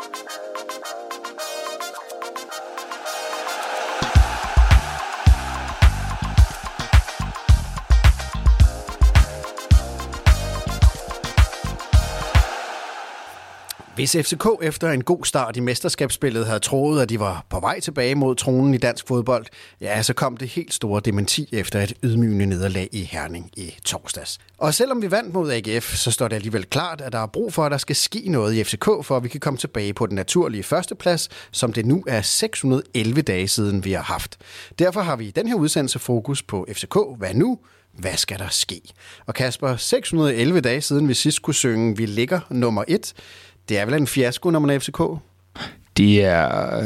Hvis FCK efter en god start i mesterskabsspillet havde troet, at de var på vej tilbage mod tronen i dansk fodbold, ja, så kom det helt store dementi efter et ydmygende nederlag i Herning i torsdags. Og selvom vi vandt mod AGF, så står det alligevel klart, at der er brug for, at der skal ske noget i FCK, for at vi kan komme tilbage på den naturlige førsteplads, som det nu er 611 dage siden, vi har haft. Derfor har vi i den her udsendelse fokus på FCK. Hvad nu? Hvad skal der ske? Og Kasper, 611 dage siden vi sidst kunne synge, vi ligger nummer 1. Det er vel en fiasko, når man er FCK? Det er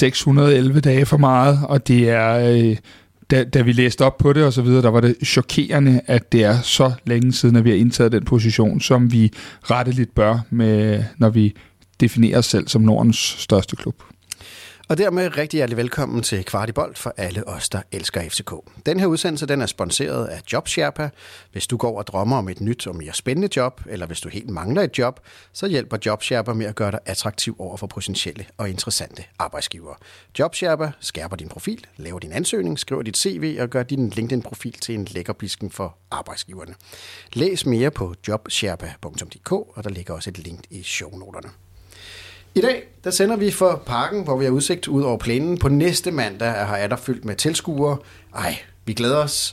611 dage for meget, og det er, da vi læste op på det og så videre, der var det chokerende, at det er så længe siden, at vi har indtaget den position, som vi retteligt bør, når vi definerer os selv som Nordens største klub. Og dermed rigtig hjertelig velkommen til Kvart i Bold for alle os, der elsker FCK. Den her udsendelse den er sponsoreret af JobSherpa. Hvis du går og drømmer om et nyt og mere spændende job, eller hvis du helt mangler et job, så hjælper JobSherpa med at gøre dig attraktiv over for potentielle og interessante arbejdsgivere. JobSherpa skærper din profil, laver din ansøgning, skriver dit CV og gør din LinkedIn-profil til en lækker bisken for arbejdsgiverne. Læs mere på jobsherpa.dk, og der ligger også et link i shownoterne. I dag der sender vi for Parken, hvor vi har udsigt ud over plænen. På næste mandag er der fyldt med tilskuere. Vi glæder os.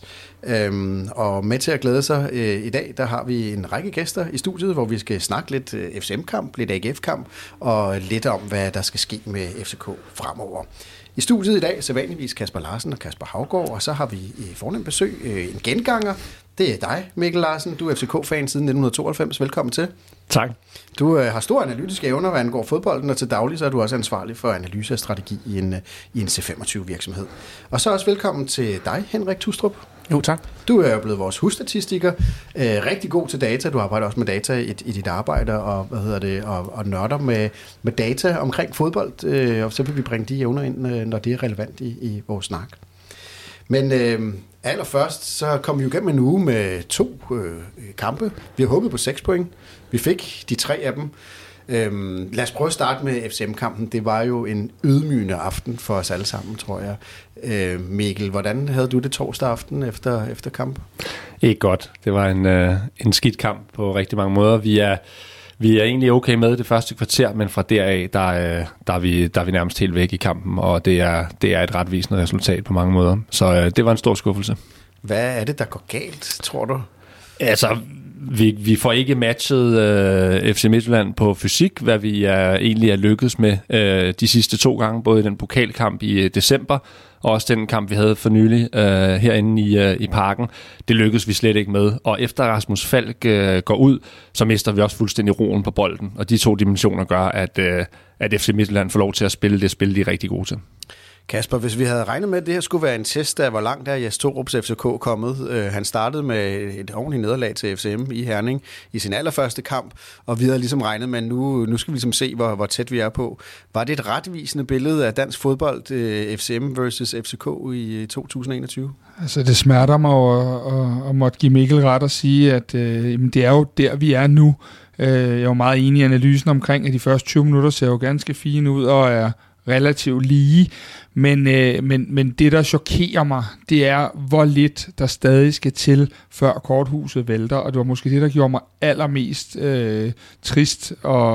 Og med til at glæde sig i dag, der har vi en række gæster i studiet, hvor vi skal snakke lidt FCM-kamp, lidt AGF-kamp, og lidt om, hvad der skal ske med FCK fremover. I studiet i dag sædvanligvis Kasper Larsen og Kasper Haugaard, og så har vi i fornemt besøg en genganger. Det er dig, Mikkel Larsen. Du er FCK-fan siden 1992. Velkommen til. Tak. Du har store analytiske evner, hvad angår fodbolden, og til daglig så er du også ansvarlig for analyse og strategi i en C25-virksomhed. Og så også velkommen til dig, Henrik Tustrup. Jo, tak. Du er jo blevet vores husstatistiker. Rigtig god til data. Du arbejder også med data i dit arbejde og og nørder med data omkring fodbold. Og så vil vi bringe de evner ind, når det er relevant i vores snak. Men allerførst, så kom vi jo igennem en uge med 2 kampe. Vi har håbet på 6 point. Vi fik de 3 af dem. Lad os prøve at starte med FCM-kampen. Det var jo en ydmygende aften for os alle sammen, tror jeg. Mikkel, hvordan havde du det torsdag aften efter kamp? Ikke godt. Det var en skidt kamp på rigtig mange måder. Vi er egentlig okay med det første kvarter, men fra deraf, der er vi nærmest helt væk i kampen, og det er et retvisende resultat på mange måder. Så det var en stor skuffelse. Hvad er det, der går galt, tror du? Altså, vi får ikke matchet FC Midtjylland på fysik, hvad vi egentlig er lykkedes med de sidste 2 gange, både i den pokalkamp i december, og også den kamp, vi havde for nylig herinde i Parken. Det lykkedes vi slet ikke med. Og efter Rasmus Falk går ud, så mister vi også fuldstændig roen på bolden. Og de 2 dimensioner gør, at FC Midtjylland får lov til at spille det spil, de er rigtig gode til. Kasper, hvis vi havde regnet med, at det her skulle være en test af, hvor langt er Jes Torups FCK kommet. Han startede med et ordentligt nederlag til FCM i Herning i sin allerførste kamp, og vi havde ligesom regnet med, at nu skal vi ligesom se, hvor tæt vi er på. Var det et retvisende billede af dansk fodbold, FCM versus FCK i 2021? Altså, det smerter mig at måtte give Mikkel ret og sige, at det er jo der, vi er nu. Jeg er jo meget enig i analysen omkring, at de første 20 minutter ser jo ganske fine ud og er relativt lige, men det, der chokerer mig, det er, hvor lidt der stadig skal til, før korthuset vælter, og det var måske det, der gjorde mig allermest trist,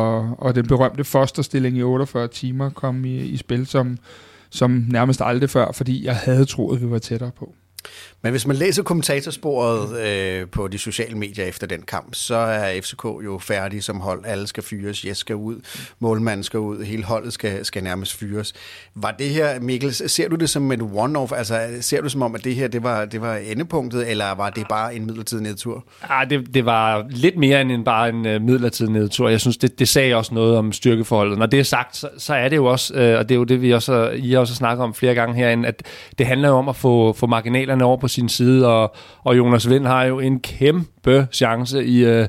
og den berømte fosterstilling i 48 timer kom i spil som nærmest aldrig før, fordi jeg havde troet, vi var tættere på. Men hvis man læser kommentatorsporet på de sociale medier efter den kamp, så er FCK jo færdig som hold. Alle skal fyres, Jes skal ud, målmanden skal ud, hele holdet skal nærmest fyres. Var det her, Mikkel, ser du det som et one-off? Altså ser du som om, at det her det var endepunktet, eller var det bare en midlertidig nedtur? Ja, det var lidt mere end bare en midlertidig nedtur. Jeg synes, det sagde også noget om styrkeforholdet. Når det er sagt, så er det jo også, og det er jo det, I også snakket om flere gange herinde, at det handler jo om at få marginalerne over på sin side, og Jonas Vind har jo en kæmpe chance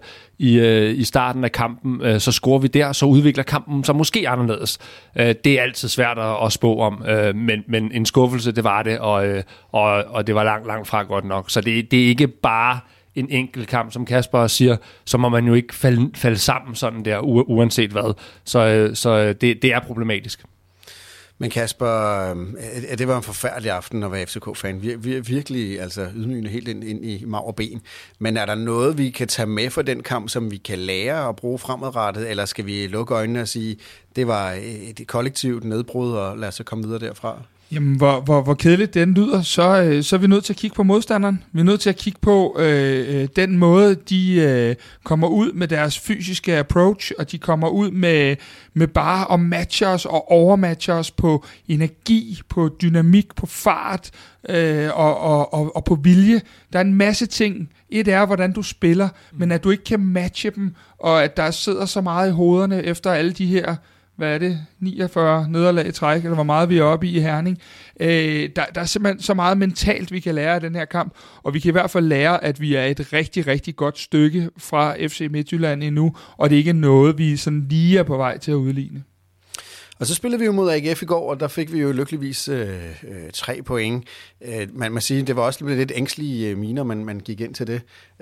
i starten af kampen. Så scorer vi der, så udvikler kampen sig måske anderledes. Det er altid svært at spå om, men en skuffelse, det var det, og det var langt fra godt nok. Så det er ikke bare en enkelt kamp, som Kasper siger, så må man jo ikke falde sammen sådan der, uanset hvad. Så det er problematisk. Men Kasper, det var en forfærdelig aften at være FCK-fan. Virkelig altså ydmygende helt ind i marv og ben. Men er der noget, vi kan tage med for den kamp, som vi kan lære at bruge fremadrettet, eller skal vi lukke øjnene og sige, det var et kollektivt nedbrud, og lad os så komme videre derfra? Jamen, hvor kedeligt den lyder, så er vi nødt til at kigge på modstanderen. Vi er nødt til at kigge på den måde, de kommer ud med deres fysiske approach, og de kommer ud med bare at matche os og overmatche os på energi, på dynamik, på fart og på vilje. Der er en masse ting. Et er, hvordan du spiller, men at du ikke kan matche dem, og at der sidder så meget i hovederne efter alle de her 49 nederlag i træk, eller hvor meget vi er oppe i Herning. Der er simpelthen så meget mentalt, vi kan lære af den her kamp, og vi kan i hvert fald lære, at vi er et rigtig, rigtig godt stykke fra FC Midtjylland endnu, og det er ikke noget, vi sådan lige er på vej til at udligne. Og så spillede vi jo mod AGF i går, og der fik vi jo lykkeligvis 3 point. Man må sige, det var også lidt ængstlige miner, man gik ind til det.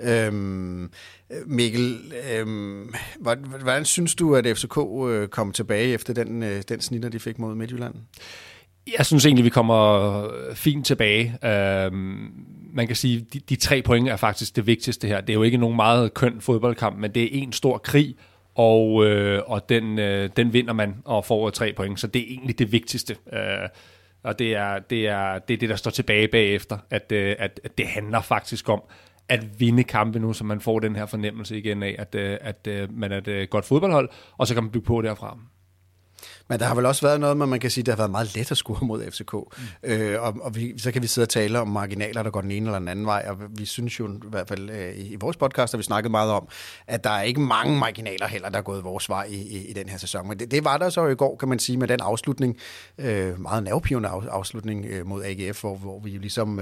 Mikkel, hvordan synes du, at FCK kom tilbage efter den snitter, de fik mod Midtjylland? Jeg synes egentlig, vi kommer fint tilbage. Man kan sige, at de 3 point er faktisk det vigtigste her. Det er jo ikke nogen meget køn fodboldkamp, men det er en stor krig, og den vinder man og får 3 point, så det er egentlig det vigtigste. Og det er det, der står tilbage bagefter, at det handler faktisk om at vinde kampe nu, så man får den her fornemmelse igen af, at man er et godt fodboldhold, og så kan man bygge på derfra. Men der har vel også været noget, man kan sige, der har været meget let at score mod FCK. Så kan vi sidde og tale om marginaler, der går den ene eller den anden vej, og vi synes jo i hvert fald i vores podcast, har vi snakket meget om, at der er ikke mange marginaler heller, der er gået vores vej i den her sæson. Men det var der så i går, kan man sige, med den afslutning, meget nervepirrende afslutning mod AGF, hvor vi jo ligesom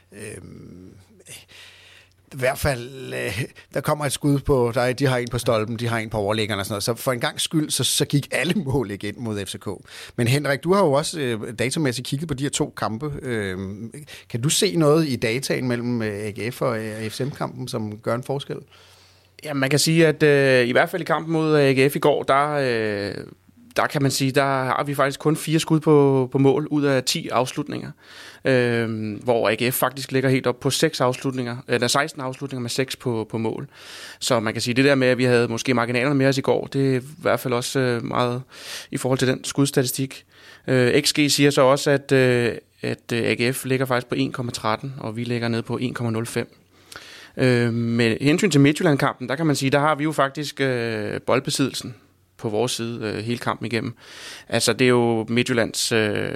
i hvert fald, der kommer et skud på, de har en på stolpen, de har en på overlæggeren og sådan noget, så for en gang skyld, så gik alle mål igen mod FCK. Men Henrik, du har jo også datamæssigt kigget på de her 2 kampe. Kan du se noget i dataen mellem AGF og FCM-kampen, som gør en forskel? Ja, man kan sige, at i hvert fald i kampen mod AGF i går, der kan man sige, der har vi faktisk kun 4 skud på mål ud af 10 afslutninger. Hvor AGF faktisk ligger helt op på 16 afslutninger med 6 på mål. Så man kan sige, det der med, at vi havde måske marginalerne med os i går, det er i hvert fald også meget i forhold til den skudstatistik. XG siger så også, at AGF ligger faktisk på 1,13, og vi ligger nede på 1,05. Med hensyn til Midtjylland-kampen, der kan man sige, der har vi jo faktisk boldbesiddelsen på vores side hele kampen igennem. Altså, det er jo Midtjyllands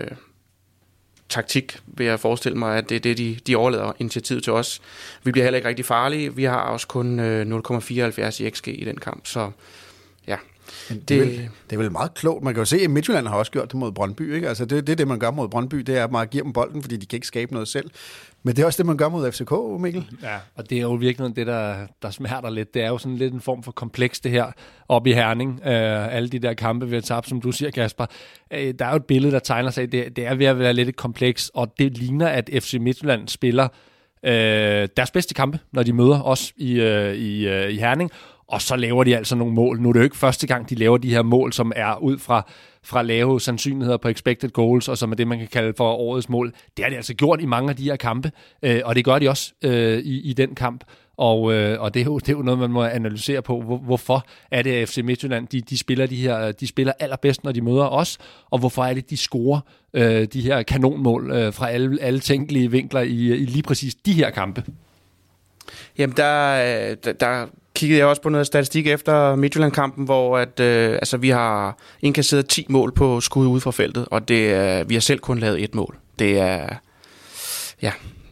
taktik, vil jeg forestille mig, at det er det, de overlader initiativet til os. Vi bliver heller ikke rigtig farlige. Vi har også kun 0,74 i XG i den kamp, så ja. Det er vel meget klogt. Man kan jo se, at Midtjylland har også gjort det mod Brøndby, ikke? Altså det, man gør mod Brøndby, det er, at man giver dem bolden, fordi de kan ikke skabe noget selv. Men det er også det, man gør mod FCK, Mikkel. Ja, og det er jo virkelig det, der smerter lidt. Det er jo sådan lidt en form for kompleks, det her oppe i Herning. Alle de der kampe, vi har tabt, som du siger, Kasper. Der er jo et billede, der tegner sig. Det er ved at være lidt et kompleks, og det ligner, at FC Midtjylland spiller deres bedste kampe, når de møder os i Herning. Og så laver de altså nogle mål. Nu er det jo ikke første gang, de laver de her mål, som er ud fra lave sandsynligheder på expected goals, og som er det, man kan kalde for årets mål. Det har de altså gjort i mange af de her kampe, og det gør de også i den kamp. Og det er jo noget, man må analysere på. Hvorfor er det, at FC Midtjylland de spiller allerbedst, når de møder os, og hvorfor er det, de scorer de her kanonmål fra alle tænkelige vinkler i lige præcis de her kampe? Jamen, der kiggede jeg også på noget statistik efter Midtjylland-kampen, hvor at, vi har indkasseret 10 mål på skud ude fra feltet, og vi har selv kun lavet 1 mål. Det er, ja.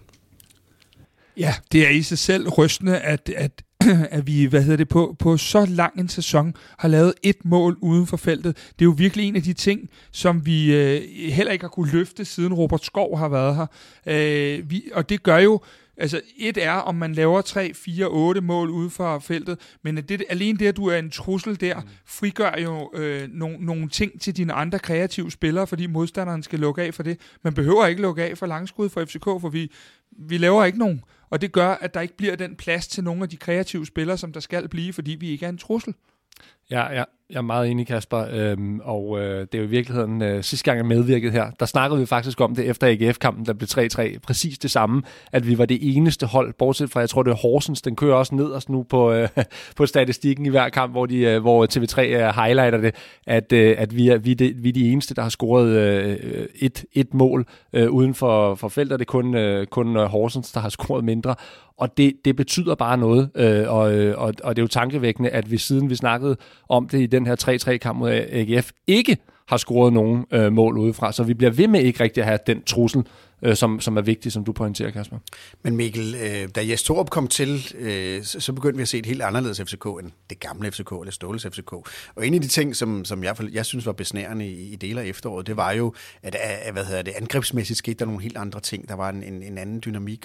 Ja, det er i sig selv rystende, at vi, på så lang en sæson har lavet 1 mål uden for feltet. Det er jo virkelig en af de ting, som vi heller ikke har kunne løfte, siden Robert Skov har været her. Og det gør jo, Altså, et er, om man laver 3, 4, 8 mål ude fra feltet, men alene det, at du er en trussel der, frigør jo nogle ting til dine andre kreative spillere, fordi modstanderen skal lukke af for det. Man behøver ikke lukke af for langskud for FCK, for vi laver ikke nogen. Og det gør, at der ikke bliver den plads til nogle af de kreative spillere, som der skal blive, fordi vi ikke er en trussel. Ja, jeg er meget enig, Kasper, og det er jo i virkeligheden sidste gang, jeg medvirkede her, der snakkede vi faktisk om det efter AGF-kampen, der blev 3-3, præcis det samme, at vi var det eneste hold, bortset fra, jeg tror det er Horsens, den kører også nederst nu på statistikken i hver kamp, hvor TV3 highlighter det, at vi er de eneste, der har scoret et mål uden for feltet, det er kun Horsens, der har scoret mindre. Og det betyder bare noget, og det er jo tankevækkende, at siden vi snakkede om det i den her 3-3-kamp mod AGF, ikke har scoret nogen mål udefra. Så vi bliver ved med ikke rigtig at have den trussel, som er vigtig, som du pointerer, Kasper. Men Mikkel, da Jes Torup kom til, så begyndte vi at se et helt anderledes FCK end det gamle FCK, eller Ståles FCK. Og en af de ting, som jeg synes var besnærende i dele af efteråret, det var jo, at angrebsmæssigt skete der nogle helt andre ting. Der var en anden dynamik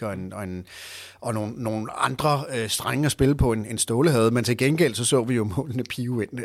og nogle andre strenge at spille på, end Ståle havde. Men til gengæld så vi jo målene pive ind.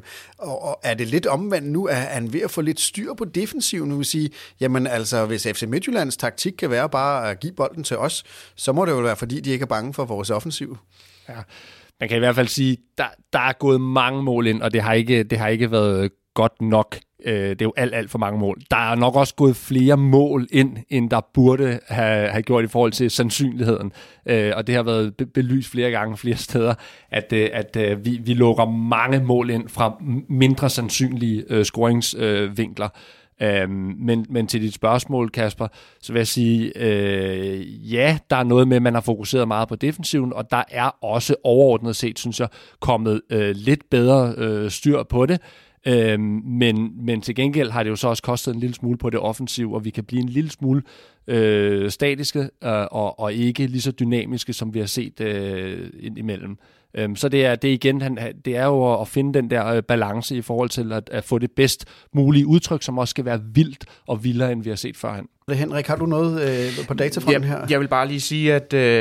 Og er det lidt omvendt nu, at han ved at få lidt styr på defensiven? Nu vil sige, jamen altså, hvis FC Midtjyllands taktik kan være bare at give bolden til os, så må det jo være, fordi de ikke er bange for vores offensiv. Ja. Man kan i hvert fald sige, der er gået mange mål ind, og det har ikke været godt nok. Det er jo alt for mange mål. Der er nok også gået flere mål ind, end der burde have gjort i forhold til sandsynligheden. Og det har været belyst flere gange, flere steder, at vi lukker mange mål ind fra mindre sandsynlige scoringsvinkler. Men til dit spørgsmål, Kasper, så vil jeg sige, ja, der er noget med, at man har fokuseret meget på defensiven, og der er også overordnet set, synes jeg, kommet lidt bedre styr på det. Men til gengæld har det jo så også kostet en lille smule på det offensiv, og vi kan blive en lille smule statiske og ikke lige så dynamiske, som vi har set indimellem. Så det er jo at finde den der balance i forhold til at få det bedst mulige udtryk, som også skal være vildt og vildere, end vi har set førhen. Henrik, har du noget på datafronten her? Jeg vil bare lige sige,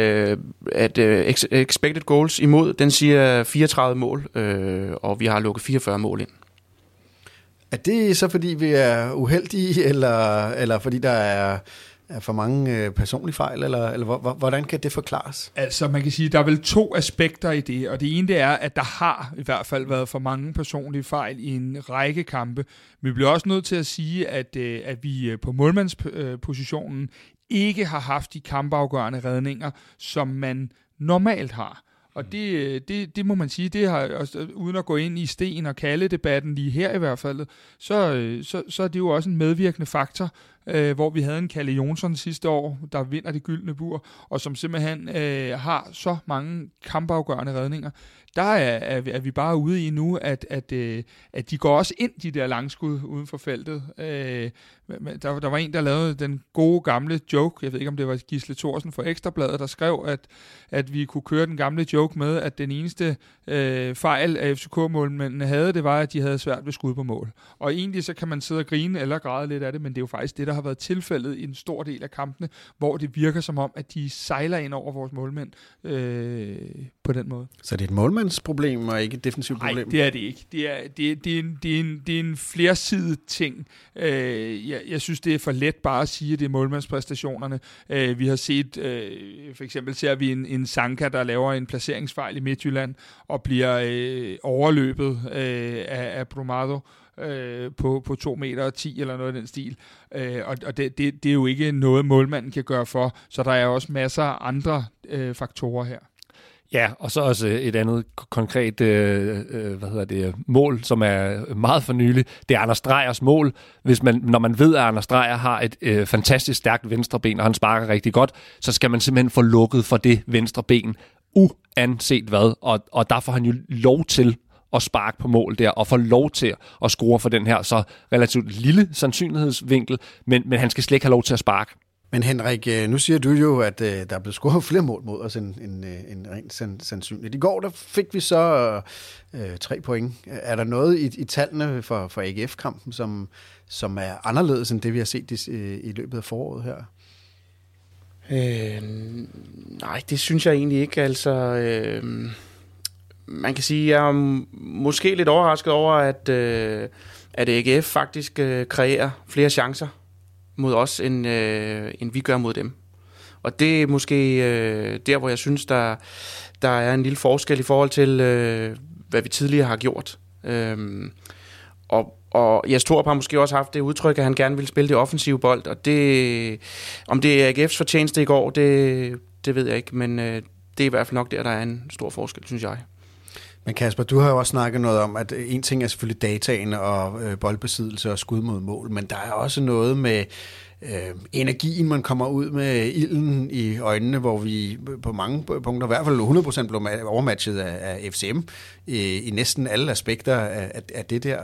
at expected goals imod, den siger 34 mål, og vi har lukket 44 mål ind. Er det så, fordi vi er uheldige, eller fordi der er for mange personlige fejl, eller hvordan kan det forklares? Altså, man kan sige, at der er vel 2 aspekter i det, og det ene det er, at der har i hvert fald været for mange personlige fejl i en række kampe. Vi bliver også nødt til at sige, at vi på målmandspositionen ikke har haft de kampafgørende redninger, som man normalt har. Og det må man sige, det har også, uden at gå ind i sten og kalde debatten lige her i hvert fald, så er det jo også en medvirkende faktor, hvor vi havde en Kalle Jonsson sidste år, der vinder det gyldne bur, og som simpelthen har så mange kampafgørende redninger. Der er vi bare ude i nu, at de går også ind, de der langskud uden for feltet. Der var en, der lavede den gode gamle joke, jeg ved ikke, om det var Gisle Thorsen fra Ekstrabladet, der skrev, at vi kunne køre den gamle joke med, at den eneste fejl af FCK-målmændene havde, det var, at de havde svært ved skud på mål. Og egentlig så kan man sidde og grine eller græde lidt af det, men det er jo faktisk det, der har været tilfældet i en stor del af kampene, hvor det virker som om, at de sejler ind over vores målmænd på den måde. Så det er et målmandsproblem og ikke et defensivt problem? Nej, det er det ikke. Det er en flersidet ting. Jeg synes, det er for let bare at sige, at det er målmandspræstationerne. Vi har set, for eksempel ser vi en Sanka, der laver en placeringsfejl i Midtjylland og bliver overløbet af Brumado på 2,10 meter eller noget af den stil. Og det er jo ikke noget, målmanden kan gøre for, så der er også masser af andre faktorer her. Ja, og så også et andet konkret mål, som er meget for nylig. Det er Anders Drejers mål. Når man ved, at Anders Drejer har et fantastisk stærkt venstreben, og han sparker rigtig godt, så skal man simpelthen få lukket for det venstre ben, uanset hvad. Og der får han jo lov til at sparke på mål der, og få lov til at score for den her så relativt lille sandsynlighedsvinkel, men han skal slet ikke have lov til at sparke. Men Henrik, nu siger du jo, at der er blevet scoret flere mål mod os end rent sandsynligt. I går der fik vi så 3 point. Er der noget i tallene for AGF-kampen, som er anderledes end det, vi har set i løbet af foråret her? Nej, det synes jeg egentlig ikke. Altså, man kan sige, at jeg er måske lidt overrasket over, at AGF faktisk kreerer flere chancer mod os, end vi gør mod dem. Og det er måske der, hvor jeg synes, der er en lille forskel i forhold til, hvad vi tidligere har gjort. Og Jes Torup har måske også haft det udtryk, at han gerne vil spille det offensive bold, og det, om det er AGF's fortjeneste i går, det ved jeg ikke, men det er i hvert fald nok der er en stor forskel, synes jeg. Men Kasper, du har jo også snakket noget om, at en ting er selvfølgelig dataen og boldbesiddelse og skud mod mål, men der er også noget med energien, man kommer ud med, ilden i øjnene, hvor vi på mange punkter, i hvert fald 100% blev overmatchet af FCM i næsten alle aspekter af det der.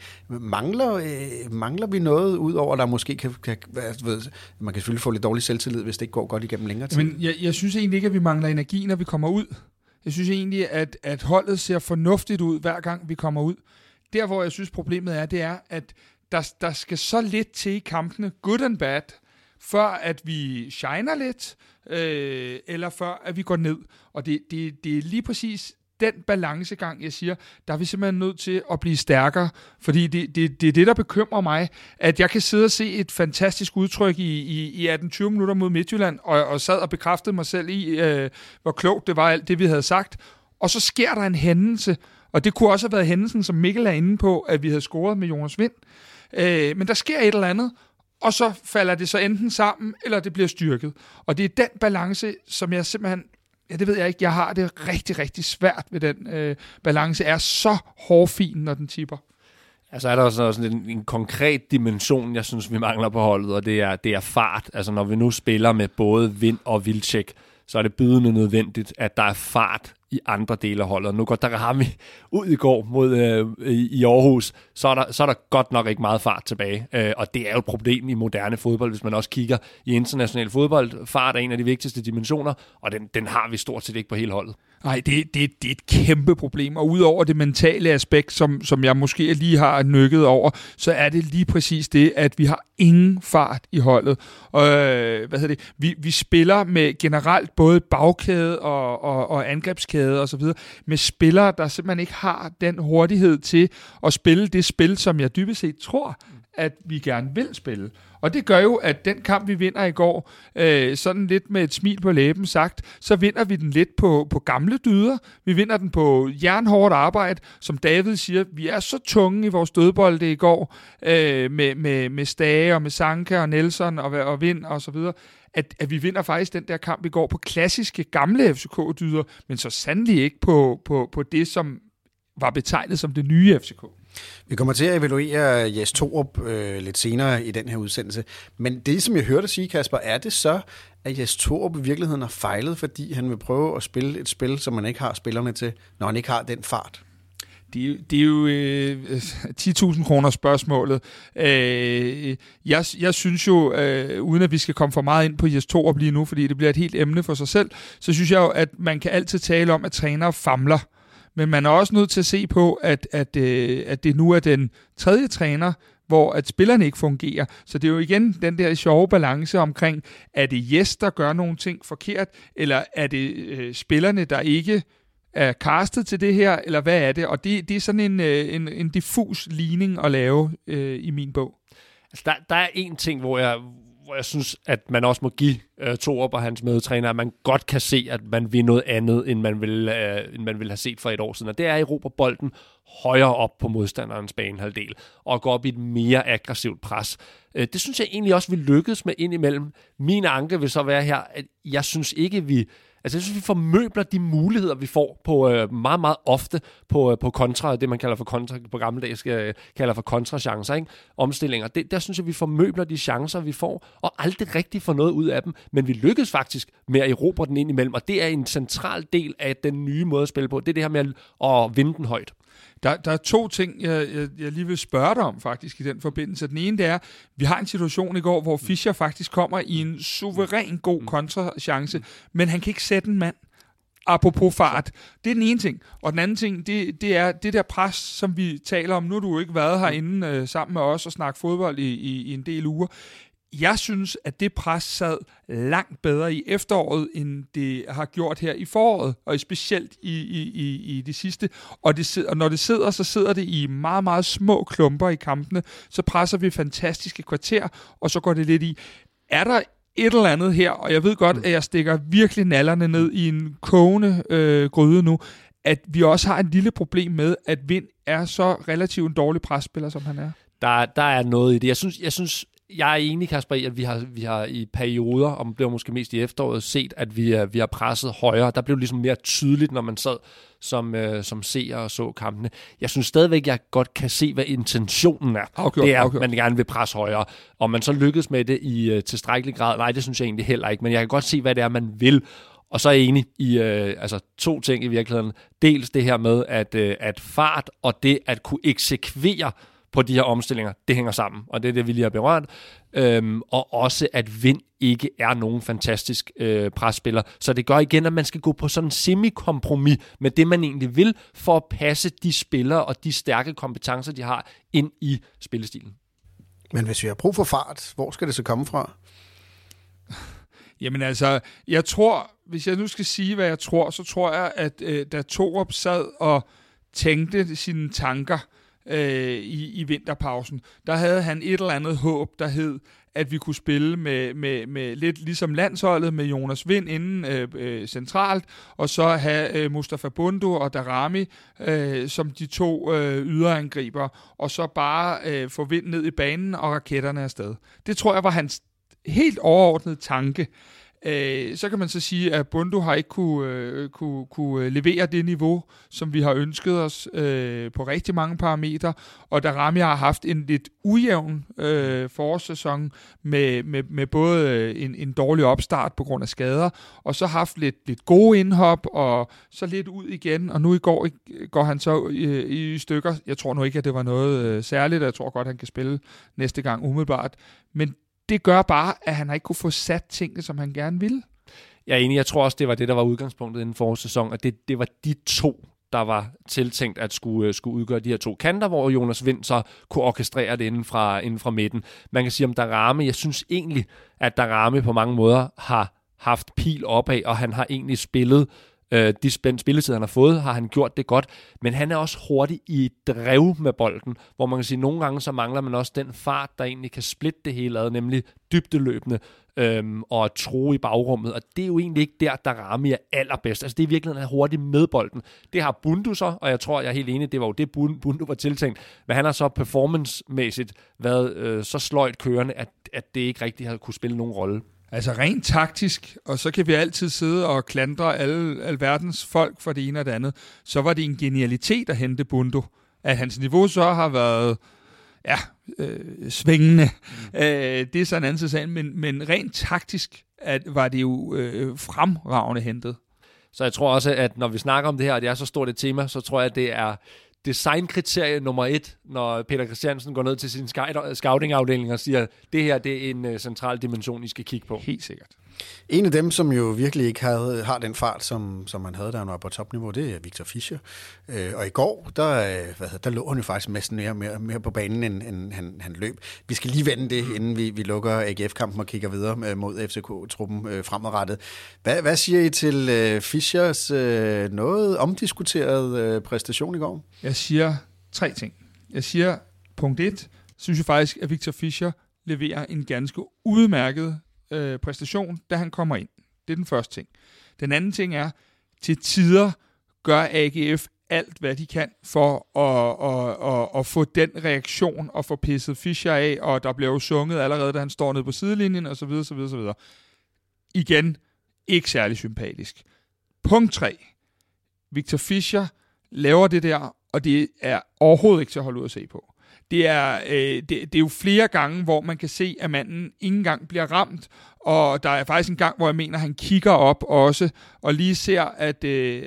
Mangler vi noget ud over, der måske kan man kan selvfølgelig få lidt dårlig selvtillid, hvis det ikke går godt igennem længere tid? Men jeg synes egentlig ikke, at vi mangler energi, når vi kommer ud. Jeg synes egentlig, at holdet ser fornuftigt ud, hver gang vi kommer ud. Der, hvor jeg synes, problemet er, det er, at der skal så lidt til i kampene, good and bad, før at vi shiner lidt, eller før at vi går ned. Og det er lige præcis den balancegang, jeg siger, der er vi simpelthen nødt til at blive stærkere, fordi det er det, der bekymrer mig, at jeg kan sidde og se et fantastisk udtryk i 18-20 minutter mod Midtjylland, og sad og bekræftede mig selv i, hvor klogt det var alt det, vi havde sagt, og så sker der en hændelse, og det kunne også have været hændelsen, som Mikkel er inde på, at vi havde scoret med Jonas Vind, men der sker et eller andet, og så falder det så enten sammen, eller det bliver styrket, og det er den balance, som jeg simpelthen, ja, det ved jeg ikke. Jeg har det rigtig, rigtig svært ved den balance. Er så hårfin, når den tipper. Altså er der også sådan en konkret dimension, jeg synes, vi mangler på holdet, og det er fart. Altså når vi nu spiller med både Vind og Wilczek, så er det bydende nødvendigt, at der er fart i andre dele af holdet. Nu går Darahami ud i går mod i Aarhus, så er der godt nok ikke meget fart tilbage. Og det er jo et problem i moderne fodbold, hvis man også kigger i international fodbold. Fart er en af de vigtigste dimensioner, og den har vi stort set ikke på hele holdet. Nej, det er et kæmpe problem, og udover det mentale aspekt, som jeg måske lige har nykket over, så er det lige præcis det, at vi har ingen fart i holdet. Vi spiller med generelt både bagkæde og angrebskæde og så videre, med spillere, der simpelthen ikke har den hurtighed til at spille det spil, som jeg dybest set tror, at vi gerne vil spille. Og det gør jo, at den kamp, vi vinder i går, sådan lidt med et smil på læben sagt, så vinder vi den lidt på gamle dyder. Vi vinder den på jernhårdt arbejde. Som David siger, vi er så tunge i vores dødbolde i går, med Stage og med Sanka og Nelson og Vind og så videre, at vi vinder faktisk den der kamp i går på klassiske gamle FCK-dyder, men så sandelig ikke på det, som var betegnet som det nye FCK. Vi kommer til at evaluere Jes Torup lidt senere i den her udsendelse. Men det, som jeg hørte sige, Kasper, er det så, at Jes Torup i virkeligheden har fejlet, fordi han vil prøve at spille et spil, som man ikke har spillerne til, når han ikke har den fart? Det er jo 10.000 kroner spørgsmålet. Jeg synes jo, uden at vi skal komme for meget ind på Jes Torup lige nu, fordi det bliver et helt emne for sig selv, så synes jeg jo, at man kan altid tale om, at trænere famler. Men man er også nødt til at se på, at det nu er den tredje træner, hvor at spillerne ikke fungerer. Så det er jo igen den der sjove balance omkring, er det Jes, der gør nogle ting forkert, eller er det spillerne, der ikke er castet til det her, eller hvad er det? Og det er sådan en diffus ligning at lave i min bog. Altså, der er en ting, hvor jeg synes, at man også må give Torup og hans medtræner, at man godt kan se, at man vil noget andet, end man vil have set for et år siden. Og det er at erobre bolden højere op på modstanderens banehalvdel, og gå op i et mere aggressivt pres. Det synes jeg egentlig også, vi lykkedes med indimellem. Min anke vil så være her, at jeg synes ikke, vi formøbler de muligheder, vi får på meget, meget ofte på kontra, det man kalder for kontra, på gammeldags kalder for kontrachancer, ikke? Omstillinger. Der synes jeg, vi formøbler de chancer, vi får, og aldrig rigtig får noget ud af dem. Men vi lykkes faktisk med at erobre den ind imellem, og det er en central del af den nye måde at spille på. Det er det her med at vinde den højt. Der er to ting, jeg lige vil spørge dig om faktisk i den forbindelse. Den ene, det er, vi har en situation i går, hvor Fischer faktisk kommer i en suveræn god kontrachance, men han kan ikke sætte en mand. Apropos fart. Det er den ene ting. Og den anden ting, det er det der pres, som vi taler om. Nu har du jo ikke været herinde sammen med os og snakket fodbold i en del uger. Jeg synes, at det pres sad langt bedre i efteråret, end det har gjort her i foråret, og specielt i det sidste. Og når det sidder, så sidder det i meget, meget små klumper i kampene. Så presser vi fantastiske kvarter, og så går det lidt i. Er der et eller andet her, og jeg ved godt, at jeg stikker virkelig nallerne ned i en kogende gryde nu, at vi også har et lille problem med, at Vind er så relativt en dårlig presspiller, som han er. Der er noget i det. Jeg er enig, Kasper, i, at vi har i perioder, og det var måske mest i efteråret, set, at vi har presset højere. Der blev ligesom mere tydeligt, når man sad som seer og så kampene. Jeg synes stadigvæk, jeg godt kan se, hvad intentionen er. Det er, at man gerne vil presse højere. Om man så lykkes med det i tilstrækkelig grad, nej, det synes jeg egentlig heller ikke. Men jeg kan godt se, hvad det er, man vil. Og så er jeg enig i to ting i virkeligheden. Dels det her med, at fart og det at kunne eksekvere på de her omstillinger, det hænger sammen, og det er det, vi lige har berørt. Og også, at Vind ikke er nogen fantastisk presspiller. Så det gør igen, at man skal gå på sådan en semi-kompromis med det, man egentlig vil, for at passe de spillere og de stærke kompetencer, de har, ind i spillestilen. Men hvis vi har brug for fart, hvor skal det så komme fra? Jamen altså, jeg tror, hvis jeg nu skal sige, hvad jeg tror, så tror jeg, at da Thorup sad og tænkte sine tanker i vinterpausen, der havde han et eller andet håb, der hed, at vi kunne spille med lidt ligesom landsholdet, med Jonas Vind inden centralt, og så have Mustafa Bundu og Daramy som de to yderangriber, og så bare få Vind ned i banen og raketterne afsted. Det tror jeg var hans helt overordnede tanke. Så kan man så sige, at Bundu har ikke kunne levere det niveau, som vi har ønsket os på rigtig mange parametre, og Daramy har haft en lidt ujævn forårssæson med både en dårlig opstart på grund af skader, og så haft lidt gode indhop, og så lidt ud igen, og nu i går han så i stykker. Jeg tror nu ikke, at det var noget særligt, og jeg tror godt, han kan spille næste gang umiddelbart, men det gør bare, at han ikke kunne få sat tingene, som han gerne ville. Jeg er enig, jeg tror også, det var det, der var udgangspunktet inden for sæson, og det var de to, der var tiltænkt at skulle udgøre de her to kanter, hvor Jonas Vind så kunne orkestrere det inden fra midten. Man kan sige om Daramy, jeg synes egentlig, at Daramy på mange måder har haft pil opad, og han har egentlig spillet de spilletid, han har fået, har han gjort det godt, men han er også hurtig i drev med bolden, hvor man kan sige, at nogle gange så mangler man også den fart, der egentlig kan splitte det hele ad, nemlig dybdeløbende og at true i bagrummet, og det er jo egentlig ikke der, Daramy er allerbedst. Altså det er virkelig, at han er hurtig med bolden. Det har Bundu så, og jeg tror, jeg er helt enig, det var jo det, Bundu var tiltænkt, men han har så performance-mæssigt været så sløjt kørende, at det ikke rigtig har kunne spille nogen rolle. Altså rent taktisk, og så kan vi altid sidde og klandre alle verdens folk for det ene og det andet, så var det en genialitet at hente Bundu. At hans niveau så har været svingende. Det er sådan en anden sag, men rent taktisk var det jo fremragende hentet. Så jeg tror også, at når vi snakker om det her, og det er så stort et tema, så tror jeg, at det er designkriterie nummer 1, når Peter Christiansen går ned til sin scouting-afdeling og siger, det her det er en central dimension, I skal kigge på. Helt sikkert. En af dem, som jo virkelig ikke har den fart, som man havde, da han var på topniveau, det er Victor Fischer. Og i går, der lå han jo faktisk næsten mere på banen, end han løb. Vi skal lige vende det, inden vi lukker AGF-kampen og kigger videre mod FCK-truppen fremadrettet. Hvad siger I til Fischers noget omdiskuteret præstation i går? Jeg siger 3 ting. Jeg siger, punkt 1, synes jeg faktisk, at Victor Fischer leverer en ganske udmærket præstation, da han kommer ind. Det er den første ting. Den anden ting er, til tider gør AGF alt, hvad de kan for at få den reaktion og få pisset Fischer af, og der bliver jo sunget allerede, da han står nede på sidelinjen, og så videre, så videre, så videre. Igen, ikke særlig sympatisk. Punkt 3. Victor Fischer laver det der, og det er overhovedet ikke til at holde ud at se på. Det er jo flere gange, hvor man kan se, at manden ikke engang bliver ramt, og der er faktisk en gang, hvor jeg mener, at han kigger op også, og lige ser, at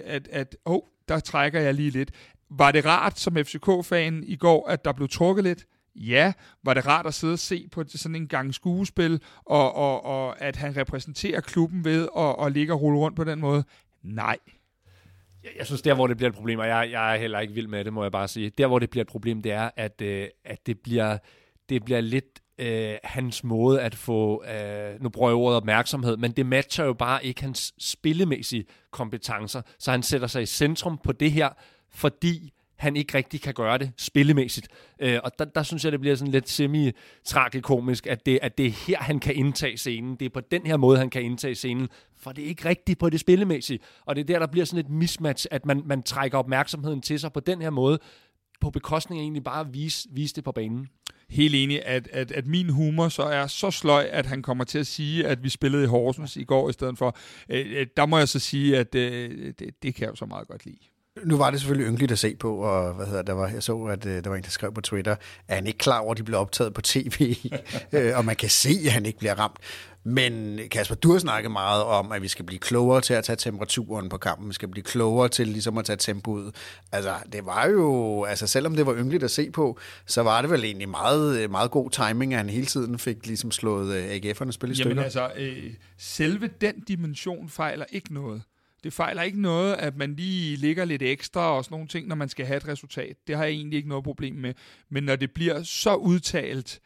der trækker jeg lige lidt. Var det rart som FCK-fan i går, at der blev trukket lidt? Ja. Var det rart at sidde og se på sådan en gang skuespil, og at han repræsenterer klubben ved at ligge og rulle rundt på den måde? Nej. Jeg synes, der hvor det bliver et problem, og jeg er heller ikke vild med det, må jeg bare sige. Der hvor det bliver et problem, det er, at det bliver lidt hans måde at få, nu bruger jeg ordet opmærksomhed, men det matcher jo bare ikke hans spillemæssige kompetencer, så han sætter sig i centrum på det her, fordi han ikke rigtig kan gøre det spillemæssigt. Og der synes jeg, det bliver sådan lidt semi-tragikomisk, at det er her, han kan indtage scenen. Det er på den her måde, han kan indtage scenen, for det er ikke rigtigt på det spillemæssige. Og det er der bliver sådan et mismatch, at man trækker opmærksomheden til sig på den her måde, på bekostning af egentlig bare at vise det på banen. Helt enig, at min humor så er så sløj, at han kommer til at sige, at vi spillede i Horsens i går i stedet for. Der må jeg så sige, at det kan jeg jo så meget godt lide. Nu var det selvfølgelig ynkeligt at se på, og jeg så, at der var en, der skrev på Twitter, at han ikke klar over, at de blev optaget på tv, og man kan se, at han ikke bliver ramt. Men Kasper, du har snakket meget om, at vi skal blive klogere til at tage temperaturen på kampen, vi skal blive klogere til ligesom at tage tempoet. Altså, det var jo, selvom det var ynkeligt at se på, så var det vel egentlig meget, meget god timing, at han hele tiden fik ligesom slået AGF'erne spil i stykker. Jamen altså, selve den dimension fejler ikke noget. Det fejler ikke noget, at man lige ligger lidt ekstra og sådan nogle ting, når man skal have et resultat. Det har jeg egentlig ikke noget problem med. Men når det bliver så udtalt,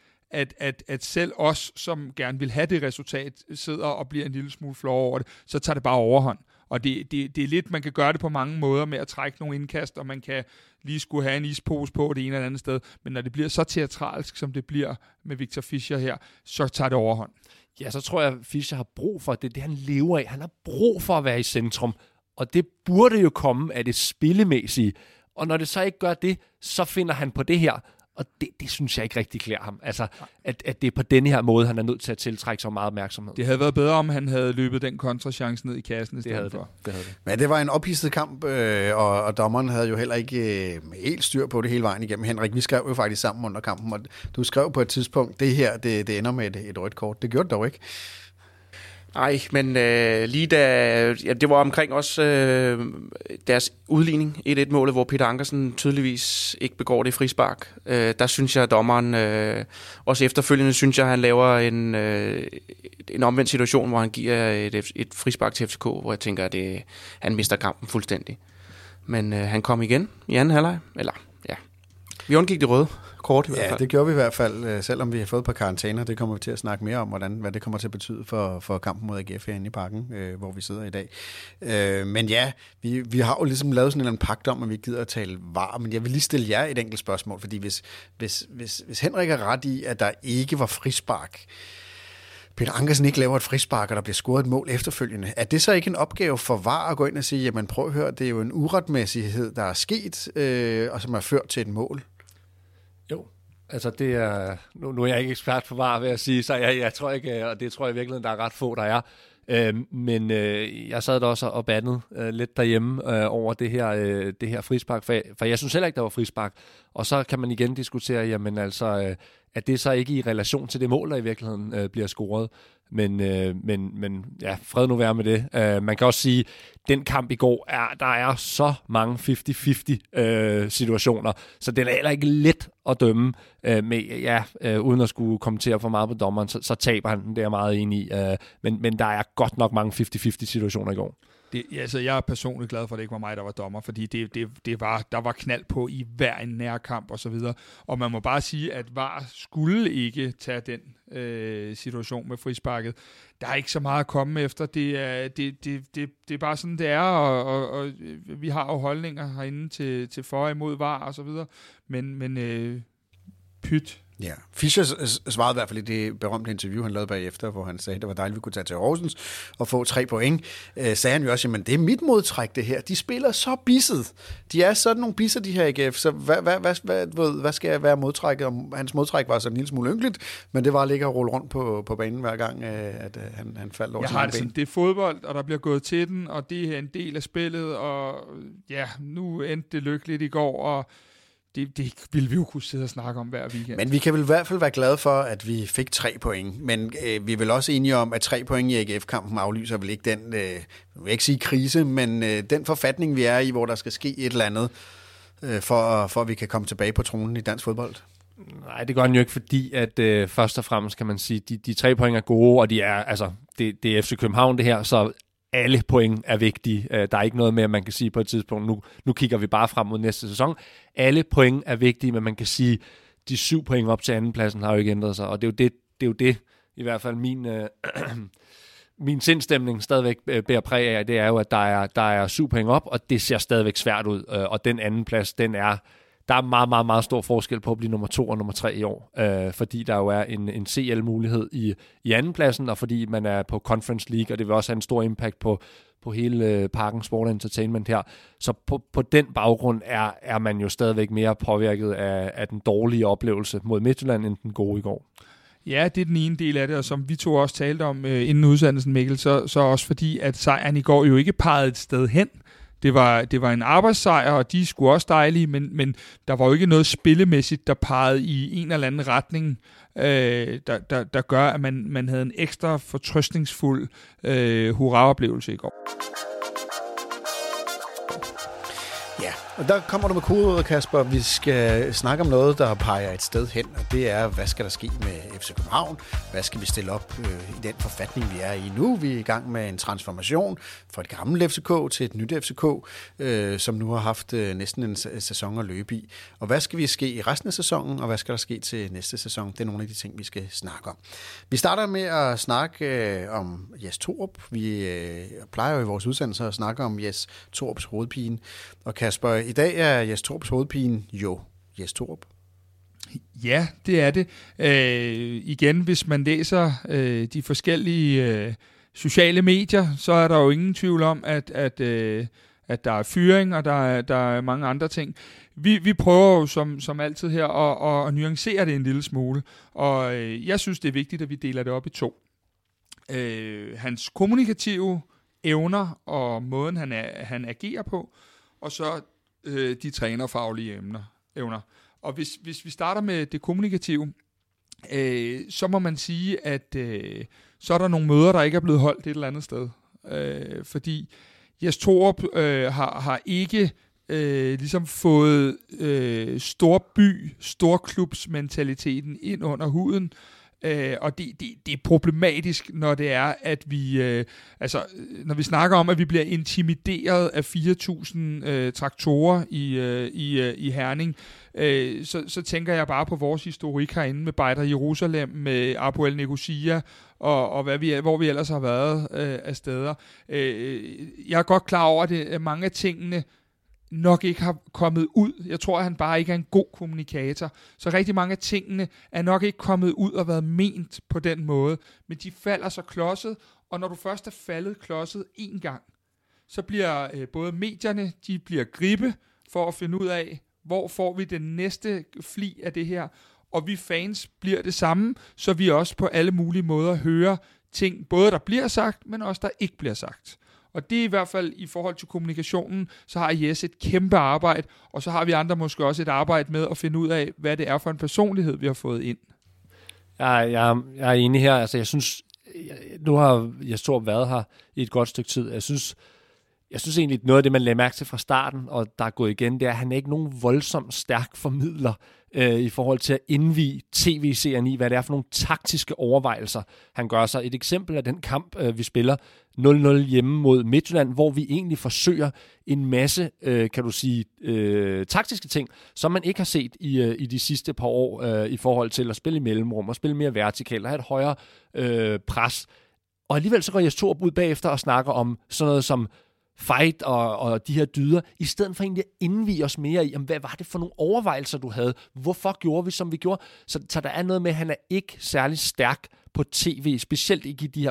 at selv os, som gerne vil have det resultat, sidder og bliver en lille smule flov over det, så tager det bare overhånd. Og det er lidt, man kan gøre det på mange måder med at trække nogle indkast, og man kan lige skulle have en ispose på det ene eller andet sted. Men når det bliver så teatralsk, som det bliver med Victor Fischer her, så tager det overhånd. Ja, så tror jeg, at Fischer har brug for det, han lever af. Han har brug for at være i centrum, og det burde jo komme af det spillemæssige. Og når det så ikke gør det, så finder han på det her, og det synes jeg ikke rigtig klæder ham. Altså, at det er på denne her måde, han er nødt til at tiltrække så meget opmærksomhed. Det havde været bedre, om han havde løbet den kontrachance ned i kassen i stedet for. Det havde det. Men det var en ophidset kamp, og dommeren havde jo heller ikke helt styr på det hele vejen igennem. Henrik, vi skrev jo faktisk sammen under kampen, og du skrev på et tidspunkt, det her, det ender med et rødt kort. Det gjorde det dog ikke. Nej, men lige da, det var omkring også deres udligning, 1-1-målet, hvor Peter Ankersen tydeligvis ikke begår det frispark. Der synes jeg, at dommeren, også efterfølgende, synes jeg, han laver en omvendt situation, hvor han giver et frispark til FCK, hvor jeg tænker, at han mister kampen fuldstændig. Men han kom igen i anden halvleg, eller ja, vi undgik det røde kort i hvert fald. Ja, det gjorde vi i hvert fald, selvom vi har fået et par karantæner. Det kommer vi til at snakke mere om, hvad det kommer til at betyde for kampen mod AGF herinde i Parken, hvor vi sidder i dag. Men ja, vi har jo ligesom lavet sådan en eller anden pagt om, at vi gider at tale VAR, men jeg vil lige stille jer et enkelt spørgsmål, fordi hvis Henrik er ret i, at der ikke var frispark, Peter Ankersen ikke laver et frispark, og der bliver scoret et mål efterfølgende. Er det så ikke en opgave for VAR at gå ind og sige, jamen prøv at høre, det er jo en uretmæssighed, der er sket, og som er ført til et mål? Jo, altså det er, nu er jeg ikke ekspert på VAR, vil jeg sige, så jeg tror ikke, og det tror jeg virkelig, der er ret få, der er. Men jeg sad der også og bandede lidt derhjemme over det her frispark, for jeg synes heller ikke, der var frispark. Og så kan man igen diskutere, jamen altså, at det så ikke i relation til det mål, der i virkeligheden bliver scoret. Men ja, fred nu være med det. Man kan også sige, den kamp i går, der er så mange 50-50 situationer, så det er heller ikke let at dømme. Uden at skulle kommentere for meget på dommeren, så taber han den, det er jeg meget enig i. Men der er godt nok mange 50-50 situationer i går. Jeg er personligt glad for, at det ikke var mig, der var dommer, fordi der var knald på i hver en nærkamp og så videre. Og man må bare sige, at VAR skulle ikke tage den situation med frisparket. Der er ikke så meget at komme efter. Det er bare sådan, det er, og vi har jo holdninger herinde til for og imod VAR og så videre. Men pyt. Ja, Fischer svarede i hvert fald i det berømte interview, han lavede bagefter, hvor han sagde, at det var dejligt, at vi kunne tage til Horsens og få 3 point. Sagde han jo også, jamen det er mit modtræk det her. De spiller så bisset. De er sådan nogle bisser, de her AGF. Så hvad skal være modtrækket? Hans modtræk var så en lille smule ynkeligt, men det var at ligge og rulle rundt på banen hver gang, at han faldt over jeg har det sådan, det er fodbold, og der bliver gået til den, og det er en del af spillet, og ja, nu endte det lykkeligt i går, og det ville vi jo kunne sidde og snakke om hver weekend. Men vi kan vel i hvert fald være glade for, at vi fik 3 point. Men vi er vel også enige om, at 3 point i AGF-kampen aflyser vel ikke den, jeg vil ikke sige krise, men den forfatning, vi er i, hvor der skal ske et eller andet, for at vi kan komme tilbage på tronen i dansk fodbold. Nej, det gør han jo ikke, fordi at først og fremmest kan man sige, de 3 point er gode, og de er, altså, det er FC København det her, så alle point er vigtige. Der er ikke noget mere, man kan sige på et tidspunkt. Nu kigger vi bare frem mod næste sæson. Alle point er vigtige, men man kan sige, de 7 point op til andenpladsen har jo ikke ændret sig, og det er jo det i hvert fald min sindstemning stadigvæk bærer præg af, det er jo, at der er 7 point op, og det ser stadigvæk svært ud, og den anden plads, der er meget, meget, meget stor forskel på at blive nummer 2 og nummer 3 i år, fordi der jo er en CL-mulighed i andenpladsen, og fordi man er på Conference League, og det vil også have en stor impact på hele Parken Sport Entertainment her. Så på den baggrund er man jo stadigvæk mere påvirket af den dårlige oplevelse mod Midtjylland, end den gode i går. Ja, det er den ene del af det, og som vi to også talte om inden udsendelsen, Mikkel, så også fordi, at sejren i går jo ikke pegede et sted hen. Det var en arbejdssejr, og de skulle også dejlige, men der var jo ikke noget spillemæssigt, der pegede i en eller anden retning, der gør, at man havde en ekstra fortrøstningsfuld hurra-oplevelse i går. Ja, og der kommer du med kodeordet, Kasper. Vi skal snakke om noget, der peger et sted hen, og det er, hvad skal der ske med FC København? Hvad skal vi stille op i den forfatning, vi er i nu? Vi er i gang med en transformation fra et gammelt FCK til et nyt FCK, som nu har haft næsten en sæson at løbe i. Og hvad skal vi ske i resten af sæsonen, og hvad skal der ske til næste sæson? Det er nogle af de ting, vi skal snakke om. Vi starter med at snakke om Jes Torup. Vi plejer jo i vores udsendelser at snakke om Jes Torups hovedpine. Og Kasper, i dag er Jes Torups hovedpine jo Jes Torup. Ja, det er det. Igen, hvis man læser de forskellige sociale medier, så er der jo ingen tvivl om, at der er fyring, og der er mange andre ting. Vi prøver jo som altid her at nuancere det en lille smule, og jeg synes, det er vigtigt, at vi deler det op i 2. Hans kommunikative evner og måden, han agerer på, og så de trænerfaglige evner. Og hvis vi starter med det kommunikative, så må man sige, at så er der nogle møder, der ikke er blevet holdt et eller andet sted. Fordi Jes Torup har ikke ligesom fået storklubsmentaliteten ind under huden. Og det er problematisk, når det er, at vi når vi snakker om, at vi bliver intimideret af 4.000 traktorer i Herning, så tænker jeg bare på vores historik herinde med Beitar Jerusalem, med Apoel Nicosia og hvor vi ellers har været af steder. Jeg er godt klar over, at mange af tingene nok ikke har kommet ud. Jeg tror, at han bare ikke er en god kommunikator. Så rigtig mange af tingene er nok ikke kommet ud og været ment på den måde. Men de falder så klodset, og når du først er faldet klodset en gang, så bliver både medierne, de bliver gribe for at finde ud af, hvor får vi den næste fli af det her. Og vi fans bliver det samme, så vi også på alle mulige måder hører ting, både der bliver sagt, men også der ikke bliver sagt. Og det er i hvert fald i forhold til kommunikationen, så har Jes et kæmpe arbejde, og så har vi andre måske også et arbejde med at finde ud af, hvad det er for en personlighed, vi har fået ind. Jeg er enig her. Altså, jeg synes, nu har Jes Torup været her i et godt stykke tid. Jeg synes egentlig, noget af det, man lagde mærke til fra starten, og der er gået igen, det er, at han er ikke nogen voldsomt stærk formidler i forhold til at indvie tv-serien i, hvad det er for nogle taktiske overvejelser, han gør sig. Et eksempel af den kamp, vi spiller 0-0 hjemme mod Midtjylland, hvor vi egentlig forsøger en masse, kan du sige, taktiske ting, som man ikke har set i de sidste par år i forhold til at spille i mellemrum og spille mere vertikalt og have et højere pres. Og alligevel så går Jes Torup ud bagefter og snakker om sådan noget som fight og de her dyder, i stedet for egentlig at indvie os mere i, hvad var det for nogle overvejelser, du havde? Hvorfor gjorde vi, som vi gjorde? Så der er noget med, at han er ikke særlig stærk på tv, specielt ikke i de her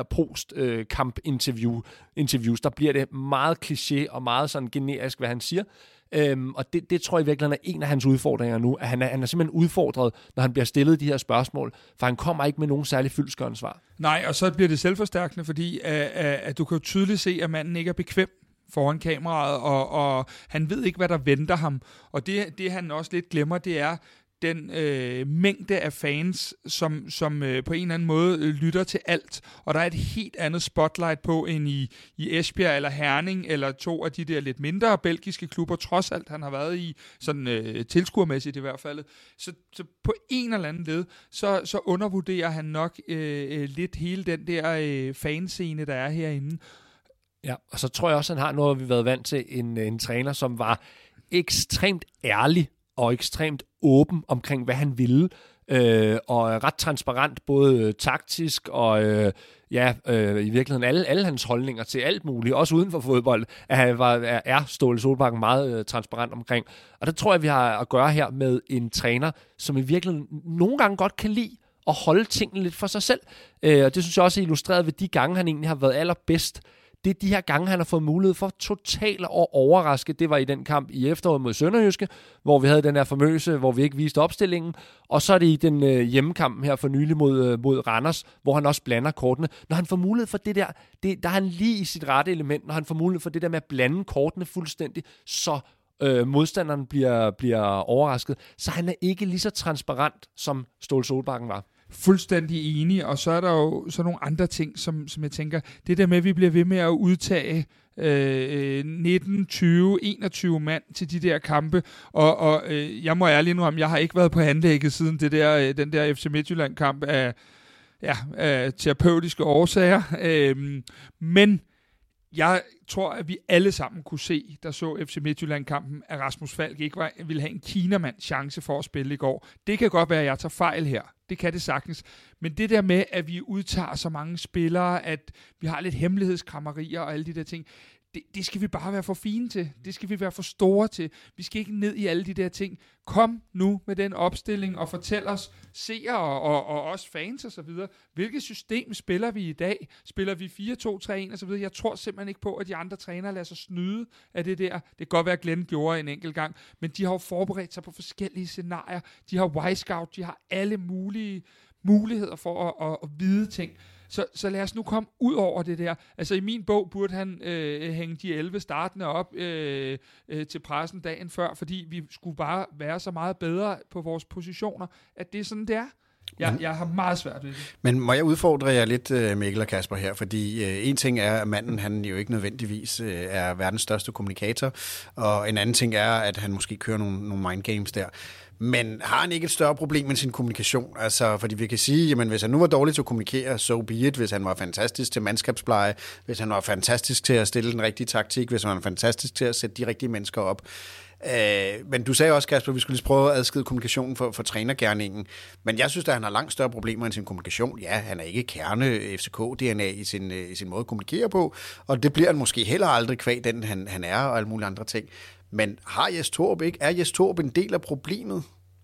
post-kamp-interviews. Der bliver det meget kliché og meget sådan generisk, hvad han siger. Og det tror jeg virkelig er en af hans udfordringer nu, at han er simpelthen udfordret, når han bliver stillet de her spørgsmål, for han kommer ikke med nogen særlig fyldestgørende svar. Nej, og så bliver det selvforstærkende, fordi at du kan jo tydeligt se, at manden ikke er bekvem foran kameraet, og han ved ikke, hvad der venter ham. Og det han også lidt glemmer, det er den mængde af fans, som på en eller anden måde lytter til alt. Og der er et helt andet spotlight på, end i Esbjerg eller Herning, eller 2 af de der lidt mindre belgiske klubber, trods alt han har været i, sådan tilskuermæssigt i hvert fald. Så på en eller anden led, så undervurderer han nok lidt hele den der fanscene, der er herinde. Ja, og så tror jeg også, han har noget, vi har været vant til, en træner, som var ekstremt ærlig og ekstremt åben omkring, hvad han ville, og ret transparent, både taktisk og i virkeligheden alle hans holdninger til alt muligt, også uden for fodbold, er Ståle Solbakken meget transparent omkring. Og der tror jeg, vi har at gøre her med en træner, som i virkeligheden nogle gange godt kan lide at holde tingene lidt for sig selv. Og det synes jeg også er illustreret ved de gange, han egentlig har været allerbedst. Det er de her gange, han har fået mulighed for totalt at overraske. Det var i den kamp i efteråret mod Sønderjyske, hvor vi havde den her famøse, hvor vi ikke viste opstillingen. Og så er det i den hjemmekamp her for nylig mod Randers, hvor han også blander kortene. Når han får mulighed for det der, der er han lige i sit rette element, når han får mulighed for det der med at blande kortene fuldstændig, så modstanderen bliver overrasket. Så han er ikke lige så transparent, som Ståle Solbakken var. Fuldstændig enig, og så er der jo så nogle andre ting, som jeg tænker, det der med, at vi bliver ved med at udtage 19, 20, 21 mand til de der kampe, og jeg må ærligt indrømme, jeg har ikke været på anlægget siden den der FC Midtjylland-kamp af terapeutiske årsager, men jeg tror, at vi alle sammen kunne se, der så FC Midtjylland-kampen, at Rasmus Falk ikke ville have en kinamand chance for at spille i går. Det kan godt være, at jeg tager fejl her. Det kan det sagtens. Men det der med, at vi udtager så mange spillere, at vi har lidt hemmelighedskrammerier og alle de der ting, det skal vi bare være for fine til. Det skal vi være for store til. Vi skal ikke ned i alle de der ting. Kom nu med den opstilling og fortæl os, seere og også fans og så videre, hvilket system spiller vi i dag? Spiller vi 4-2-3-1 og så videre? Jeg tror simpelthen ikke på, at de andre trænere lader sig snyde af det der. Det kan godt være, at Glenn gjorde en enkelt gang, men de har jo forberedt sig på forskellige scenarier. De har Y-Scout, de har alle mulige muligheder for at vide ting. Så lad os nu komme ud over det der. Altså i min bog burde han hænge de 11 startende op til pressen dagen før, fordi vi skulle bare være så meget bedre på vores positioner, at det er sådan, det er. Jeg har meget svært ved det. Men må jeg udfordre jer lidt, Mikkel og Kasper her, fordi en ting er, at manden han jo ikke nødvendigvis er verdens største kommunikator, og en anden ting er, at han måske kører nogle mindgames der. Men har han ikke et større problem med sin kommunikation? Altså, fordi vi kan sige, jamen hvis han nu var dårlig til at kommunikere, so be it. Hvis han var fantastisk til mandskabspleje, hvis han var fantastisk til at stille den rigtige taktik, hvis han var fantastisk til at sætte de rigtige mennesker op. Men du sagde også, Kasper, at vi skulle lige prøve at adskille kommunikationen for trænergerningen. Men jeg synes, at han har langt større problemer end sin kommunikation. Ja, han er ikke kerne FCK-DNA i sin måde at kommunikere på, og det bliver han måske heller aldrig kvæg den, han er, og alle mulige andre ting. Men har Jes Torup ikke? Er Jes Torup en del af problemet?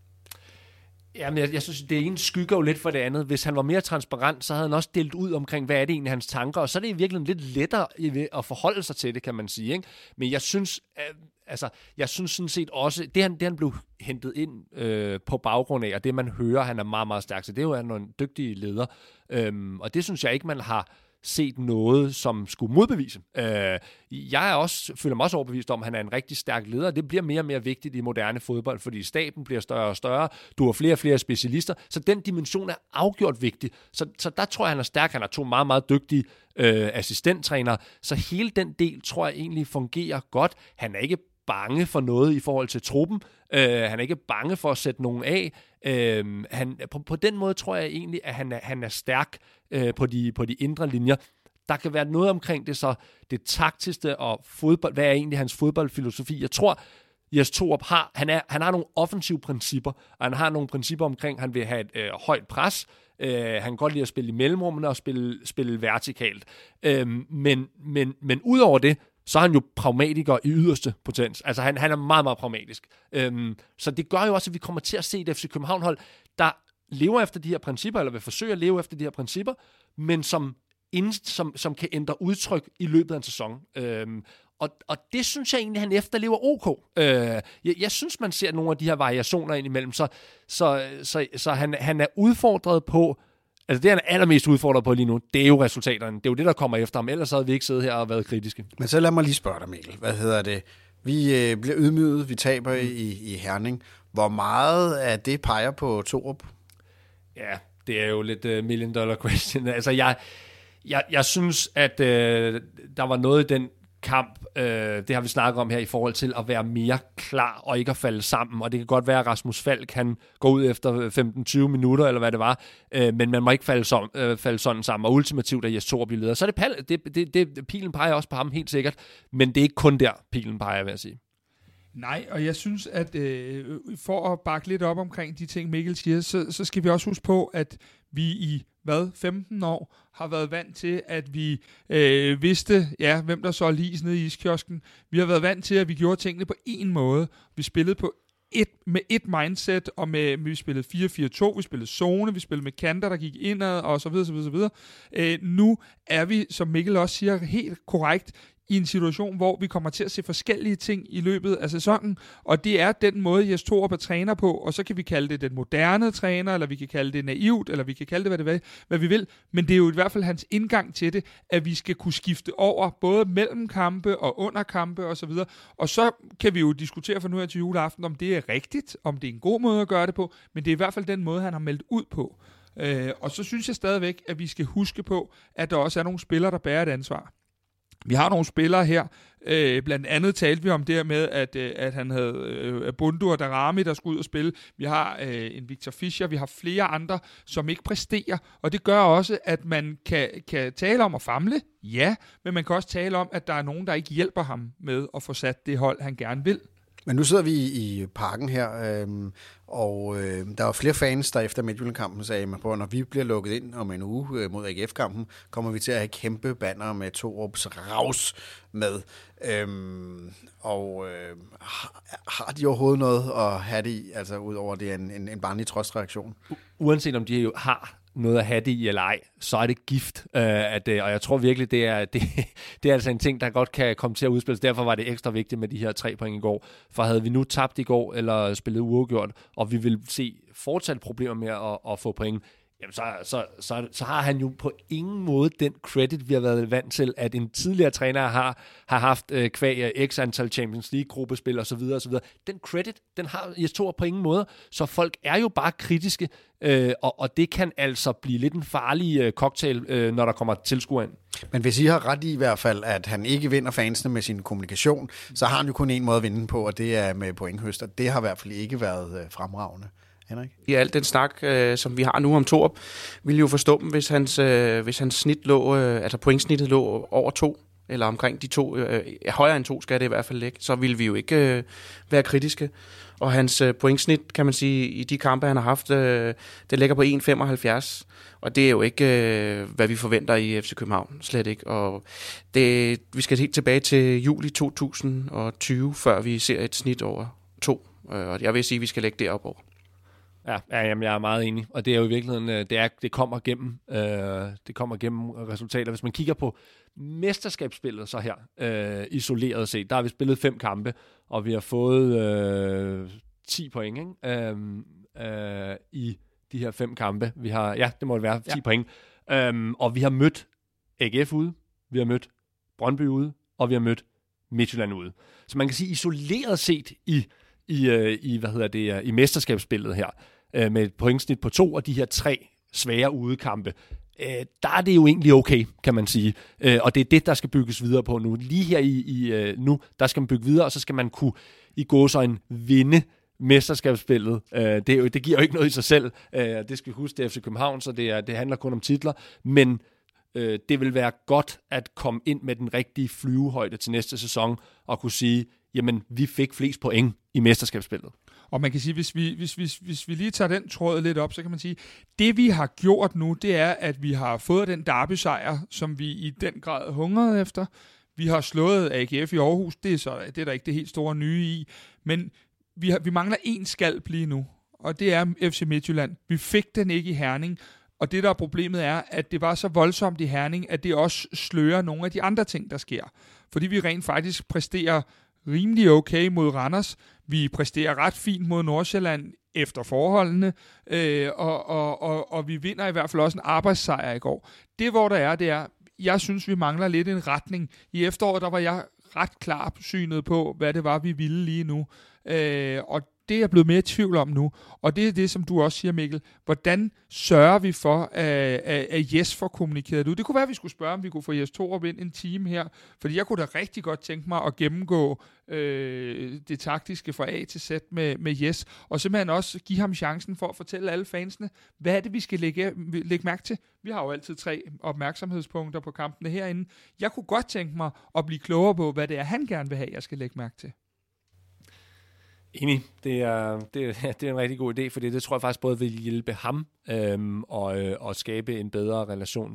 Jamen, jeg synes, det ene skygger jo lidt for det andet. Hvis han var mere transparent, så havde han også delt ud omkring, hvad er det egentlig hans tanker, og så er det i virkeligheden lidt lettere at forholde sig til det, kan man sige. Ikke? Men jeg synes sådan set også, det han blev hentet ind på baggrund af, og det man hører, han er meget, meget stærk, så det er jo en dygtig leder. Og det synes jeg ikke, man har set noget, som skulle modbevise. Jeg føler mig også overbevist om, at han er en rigtig stærk leder. Det bliver mere og mere vigtigt i moderne fodbold, fordi staben bliver større og større. Du har flere og flere specialister, så den dimension er afgjort vigtig. Så der tror jeg, han er stærk. Han har 2 meget, meget dygtige assistenttrænere. Så hele den del, tror jeg egentlig fungerer godt. Han er ikke bange for noget i forhold til truppen. Han er ikke bange for at sætte nogen af. På den måde tror jeg egentlig, at han er stærk på de indre linjer. Der kan være noget omkring det, så det taktiske og fodbold. Hvad er egentlig hans fodboldfilosofi? Jeg tror, Jes Torup han har nogle offensive principper, og han har nogle principper omkring, at han vil have et højt pres. Han kan godt lide at spille i mellemrummene og spille vertikalt. Men ud over det, så er han jo pragmatiker i yderste potens. Altså han er meget, meget pragmatisk. Så det gør jo også, at vi kommer til at se et FC København-hold, der lever efter de her principper, eller vil forsøge at leve efter de her principper, men som kan ændre udtryk i løbet af en sæson. Og det synes jeg egentlig, han efterlever OK. Jeg synes, man ser nogle af de her variationer indimellem, så han er udfordret på. Altså det, han er allermest udfordret på lige nu, det er jo resultaterne. Det er jo det, der kommer efter ham. Ellers havde vi ikke siddet her og været kritiske. Men så lad mig lige spørge dig, Mikkel. Hvad hedder det? Vi bliver ydmyget, vi taber i Herning. Hvor meget af det peger på Torup? Ja, det er jo lidt million dollar question. Altså jeg synes, at der var noget i den kamp, det har vi snakket om her i forhold til at være mere klar og ikke at falde sammen, og det kan godt være, at Rasmus Falk kan gå ud efter 15-20 minutter, eller hvad det var, men man må ikke falde sådan sammen, og ultimativt er Jes Torup blive leder. Så er det pilen peger også på ham, helt sikkert, men det er ikke kun der, pilen peger, vil jeg sige. Nej, og jeg synes, at for at bakke lidt op omkring de ting, Mikkel siger, så skal vi også huske på, at vi i 15 år har været vant til, at vi vidste, hvem der så lis nede i iskiosken. Vi har været vant til, at vi gjorde tingene på én måde. Vi spillede med et mindset, og vi spillede 4-4-2, vi spillede zone, vi spillede med kanter, der gik indad, og så videre, så videre, så videre. Nu er vi, som Mikkel også siger helt korrekt, i en situation, hvor vi kommer til at se forskellige ting i løbet af sæsonen, og det er den måde, Jes Torup er træner på, og så kan vi kalde det den moderne træner, eller vi kan kalde det naivt, eller vi kan kalde det, hvad vi vil, men det er jo i hvert fald hans indgang til det, at vi skal kunne skifte over, både mellem kampe og under kampe og så videre, og så kan vi jo diskutere for nu her til juleaften, om det er rigtigt, om det er en god måde at gøre det på, men det er i hvert fald den måde, han har meldt ud på. Og så synes jeg stadigvæk, at vi skal huske på, at der også er nogle spillere, der bærer et ansvar. Vi har nogle spillere her, blandt andet talte vi om det her med, at han havde Bundu og Darami, der skulle ud og spille. Vi har en Victor Fischer, vi har flere andre, som ikke præsterer, og det gør også, at man kan tale om at famle, ja, men man kan også tale om, at der er nogen, der ikke hjælper ham med at få sat det hold, han gerne vil. Men nu sidder vi i parken her, og der var flere fans, der efter Midtjylland-kampen sagde, at når vi bliver lukket ind om en uge mod AGF-kampen, kommer vi til at have kæmpe banner med Torups raus med. Har de overhovedet noget at have det i, altså udover det er en barnlig trøstreaktion? Uanset om de jo har noget at have det i eller ej, så er det gift. Og jeg tror virkelig, det er altså en ting, der godt kan komme til at udspilles. Derfor var det ekstra vigtigt med de her 3 point i går. For havde vi nu tabt i går, eller spillet uafgjort, og vi vil se fortsat problemer med at få point, jamen så har han jo på ingen måde den credit, vi har været vant til, at en tidligere træner har haft kvæg x antal Champions League-gruppespil og så videre og så videre. Den credit, den har Jes Torup på ingen måde, så folk er jo bare kritiske, og det kan altså blive lidt en farlig cocktail, når der kommer tilskuere ind. Men hvis I har ret i hvert fald, at han ikke vinder fansene med sin kommunikation, så har han jo kun en måde at vinde på, og det er med pointhøster. Det har i hvert fald ikke været fremragende. Henrik? I alt den snak, som vi har nu om Torup, ville jo forstå dem, hvis hans snit lå, altså pointsnittet lå over 2, eller omkring de 2, højere end 2 skal det i hvert fald ligge, så ville vi jo ikke være kritiske. Og hans pointsnit, kan man sige, i de kampe, han har haft, det ligger på 1,75, og det er jo ikke, hvad vi forventer i FC København, slet ikke. Og vi skal helt tilbage til juli 2020, før vi ser et snit over 2, og jeg vil sige, at vi skal lægge det op over. Ja, jamen, jeg er meget enig, og det er jo i virkeligheden, det kommer gennem resultater. Hvis man kigger på mesterskabsspillet så her, isoleret set, der har vi spillet 5 kampe, og vi har fået 10 point i de her 5 kampe. Vi har, det må det være, 10 point. Og vi har mødt AGF ude, vi har mødt Brøndby ude, og vi har mødt Midtjylland ude. Så man kan sige, isoleret set i mesterskabsspillet her, med et pointsnit på 2 og de her 3 svære udekampe, der er det jo egentlig okay, kan man sige. Og det er det, der skal bygges videre på nu. Lige her nu, der skal man bygge videre, og så skal man kunne i gåseøjne vinde mesterskabsspillet. Det giver jo ikke noget i sig selv. Det skal vi huske, det er FC København, så det handler kun om titler. Men det vil være godt at komme ind med den rigtige flyvehøjde til næste sæson, og kunne sige, jamen, vi fik flest point i mesterskabsspillet. Og man kan sige, hvis vi lige tager den tråd lidt op, så kan man sige, det vi har gjort nu, det er, at vi har fået den derby-sejr, som vi i den grad hungrede efter. Vi har slået AGF i Aarhus, det er der ikke det helt store nye i, men vi mangler én skalp lige nu, og det er FC Midtjylland. Vi fik den ikke i Herning, og det der er problemet er, at det var så voldsomt i Herning, at det også slører nogle af de andre ting, der sker. Fordi vi rent faktisk præsterer rimelig okay mod Randers. Vi præsterer ret fint mod Nordsjælland efter forholdene, og vi vinder i hvert fald også en arbejdssejr i går. Det, hvor der er, det er, jeg synes, vi mangler lidt en retning. I efteråret, der var jeg ret klar synet på, hvad det var, vi ville lige nu. Og det er jeg blevet mere i tvivl om nu, og det er det, som du også siger, Mikkel. Hvordan sørger vi for, at Jes får kommunikeret ud? Det kunne være, at vi skulle spørge, om vi kunne få Jes Torup ind en time her, fordi jeg kunne da rigtig godt tænke mig at gennemgå det taktiske fra A til Z med Jes, og simpelthen også give ham chancen for at fortælle alle fansene, hvad er det, vi skal lægge mærke til. Vi har jo altid 3 opmærksomhedspunkter på kampene herinde. Jeg kunne godt tænke mig at blive klogere på, hvad det er, han gerne vil have, jeg skal lægge mærke til. Enig. Det er en rigtig god idé, for det tror jeg faktisk både vil hjælpe ham og skabe en bedre relation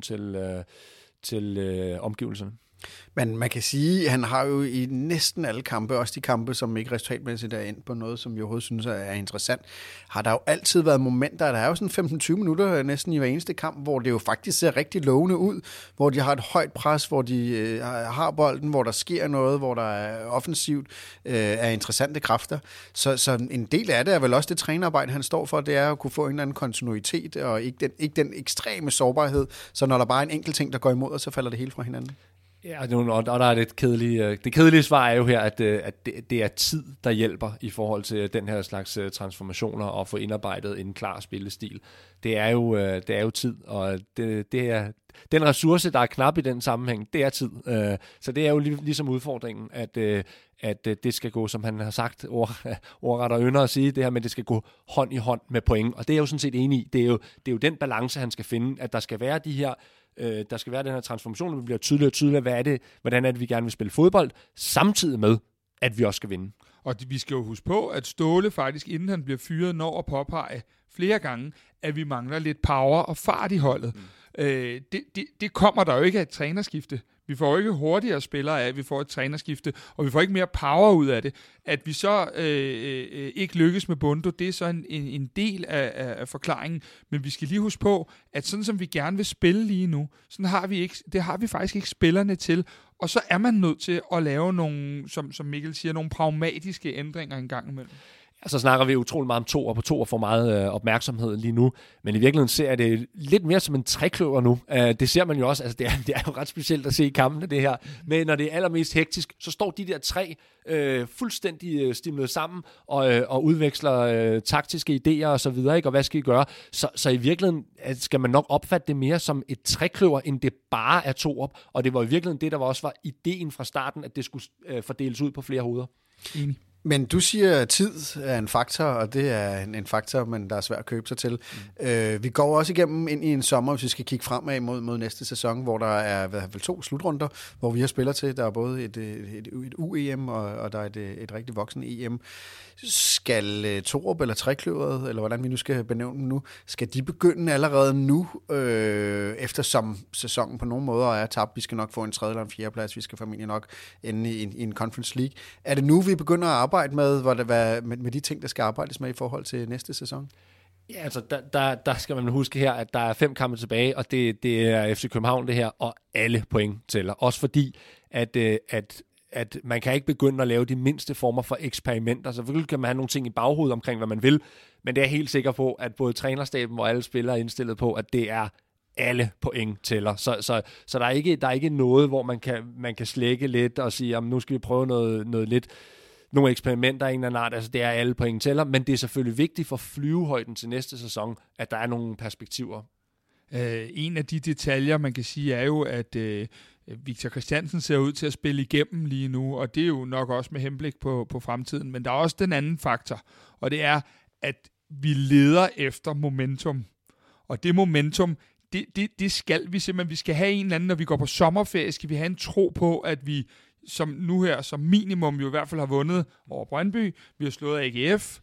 til omgivelserne. Men man kan sige, at han har jo i næsten alle kampe, også de kampe, som ikke resultatmæssigt er ind på noget, som jeg overhovedet synes er interessant, har der jo altid været momenter, der er jo sådan 15-20 minutter næsten i hver eneste kamp, hvor det jo faktisk ser rigtig lovende ud, hvor de har et højt pres, hvor de har bolden, hvor der sker noget, hvor der er offensivt, er interessante kræfter. Så en del af det er vel også det trænerarbejde, han står for, det er at kunne få en eller anden kontinuitet, og ikke den ekstreme sårbarhed, så når der bare er en enkelt ting, der går imod, og så falder det hele fra hinanden. Ja, og der er det kedelige svar er jo her, at det er tid, der hjælper i forhold til den her slags transformationer og få indarbejdet en klar spillestil. Det er jo tid, og det er den ressource, der er knap i den sammenhæng, det er tid. Så det er jo ligesom udfordringen, at det skal gå, som han har sagt, ordret og ynder at sige, det her med, at det skal gå hånd i hånd med point. Og det er jeg jo sådan set enig i. Det er jo den balance, han skal finde, at der skal være de her der skal være den her transformation, vi bliver tydeligere og tydeligere, hvordan er det, vi gerne vil spille fodbold, samtidig med, at vi også skal vinde. Og vi skal jo huske på, at Ståle faktisk, inden han bliver fyret, når at påpege flere gange, at vi mangler lidt power og fart i holdet. Det kommer der jo ikke af et trænerskifte. Vi får jo ikke hurtigere spillere af, at vi får et trænerskifte, og vi får ikke mere power ud af det. At vi så ikke lykkes med Bundo, det er så en del af forklaringen. Men vi skal lige huske på, at sådan som vi gerne vil spille lige nu, sådan har vi faktisk ikke spillerne til. Og så er man nødt til at lave nogle, som Mikkel siger, nogle pragmatiske ændringer en gang imellem. Så snakker vi utrolig meget om toer, på toer får meget opmærksomhed lige nu, men i virkeligheden ser jeg det lidt mere som en trekløver nu. Det ser man jo også, altså det er jo ret specielt at se i kampene det her, men når det er allermest hektisk, så står de der tre fuldstændig stimlet sammen og udveksler taktiske idéer og så videre, ikke? Og hvad skal I gøre? Så i virkeligheden skal man nok opfatte det mere som et trekløver, end det bare er toer, og det var i virkeligheden det, der også var ideen fra starten, at det skulle fordeles ud på flere hoveder. Enig. Men du siger, at tid er en faktor, og det er en faktor, men der er svært at købe sig til. Vi går også igennem ind i en sommer, hvis vi skal kigge fremad mod næste sæson, hvor der er i hvert fald 2 slutrunder, hvor vi har spillere til. Der er både et U-EM, og der er et rigtig voksen EM. Skal Torup eller Trekløveret, eller hvordan vi nu skal benævne dem nu, skal de begynde allerede nu, eftersom sæsonen på nogle måder er tabt? Vi skal nok få en 3. eller en 4. plads, vi skal formentlig nok ende i en Conference League. Er det nu, vi begynder at arbejde med de ting, der skal arbejdes med i forhold til næste sæson? Ja, altså der skal man huske her, at der er 5 kampe tilbage, og det er FC København det her, og alle point tæller. Også fordi, at man kan ikke begynde at lave de mindste former for eksperimenter. Selvfølgelig kan man have nogle ting i baghovedet omkring, hvad man vil, men det er helt sikker på, at både trænerstaben og alle spillere er indstillet på, at det er alle point tæller. Så der er ikke noget, hvor man kan slække lidt og sige, nu skal vi prøve noget lidt, nogle eksperimenter af en eller anden art. Altså det er alle point tæller, men det er selvfølgelig vigtigt for flyvehøjden til næste sæson, at der er nogle perspektiver. En af de detaljer, man kan sige, er jo, at Victor Christiansen ser ud til at spille igennem lige nu, og det er jo nok også med henblik på fremtiden, men der er også den anden faktor, og det er, at vi leder efter momentum. Og det momentum, det skal vi simpelthen, vi skal have en eller anden, når vi går på sommerferie, skal vi have en tro på, at vi som nu her, som minimum jo i hvert fald har vundet over Brøndby, vi har slået AGF,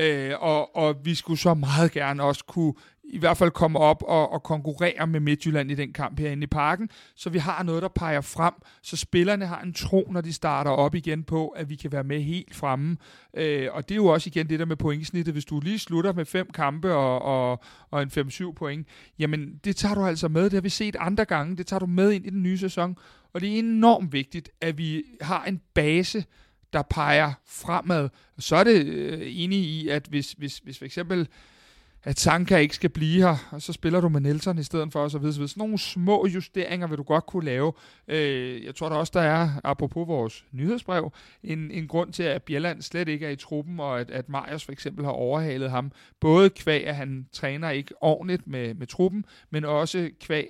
og vi skulle så meget gerne også kunne i hvert fald komme op og konkurrere med Midtjylland i den kamp herinde i Parken, så vi har noget, der peger frem, så spillerne har en tro, når de starter op igen på, at vi kan være med helt fremme. Og det er jo også igen det der med pointsnittet. Hvis du lige slutter med 5 kampe og en 5-7 point, jamen det tager du altså med. Det har vi set andre gange. Det tager du med ind i den nye sæson. Og det er enormt vigtigt, at vi har en base, der peger fremad. Så er det enig i, at hvis for eksempel at Sanka ikke skal blive her, og så spiller du med Nelson i stedet for os og videre. Sådan nogle små justeringer vil du godt kunne lave. Jeg tror da også, der er, apropos vores nyhedsbrev, en grund til, at Bjelland slet ikke er i truppen, og at Marius for eksempel har overhalet ham. Både kvæg, at han træner ikke ordentligt med truppen, men også kvæg,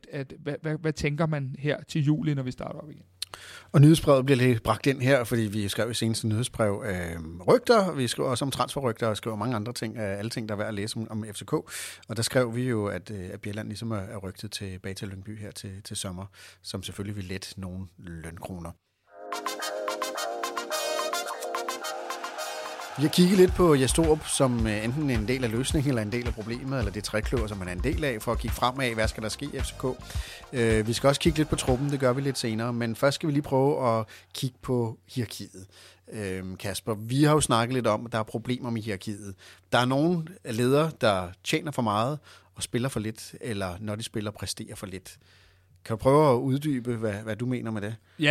hvad tænker man her til juli, når vi starter op igen? Og nyhedsbrevet bliver lidt bragt ind her, fordi vi skrev i seneste nyhedsbrev rygter, vi skriver også om transferrygter og skriver mange andre ting, alle ting, der er værd at læse om FCK. Og der skrev vi jo, at Bjelland ligesom er rygtet tilbage til Lyngby her til sommer, som selvfølgelig vil lette nogle lønkroner. Vi har kigget lidt på Jes Torup som enten en del af løsningen eller en del af problemet, eller det trekløver, som man er en del af, for at kigge fremad, hvad skal der ske i FCK. Vi skal også kigge lidt på truppen, det gør vi lidt senere, men først skal vi lige prøve at kigge på hierarkiet. Kasper, vi har jo snakket lidt om, at der er problemer med hierarkiet. Der er nogle ledere, der tjener for meget og spiller for lidt, eller når de spiller, præsterer for lidt. Kan du prøve at uddybe, hvad du mener med det? Ja,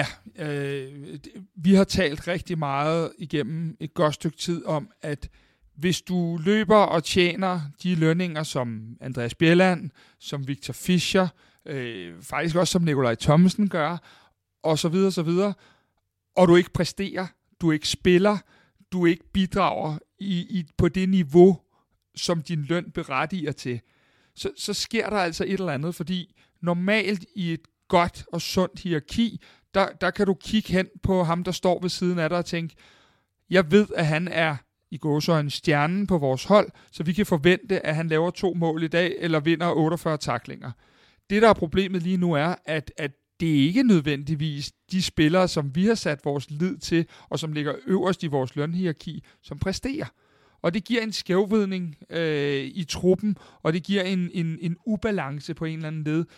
vi har talt rigtig meget igennem et godt stykke tid om, at hvis du løber og tjener de lønninger, som Andreas Bjelland, som Victor Fischer, faktisk også som Nikolaj Thomsen gør, og så videre, og du ikke præsterer, du ikke spiller, du ikke bidrager på det niveau, som din løn berettiger til, så sker der altså et eller andet, fordi normalt i et godt og sundt hierarki, der kan du kigge hen på ham, der står ved siden af dig og tænke, jeg ved, at han er i gåseøjne stjernen på vores hold, så vi kan forvente, at han laver 2 mål i dag, eller vinder 48 tacklinger. Det, der er problemet lige nu, er, at det ikke nødvendigvis de spillere, som vi har sat vores lid til, og som ligger øverst i vores lønhierarki, som præsterer. Og det giver en skævvridning i truppen, og det giver en ubalance på en eller anden led,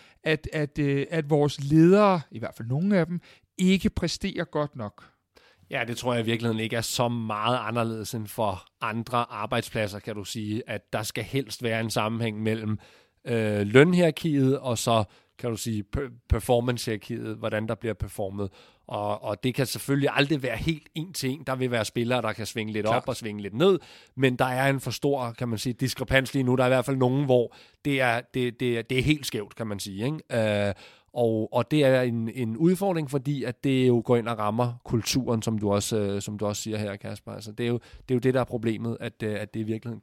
at vores ledere, i hvert fald nogle af dem, ikke præsterer godt nok. Ja, det tror jeg i virkeligheden ikke er så meget anderledes end for andre arbejdspladser, kan du sige, at der skal helst være en sammenhæng mellem lønhierarkiet og så, kan du sige, performance-hierarkiet, hvordan der bliver performet. Og det kan selvfølgelig aldrig være helt en til en. Der vil være spillere, der kan svinge lidt op og svinge lidt ned, men der er en for stor, kan man sige, diskrepans lige nu. Der er i hvert fald nogen, hvor det er helt skævt, kan man sige, ikke? Og det er en udfordring, fordi at det jo går ind og rammer kulturen, som du også siger her, Kasper. Altså, det er jo det, der er problemet, at det i virkeligheden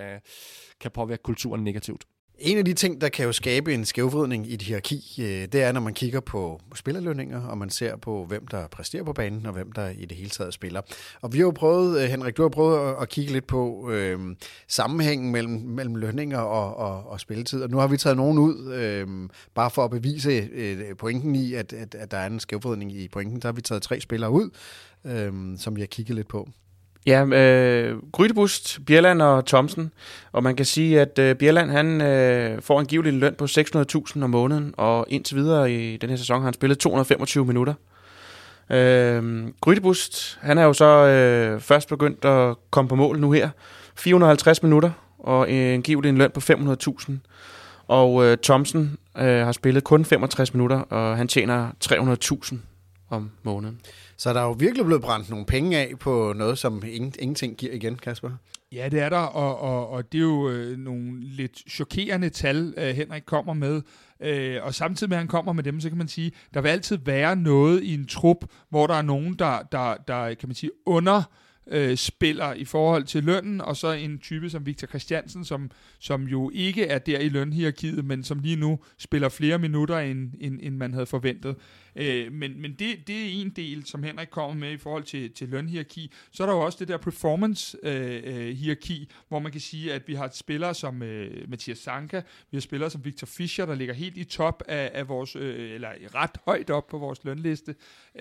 kan påvirke kulturen negativt. En af de ting, der kan jo skabe en skævvridning i et hierarki, det er, når man kigger på spillerlønninger, og man ser på, hvem der præsterer på banen, og hvem der i det hele taget spiller. Og vi har jo prøvet, Henrik, du har prøvet at kigge lidt på sammenhængen mellem lønninger og spilletid, og nu har vi taget nogen ud, bare for at bevise pointen i, at der er en skævvridning i pointen. Der har vi taget 3 spillere ud, som vi har kigget lidt på. Ja, Grydebust, Bjelland og Thomsen. Og man kan sige, at Bjelland han får angiveligt en løn på 600.000 om måneden, og indtil videre i den her sæson har han spillet 225 minutter. Grydebust, han er jo så først begyndt at komme på mål nu her. 450 minutter, og angiveligt en løn på 500.000. Og Thomsen har spillet kun 65 minutter, og han tjener 300.000 om måneden. Så der er jo virkelig blevet brændt nogle penge af på noget, som ingenting giver igen, Kasper. Ja, det er der, og det er jo nogle lidt chokerende tal, Henrik kommer med. Og samtidig med, at han kommer med dem, så kan man sige, der vil altid være noget i en trup, hvor der er nogen, der kan man sige, spiller i forhold til lønnen, og så en type som Victor Christiansen, som jo ikke er der i lønhierarkiet, men som lige nu spiller flere minutter, end man havde forventet. Men det er en del, som Henrik kommer med i forhold til lønhierarki. Så er der jo også det der performance-hierarki, hvor man kan sige, at vi har spillere som Mathias Sanka, vi har spillere som Victor Fischer, der ligger helt i top af vores, eller ret højt op på vores lønliste,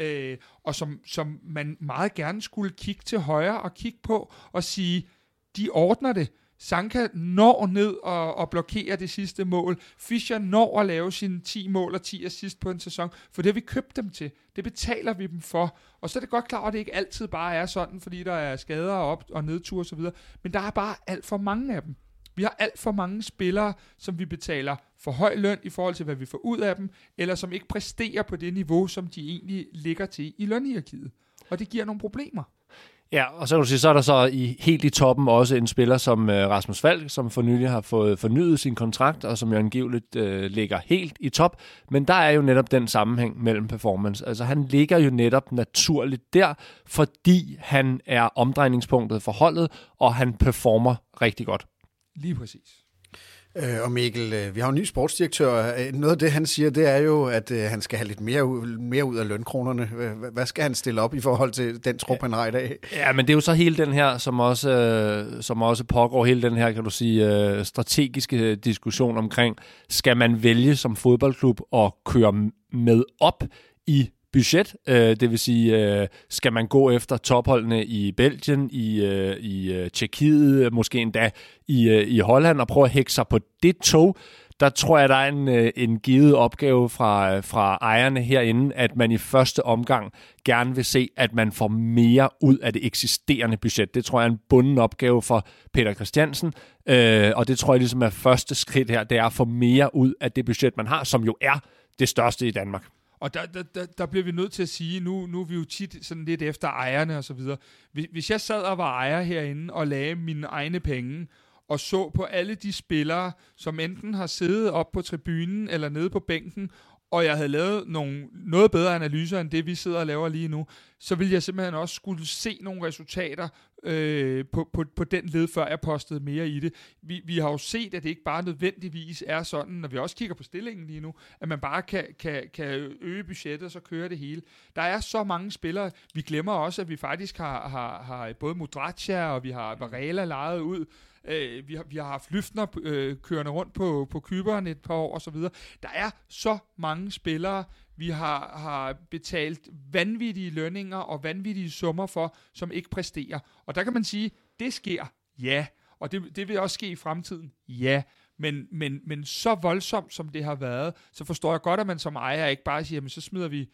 og som man meget gerne skulle kigge til højre og kigge på og sige, de ordner det. Sanka når ned og blokerer det sidste mål. Fischer når at lave sine 10 mål og 10 assist på en sæson, for det har vi købt dem til. Det betaler vi dem for. Og så er det godt klart, at det ikke altid bare er sådan, fordi der er skader op og nedtur og så videre. Men der er bare alt for mange af dem. Vi har alt for mange spillere, som vi betaler for høj løn i forhold til, hvad vi får ud af dem, eller som ikke præsterer på det niveau, som de egentlig ligger til i lønhierarkiet. Og det giver nogle problemer. Ja, og så kan du sige, så er der så helt i toppen også en spiller som Rasmus Falk, som for nylig har fået fornyet sin kontrakt, og som jo angiveligt ligger helt i top. Men der er jo netop den sammenhæng mellem performance. Altså han ligger jo netop naturligt der, fordi han er omdrejningspunktet for holdet, og han performer rigtig godt. Lige præcis. Og Mikkel, vi har en ny sportsdirektør. Noget af det, han siger, det er jo, at han skal have lidt mere ud af lønkronerne. Hvad skal han stille op i forhold til den trup, han har i dag? Ja, men det er jo så hele den her, som også pågår, hele den her, kan du sige, strategiske diskussion omkring, skal man vælge som fodboldklub at køre med op i budget. Det vil sige, skal man gå efter topholdene i Belgien, i Tjekkiet, måske endda i Holland, og prøve at hække sig på det tog, der tror jeg, der er en givet opgave fra ejerne herinde, at man i første omgang gerne vil se, at man får mere ud af det eksisterende budget. Det tror jeg er en bunden opgave for Peter Christiansen, og det tror jeg ligesom er første skridt her, det er at få mere ud af det budget, man har, som jo er det største i Danmark. Og der bliver vi nødt til at sige, nu er vi jo tit sådan lidt efter ejerne og så videre. Hvis jeg sad og var ejer herinde og lagde mine egne penge, og så på alle de spillere, som enten har siddet op på tribunen eller nede på bænken, og jeg havde lavet noget bedre analyser end det, vi sidder og laver lige nu, så ville jeg simpelthen også skulle se nogle resultater på den led, før jeg postede mere i det. Vi har jo set, at det ikke bare nødvendigvis er sådan, når vi også kigger på stillingen lige nu, at man bare kan øge budgettet, og så kører det hele. Der er så mange spillere. Vi glemmer også, at vi faktisk har både Modratia og vi har Varela lejet ud. Vi har haft Lyftner kørende rundt på Cypern et par år og så videre. Der er så mange spillere, vi har betalt vanvittige lønninger og vanvittige summer for, som ikke præsterer. Og der kan man sige, det sker, ja. Og det vil også ske i fremtiden, ja. Men så voldsomt, som det har været, så forstår jeg godt, at man som ejer ikke bare siger, men så smider vi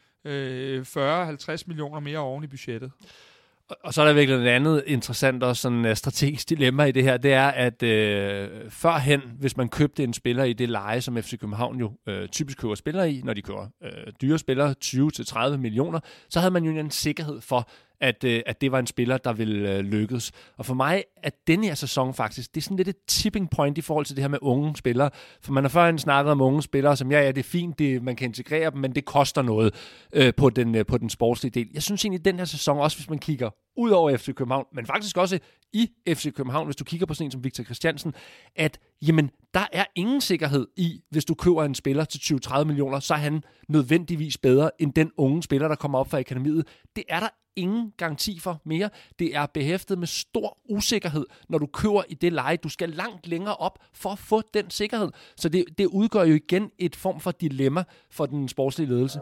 40-50 millioner mere oven i budgettet. Og så er der virkelig et andet interessant og sådan strategisk dilemma i det her, det er, at førhen, hvis man købte en spiller i det leje, som FC København jo typisk køber spillere i, når de køber dyre spillere, 20-30 millioner, så havde man jo en sikkerhed for, at det var en spiller, der ville lykkes. Og for mig er denne her sæson faktisk, det er sådan lidt et tipping point i forhold til det her med unge spillere. For man har førhen snakket om unge spillere, som det er fint, man kan integrere dem, men det koster noget på den sportslige del. Jeg synes egentlig, den her sæson, også hvis man kigger ud over FC København, men faktisk også i FC København, hvis du kigger på sådan en som Victor Christiansen, at jamen, der er ingen sikkerhed i, hvis du køber en spiller til 20-30 millioner, så er han nødvendigvis bedre end den unge spiller, der kommer op fra akademiet. Det er der ingen garanti for mere. Det er behæftet med stor usikkerhed, når du køber i det leje. Du skal langt længere op for at få den sikkerhed. Så det udgør jo igen et form for dilemma for den sportslige ledelse.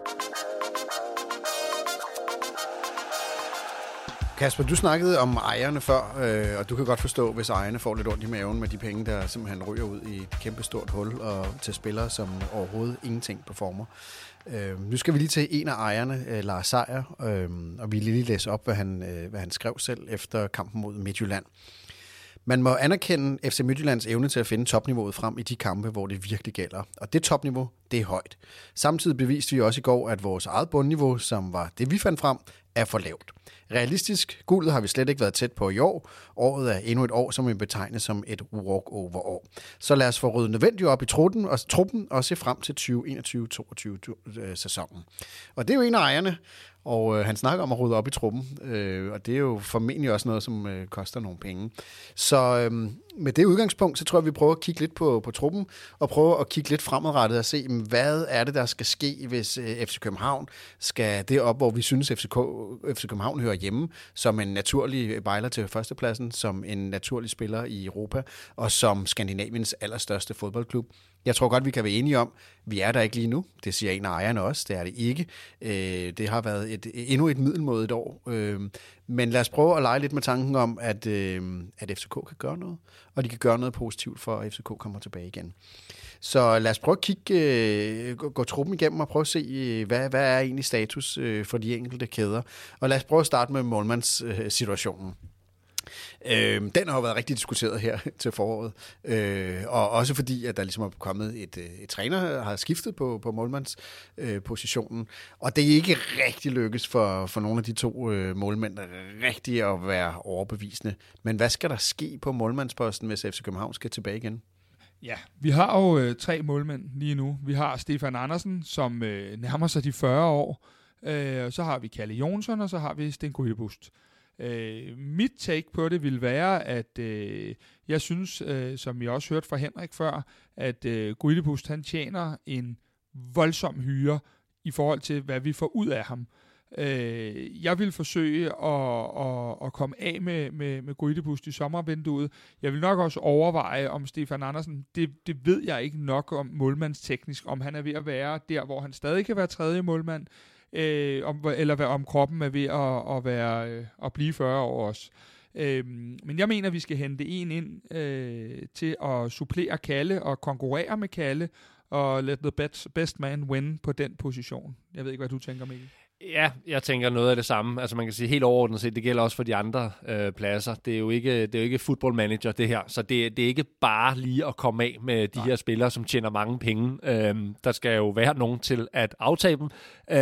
Kasper, du snakkede om ejerne før, og du kan godt forstå, hvis ejerne får lidt ondt i maven med de penge, der simpelthen ryger ud i et kæmpestort hul og til spillere, som overhovedet ingenting performer. Nu skal vi lige til en af ejerne, Lars Seier, og vi lige læse op, hvad han skrev selv efter kampen mod Midtjylland. Man må anerkende FC Midtjyllands evne til at finde topniveauet frem i de kampe, hvor det virkelig gælder. Og det topniveau, det er højt. Samtidig beviste vi også i går, at vores eget bundniveau, som var det, vi fandt frem, er for lavt. Realistisk, guldet har vi slet ikke været tæt på i år. Året er endnu et år, som vi betegner som et walk-over-år. Så lad os få ryddet nødvendigt op i truppen og se frem til 2021-22 sæsonen. Og det er jo en af ejerne, og han snakker om at rydde op i truppen, og det er jo formentlig også noget, som koster nogle penge. Så med det udgangspunkt, så tror jeg, vi prøver at kigge lidt på truppen, og prøve at kigge lidt fremadrettet og se, hvad er det, der skal ske, hvis FC København skal det op, hvor vi synes, FC København hører hjemme, som en naturlig bejler til førstepladsen, som en naturlig spiller i Europa, og som Skandinaviens allerstørste fodboldklub. Jeg tror godt, vi kan være enige om, vi er der ikke lige nu. Det siger en af ejerne også, det er det ikke. Det har været endnu et middelmådigt år. Men lad os prøve at lege lidt med tanken om, at FCK kan gøre noget, og de kan gøre noget positivt for, at FCK kommer tilbage igen. Så lad os prøve at gå truppen igennem og prøve at se, hvad er egentlig status for de enkelte kæder. Og lad os prøve at starte med målmandssituationen. Den har jo været rigtig diskuteret her til foråret, og også fordi, at der ligesom er kommet et træner, har skiftet på målmandspositionen, og det er ikke rigtig lykkes for nogle af de to målmænd rigtig at være overbevisende. Men hvad skal der ske på målmandsposten, hvis FC København skal tilbage igen? Ja, vi har jo 3 målmænd lige nu. Vi har Stefan Andersen, som nærmer sig de 40 år, så har vi Kalle Jonsson, og så har vi Sten Grytebust. Mit take på det vil være, at jeg synes, som vi også hørte fra Henrik før, at Grytebust, han tjener en voldsom hyre i forhold til, hvad vi får ud af ham. Jeg vil forsøge at komme af med Grytebust i sommervinduet. Jeg vil nok også overveje, om Stefan Andersen, det ved jeg ikke nok om målmandsteknisk, om han er ved at være der, hvor han stadig kan være tredje målmand, eller om kroppen er ved at blive 40 år også. Men jeg mener, vi skal hente en ind til at supplere Kalle og konkurrere med Kalle, og let the best man win på den position. Jeg ved ikke, hvad du tænker, Mikkel. Ja, jeg tænker noget af det samme. Altså man kan sige helt overordnet set, det gælder også for de andre pladser. Det er jo ikke football manager, det her. Så det er ikke bare lige at komme af med de her spillere, som tjener mange penge. Der skal jo være nogen til at aftage dem.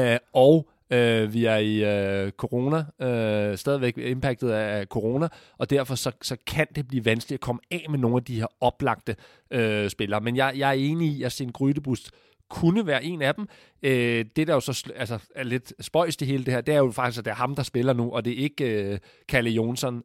Vi er i corona, stadigvæk impactet af corona, og derfor så kan det blive vanskeligt at komme af med nogle af de her oplagte spillere. Men jeg er enig i, at Sten Grydebust kunne være en af dem. Det der jo så er lidt spøjst i hele det her, det er jo faktisk, at det er ham, der spiller nu, og det er ikke Kalle Jonsson.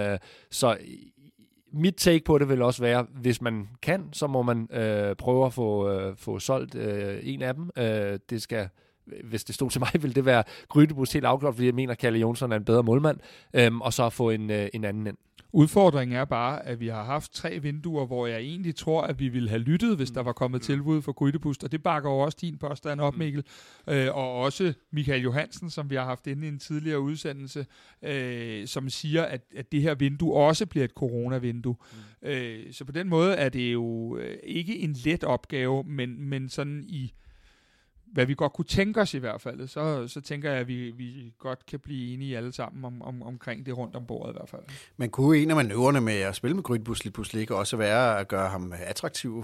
Så mit take på det vil også være, hvis man kan, så må man prøve at få solgt en af dem. Det skal... Hvis det stod til mig, ville det være Grydebust helt afgjort, fordi jeg mener, at Kalle Jonsson er en bedre målmand, og så få en anden ind. Udfordringen er bare, at vi har haft 3 vinduer, hvor jeg egentlig tror, at vi ville have lyttet, hvis der var kommet tilbud for Grydebust, og det bakker jo også din påstand op, Mikkel. Og også Michael Johansen, som vi har haft inde i en tidligere udsendelse, som siger, at det her vindue også bliver et corona-vindue. Så på den måde er det jo ikke en let opgave, men sådan i hvad vi godt kunne tænke os i hvert fald, så tænker jeg, at vi godt kan blive enige alle sammen omkring det rundt om bordet i hvert fald. Men kunne en af manøvrerne med at spille med Grydebust lige pludselig ikke også være at gøre ham attraktiv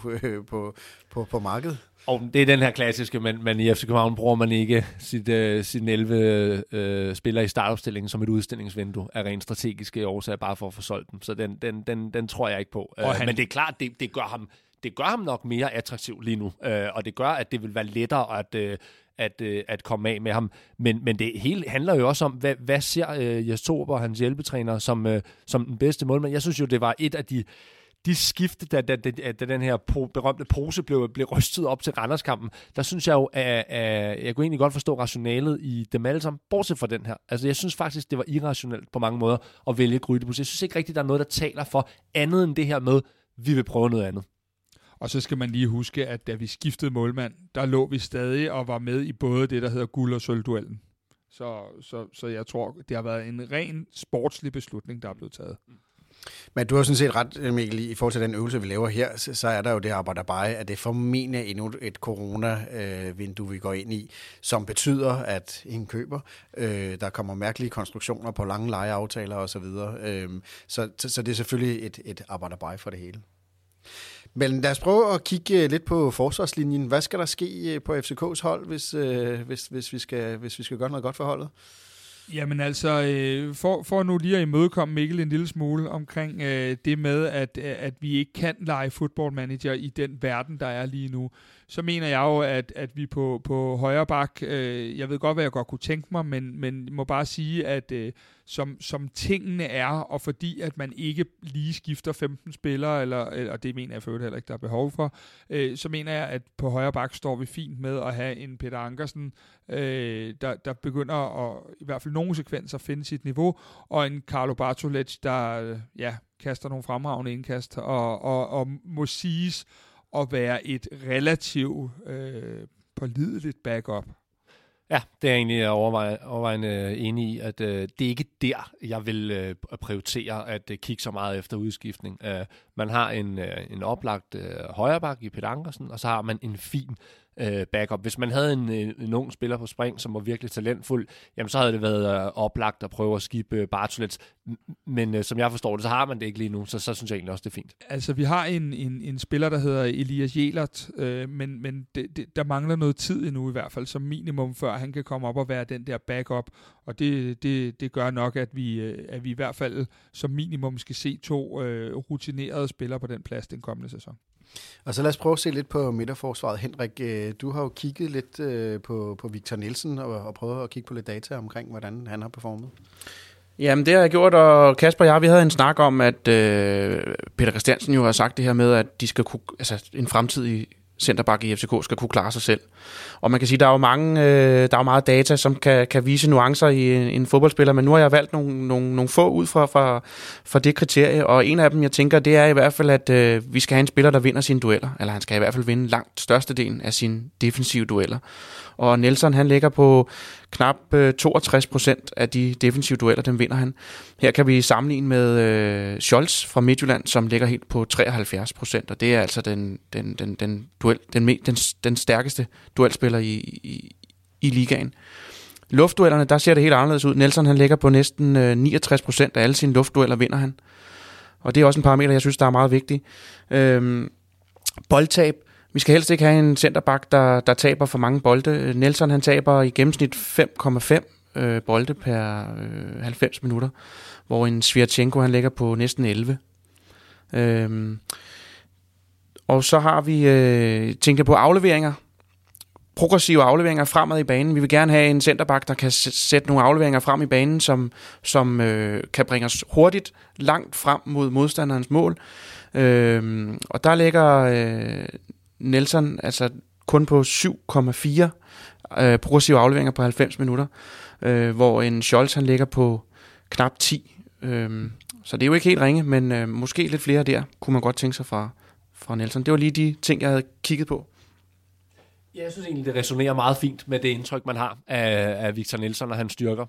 på markedet? Og det er den her klassiske, men i FC København bruger man ikke sin 11 spillere i startopstillingen som et udstillingsvindue af rent strategiske årsager, bare for at få solgt dem. Så den tror jeg ikke på. Men det er klart, det gør ham nok mere attraktiv lige nu, og det gør, at det vil være lettere at komme af med ham. Men det hele handler jo også om, hvad ser Jes Torup og hans hjælpetræner som den bedste målmand. Jeg synes jo, det var et af de skifte, da den her berømte pose blev rystet op til Randerskampen, der synes jeg jo, at jeg kunne egentlig godt forstå rationalet i dem alle sammen, bortset fra den her. Altså jeg synes faktisk, det var irrationelt på mange måder at vælge Grydebust. Jeg synes ikke rigtigt, der er noget, der taler for andet end det her med, vi vil prøve noget andet. Og så skal man lige huske, at da vi skiftede målmand, der lå vi stadig og var med i både det, der hedder guld- og sølvduellen. Så jeg tror, det har været en ren sportslig beslutning, der er blevet taget. Men du har sådan set ret, Mikkel, i forhold til den øvelse, vi laver her, så er der jo det arbejder bare, at det formentlig endnu et corona-vindue, vi går ind i, som betyder, at ingen køber. Der kommer mærkelige konstruktioner på lange lejeaftaler osv. Så det er selvfølgelig et arbejder bare for det hele. Men lad os prøve at kigge lidt på forsvarslinjen. Hvad skal der ske på FCK's hold, hvis vi skal gøre noget godt for holdet? Jamen altså, for nu lige at imødekomme Mikkel en lille smule omkring det med, at vi ikke kan lege football manager i den verden, der er lige nu, så mener jeg jo, at vi på højre bak, jeg ved godt, hvad jeg godt kunne tænke mig, men må bare sige, at som tingene er, og fordi at man ikke lige skifter 15 spillere, eller det mener jeg for øvrigt heller ikke, der er behov for, så mener jeg, at på højre bak står vi fint med at have en Peter Ankersen, der begynder at i hvert fald nogle sekvenser finde sit niveau, og en Carlo Bartolec, der kaster nogle fremragende indkast, og må siges at være et relativt pålideligt backup. Ja, det er jeg egentlig overvejende enig i, at det er ikke der, jeg vil prioritere at kigge så meget efter udskiftning. Man har en oplagt højreback i Peter Ankersen, og så har man en fin backup. Hvis man havde en ung spiller på spring, som var virkelig talentfuld, jamen så havde det været oplagt at prøve at skibe Bartolets. Men som jeg forstår det, så har man det ikke lige nu, så synes jeg egentlig også, det er fint. Altså, vi har en spiller, der hedder Elias Jelert, men der mangler noget tid endnu i hvert fald, som minimum, før han kan komme op og være den der backup. Og det gør nok, at vi i hvert fald som minimum skal se 2 rutinerede spillere på den plads den kommende sæson. Og så lad os prøve at se lidt på midterforsvaret. Henrik, du har jo kigget lidt på Victor Nielsen og prøvet at kigge på lidt data omkring, hvordan han har performet. Jamen det har jeg gjort, og Kasper og jeg, vi havde en snak om, at Peter Christiansen jo har sagt det her med, at de skal kunne, altså en fremtidig centerback i FCK skal kunne klare sig selv. Og man kan sige, der er jo meget data, som kan vise nuancer i en fodboldspiller, men nu har jeg valgt nogle få ud fra det kriterie, og en af dem, jeg tænker, det er i hvert fald, at vi skal have en spiller, der vinder sine dueller, eller han skal i hvert fald vinde langt størstedelen af sine defensive dueller. Og Nelson, han ligger på knap 62% af de defensive dueller, dem vinder han. Her kan vi sammenligne med Scholz fra Midtjylland, som ligger helt på 73%, og det er altså den stærkeste duelspiller i ligaen. Luftduellerne, der ser det helt anderledes ud. Nelson, han ligger på næsten 69% af alle sine luftdueller vinder han. Og det er også en parameter, jeg synes, der er meget vigtig. Boldtab. Vi skal helst ikke have en centerback, der taber for mange bolde. Nelson, han taber i gennemsnit 5,5 bolde per 90 minutter, hvor en Svirchenko, han ligger på næsten 11. Og så har vi tænkt på afleveringer. Progressive afleveringer fremad i banen. Vi vil gerne have en centerback, der kan sætte nogle afleveringer frem i banen, som kan bringe os hurtigt langt frem mod modstanderens mål. Og der ligger Nelson altså kun på 7,4 progressive afleveringer på 90 minutter, hvor en Scholz, han ligger på knap 10. Så det er jo ikke helt ringe, men måske lidt flere der, kunne man godt tænke sig fra Nelson. Det var lige de ting, jeg havde kigget på. Ja, jeg synes egentlig, det resonerer meget fint med det indtryk, man har af Victor Nelsson og hans styrker.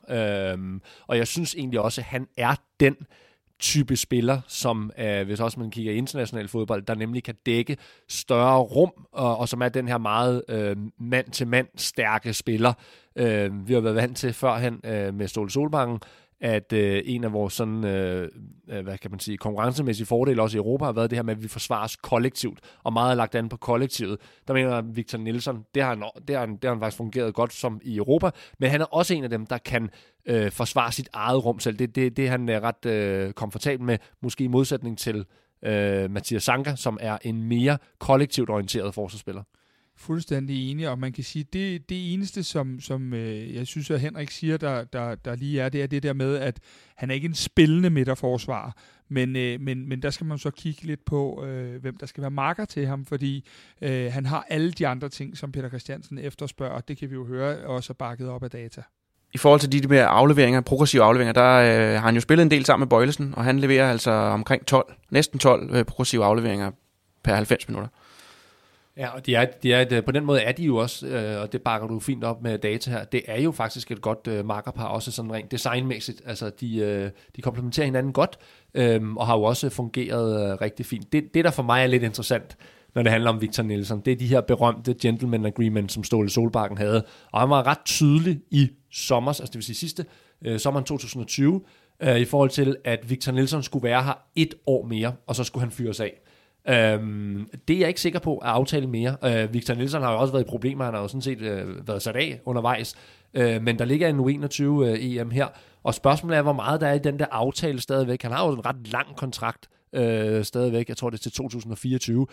Og jeg synes egentlig også, at han er den type spiller, som hvis også man kigger i international fodbold, der nemlig kan dække større rum, og som er den her meget mand-til-mand stærke spiller. Vi har været vant til førhen med Ståle Solbakken, at en af vores sådan, hvad kan man sige, konkurrencemæssige fordele også i Europa har været det her med, at vi forsvares kollektivt, og meget er lagt an på kollektivet. Der mener jeg, Victor Nelsson, det har han faktisk fungeret godt som i Europa, men han er også en af dem, der kan forsvare sit eget rum selv. Det er han ret komfortabel med, måske i modsætning til Mathias Sanka, som er en mere kollektivt orienteret forsvarsspiller. Fuldstændig enig, og man kan sige, det eneste, som jeg synes, at Henrik siger, der lige er, det er det der med, at han er ikke en spillende midterforsvarer, men der skal man så kigge lidt på, hvem der skal være marker til ham, fordi han har alle de andre ting, som Peter Christiansen efterspørger, og det kan vi jo høre også er bakket op af data. I forhold til de med afleveringer, progressive afleveringer, der har han jo spillet en del sammen med Bøjlesen, og han leverer altså omkring næsten 12 progressive afleveringer per 90 minutter. Ja, og på den måde er de jo også, og det bakker du fint op med data her, det er jo faktisk et godt makkerpar, også sådan rent designmæssigt. Altså, de komplementerer hinanden godt, og har jo også fungeret rigtig fint. Det, der for mig er lidt interessant, når det handler om Victor Nelsson, det er de her berømte gentleman agreement, som Ståle Solbakken havde. Og han var ret tydelig i sommers, altså det vil sige sidste sommeren 2020, i forhold til, at Victor Nelsson skulle være her 1 år mere, og så skulle han fyres af. Det er jeg ikke sikker på at aftale mere. Victor Nelsson har jo også været i problemer, han har jo sådan set været sat af undervejs, men der ligger en U21 EM her, og spørgsmålet er, hvor meget der er i den der aftale stadigvæk. Han har jo en ret lang kontrakt stadigvæk, jeg tror det er til 2024,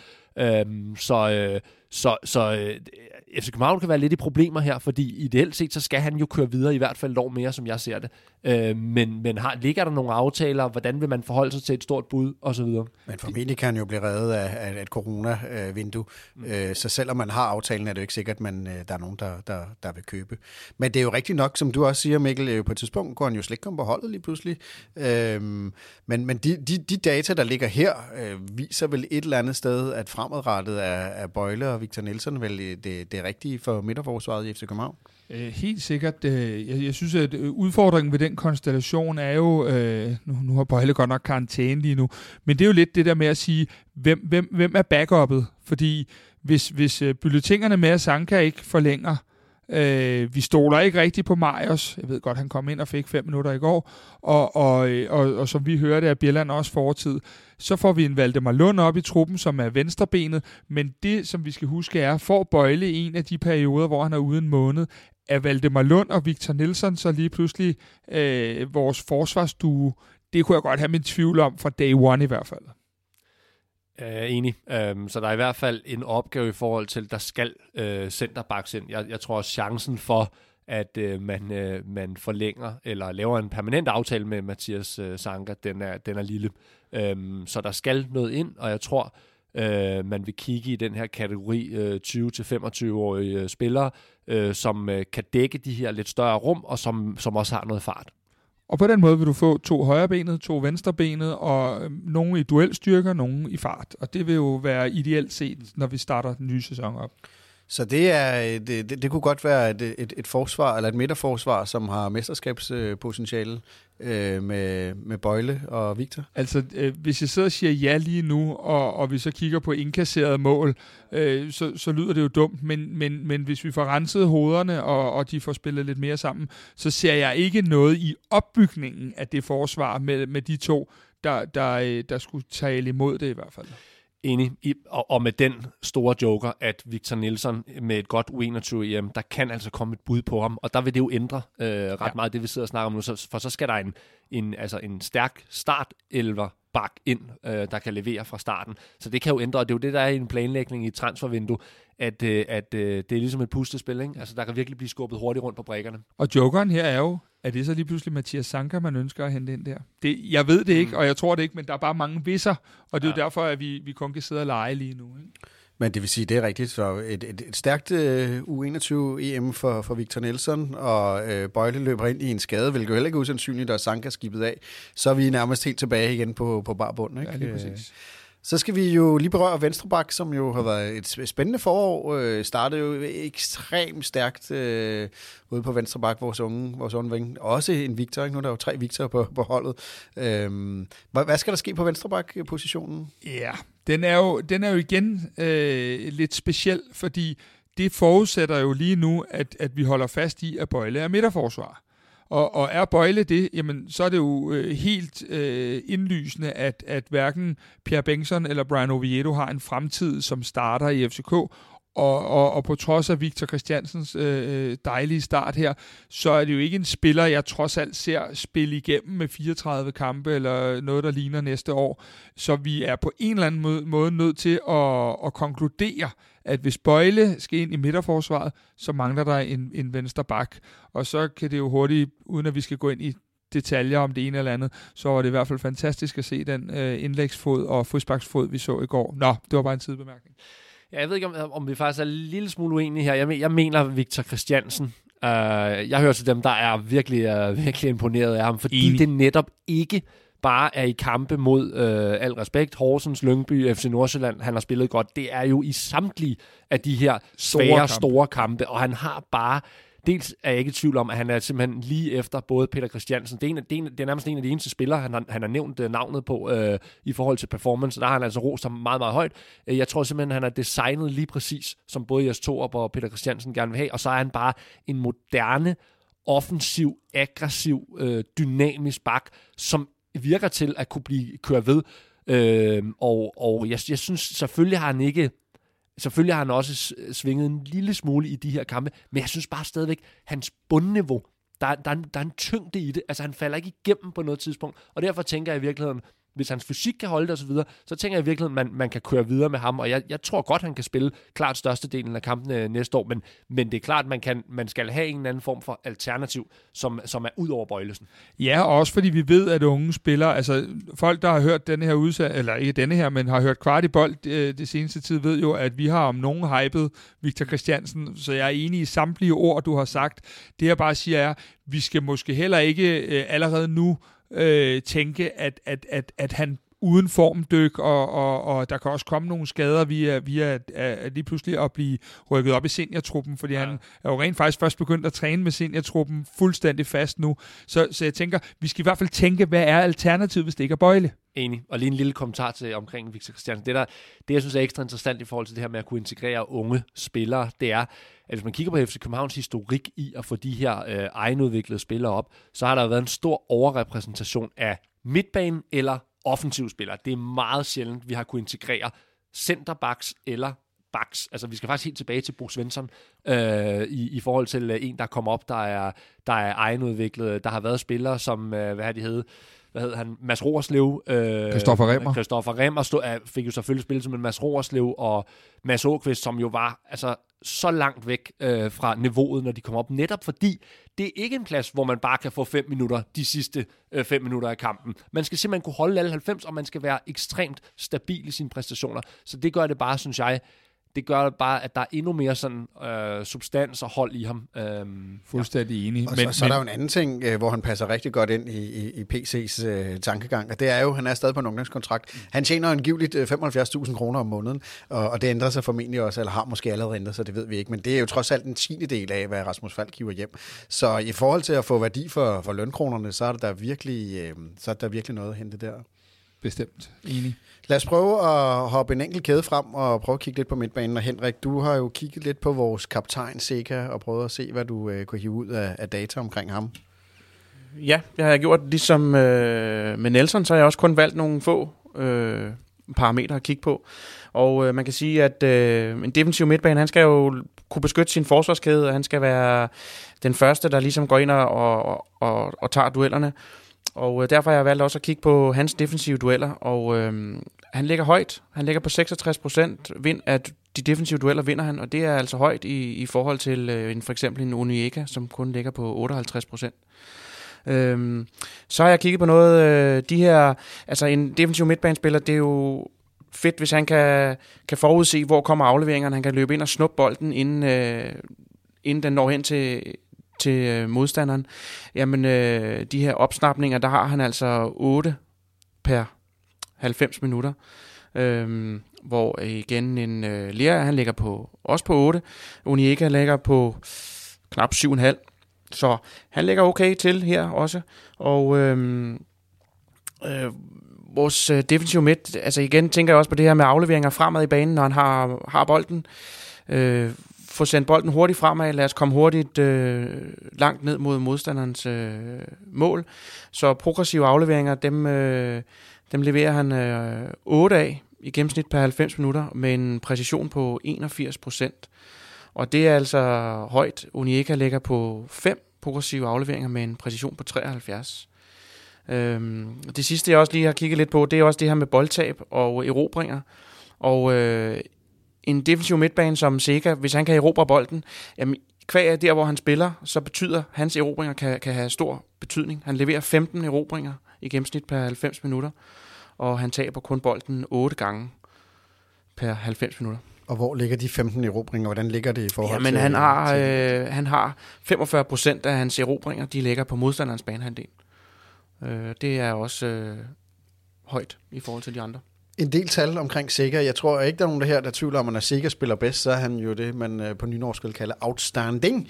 så FC København kan være lidt i problemer her, fordi ideelt set, så skal han jo køre videre i hvert fald et år mere, som jeg ser det. Men ligger der nogle aftaler, hvordan vil man forholde sig til et stort bud, og så videre? Men formentlig kan han jo blive reddet af et corona-vindue, så selvom man har aftalen, er det jo ikke sikkert, at der er nogen, der vil købe. Men det er jo rigtigt nok, som du også siger, Mikkel, på et tidspunkt kunne han jo slet ikke komme på holdet lige pludselig. Men de data, der ligger her, viser vel et eller andet sted, at fremadrettet er Bøjle og Victor Nelsson vel det rigtige for midterforsvaret i FC København? Helt sikkert. Jeg synes, at udfordringen ved den konstellation er jo, nu har Bøjle godt nok karantæne lige nu, men det er jo lidt det der med at sige, hvem er backup'et? Fordi hvis bulletinerne med at Sanka ikke forlænger, vi stoler ikke rigtigt på Marius. Jeg ved godt, han kom ind og fik 5 minutter i går, og som vi hørte af Bjelland også fortid, så får vi en Valdemar Lund op i truppen, som er venstrebenet, men det, som vi skal huske, er, får Bøjle en af de perioder, hvor han er ude en måned, er Valdemar Lund og Victor Nelsson så lige pludselig vores forsvarsstue. Det kunne jeg godt have min tvivl om fra day one i hvert fald. Enig. Så der er i hvert fald en opgave i forhold til, der skal centerbacks ind. Jeg tror også chancen for, at man forlænger eller laver en permanent aftale med Mathias Sanka, den er lille. Så der skal noget ind, og jeg tror, man vil kigge i den her kategori 20-25-årige spillere, som kan dække de her lidt større rum, og som også har noget fart. Og på den måde vil du få 2 højrebenet, 2 venstrebenet, og nogle i duelstyrker, nogle i fart. Og det vil jo være ideelt set, når vi starter den nye sæson op. Så det kunne godt være et forsvar, eller et midterforsvar, som har mesterskabspotentiale med Bøjle og Victor? Altså, hvis jeg sidder og siger ja lige nu, og vi så kigger på indkasserede mål, så lyder det jo dumt, men hvis vi får renset hovederne, og de får spillet lidt mere sammen, så ser jeg ikke noget i opbygningen af det forsvar med de to, der skulle tale imod det i hvert fald. Enig. Og med den store joker, at Victor Nilsson med et godt U21-EM, der kan altså komme et bud på ham, og der vil det jo ændre ret meget det, vi sidder og snakker om nu, for så skal der en stærk start-elver bak ind, der kan levere fra starten. Så det kan jo ændre, og det er jo det, der er i en planlægning i et transfervindue, at det er ligesom et puslespil, ikke? Altså, der kan virkelig blive skubbet hurtigt rundt på brikkerne. Og jokeren her er jo, er det så lige pludselig Mathias Sanka, man ønsker at hente ind der? Jeg ved det ikke, og jeg tror det ikke, men der er bare mange visser, og det er jo derfor, at vi kun kan sidde og lege lige nu, ikke? Men det vil sige, det er rigtigt. Så et stærkt U21-EM for Victor Nilsson, og Bøjle løber ind i en skade, hvilket jo heller ikke er usandsynligt, der er Sanka skibet af. Så er vi nærmest helt tilbage igen på bar bund, ikke? Ja, lige præcis. Så skal vi jo lige berøre venstreback, som jo har været et spændende forår. Startede jo ekstremt stærkt ude på venstreback, vores unge ven. Også en Victor, ikke? Nu er der jo 3 Victor på holdet. Hvad skal der ske på venstreback-positionen? Ja, den er jo igen lidt speciel, fordi det forudsætter jo lige nu, at vi holder fast i, at Bøjle er midterforsvar. Og er Bøjle det, jamen så er det jo helt indlysende, at hverken Pierre Bengtsson eller Brian Oviedo har en fremtid som starter i FCK. Og på trods af Victor Christiansens dejlige start her, så er det jo ikke en spiller, jeg trods alt ser spille igennem med 34 kampe eller noget, der ligner næste år. Så vi er på en eller anden måde nødt til at konkludere, at hvis Bøjle skal ind i midterforsvaret, så mangler der en venstre bak. Og så kan det jo hurtigt, uden at vi skal gå ind i detaljer om det ene eller andet, så var det i hvert fald fantastisk at se den indlægsfod og frisparksfod, vi så i går. Nå, det var bare en sidebemærkning. Ja, jeg ved ikke, om vi faktisk er en lille smule uenige her. Jeg mener Victor Christiansen. Jeg hører til dem, der er virkelig imponeret af ham, fordi det netop ikke bare er i kampe mod al respekt, Horsens, Lyngby, FC Nordsjælland, han har spillet godt. Det er jo i samtlige af de her store kampe, og han har bare... Dels er jeg ikke i tvivl om, at han er simpelthen lige efter både Peter Christiansen. Det er nærmest en af de eneste spillere, han har nævnt navnet på i forhold til performance. Der har han altså rost ham meget, meget højt. Jeg tror simpelthen, han er designet lige præcis, som både Jes Torup og Peter Christiansen gerne vil have. Og så er han bare en moderne, offensiv, aggressiv, dynamisk bak, som virker til at kunne blive kørt ved. Og jeg synes, selvfølgelig har han også svinget en lille smule i de her kampe, men jeg synes bare stadigvæk, hans bundniveau, der er en tyngde i det. Altså, han falder ikke igennem på noget tidspunkt, og derfor tænker jeg i virkeligheden, hvis hans fysik kan holde det osv., så tænker jeg i virkeligheden, man kan køre videre med ham, og jeg tror godt, han kan spille klart størstedelen af kampene næste år, men det er klart, man skal have en eller anden form for alternativ, som er ud over Bøjlesen. Ja, og også fordi vi ved, at unge spillere, altså folk, der har hørt denne her udsendelse, eller ikke denne her, men har hørt Kvart i Bold det seneste tid, ved jo, at vi har om nogen hypet Victor Christiansen, så jeg er enig i samtlige ord, du har sagt. Det jeg bare siger er, vi skal måske heller ikke allerede nu tænke, at han uden formdyk, og der kan også komme nogle skader via at lige pludselig at blive rykket op i seniortruppen, fordi han er jo rent faktisk først begyndt at træne med seniortruppen fuldstændig fast nu. Så jeg tænker, vi skal i hvert fald tænke, hvad er alternativet, hvis det ikke er Bøjle? Enig. Og lige en lille kommentar til omkring Victor Christiansen. Det jeg synes er ekstra interessant i forhold til det her med at kunne integrere unge spillere, det er, at hvis man kigger på FC Københavns historik i at få de her egenudviklede spillere op, så har der været en stor overrepræsentation af midtbanen eller offensivspillere. Det er meget sjældent, vi har kunne integrere centerbacks eller backs. Altså, vi skal faktisk helt tilbage til Bo Svensson i forhold til en, der kommer op, der er egenudviklet. Der har været spillere som, hvad hed han? Mads Roerslev. Christoffer Remmer fik jo selvfølgelig spillet som en Mads Roerslev, og Mads Åkvist, som jo var altså så langt væk fra niveauet, når de kommer op. Netop fordi det er ikke en plads, hvor man bare kan få 5 minutter de sidste 5 minutter af kampen. Man skal simpelthen kunne holde alle 90, og man skal være ekstremt stabil i sine præstationer. Så det gør det bare, synes jeg, Det gør bare, at der er endnu mere sådan substans og hold i ham. Fuldstændig enig. Og så er der jo en anden ting, hvor han passer rigtig godt ind i PC's tankegang, og det er jo, han er stadig på en ungdomskontrakt. Han tjener angiveligt 75.000 kroner om måneden, og det ændrer sig formentlig også, eller har måske allerede ændret sig, det ved vi ikke, men det er jo trods alt en 10. af, hvad Rasmus Falk hiver hjem. Så i forhold til at få værdi for lønkronerne, så er der virkelig noget at hente der. Bestemt. Enig. Lad os prøve at hoppe en enkelt kæde frem og prøve at kigge lidt på midtbanen. Og Henrik, du har jo kigget lidt på vores kaptajn Zeca og prøvet at se, hvad du kunne hive ud af data omkring ham. Ja, det har jeg gjort. Ligesom med Nelson, så har jeg også kun valgt nogle få parametre at kigge på. Og man kan sige, at en defensiv midtbane, han skal jo kunne beskytte sin forsvarskæde, og han skal være den første, der ligesom går ind og tager duellerne. Og derfor har jeg valgt også at kigge på hans defensive dueller, og han ligger højt. Han ligger på 66% af de defensive dueller vinder han, og det er altså højt i forhold til for eksempel en Onyeka, som kun ligger på 58%. Så har jeg kigget på noget, de her, altså en defensiv midtbanespiller, det er jo fedt, hvis han kan forudse, hvor kommer afleveringerne, han kan løbe ind og snuppe bolden, inden den når hen til modstanderen. Jamen, de her opsnapninger, der har han altså 8 per 90 minutter. Hvor igen en Lea, han ligger også på 8. Onyeka ligger på knap 7,5. Så han ligger okay til her også. Og vores defensive midt, altså igen tænker jeg også på det her med afleveringer fremad i banen, når han har bolden. Få sendt bolden hurtigt fremad, lad os komme hurtigt langt ned mod modstanderens mål. Så progressive afleveringer, dem leverer han 8 af i gennemsnit per 90 minutter med en præcision på 81%. Og det er altså højt. Onyeka ligger på 5 progressive afleveringer med en præcision på 73. Det sidste, jeg også lige har kigget lidt på, det er også det her med boldtab og erobringer. Og en defensiv midtbane som Zeca, hvis han kan erobre bolden, jamen, kvæg der, hvor han spiller, så betyder hans erobringer kan have stor betydning. Han leverer 15 erobringer i gennemsnit per 90 minutter, og han taber kun bolden 8 gange per 90 minutter. Og hvor ligger de 15 erobringer? Hvordan ligger det i forhold til? Jamen, han har 45% af hans erobringer, de ligger på modstanderens banehalvdel. Det er også højt i forhold til de andre. En del tal omkring Zeca. Jeg tror ikke, der er nogen der tvivler om, at når Zeca spiller bedst, så er han jo det, man på nynorsk vil kalde outstanding.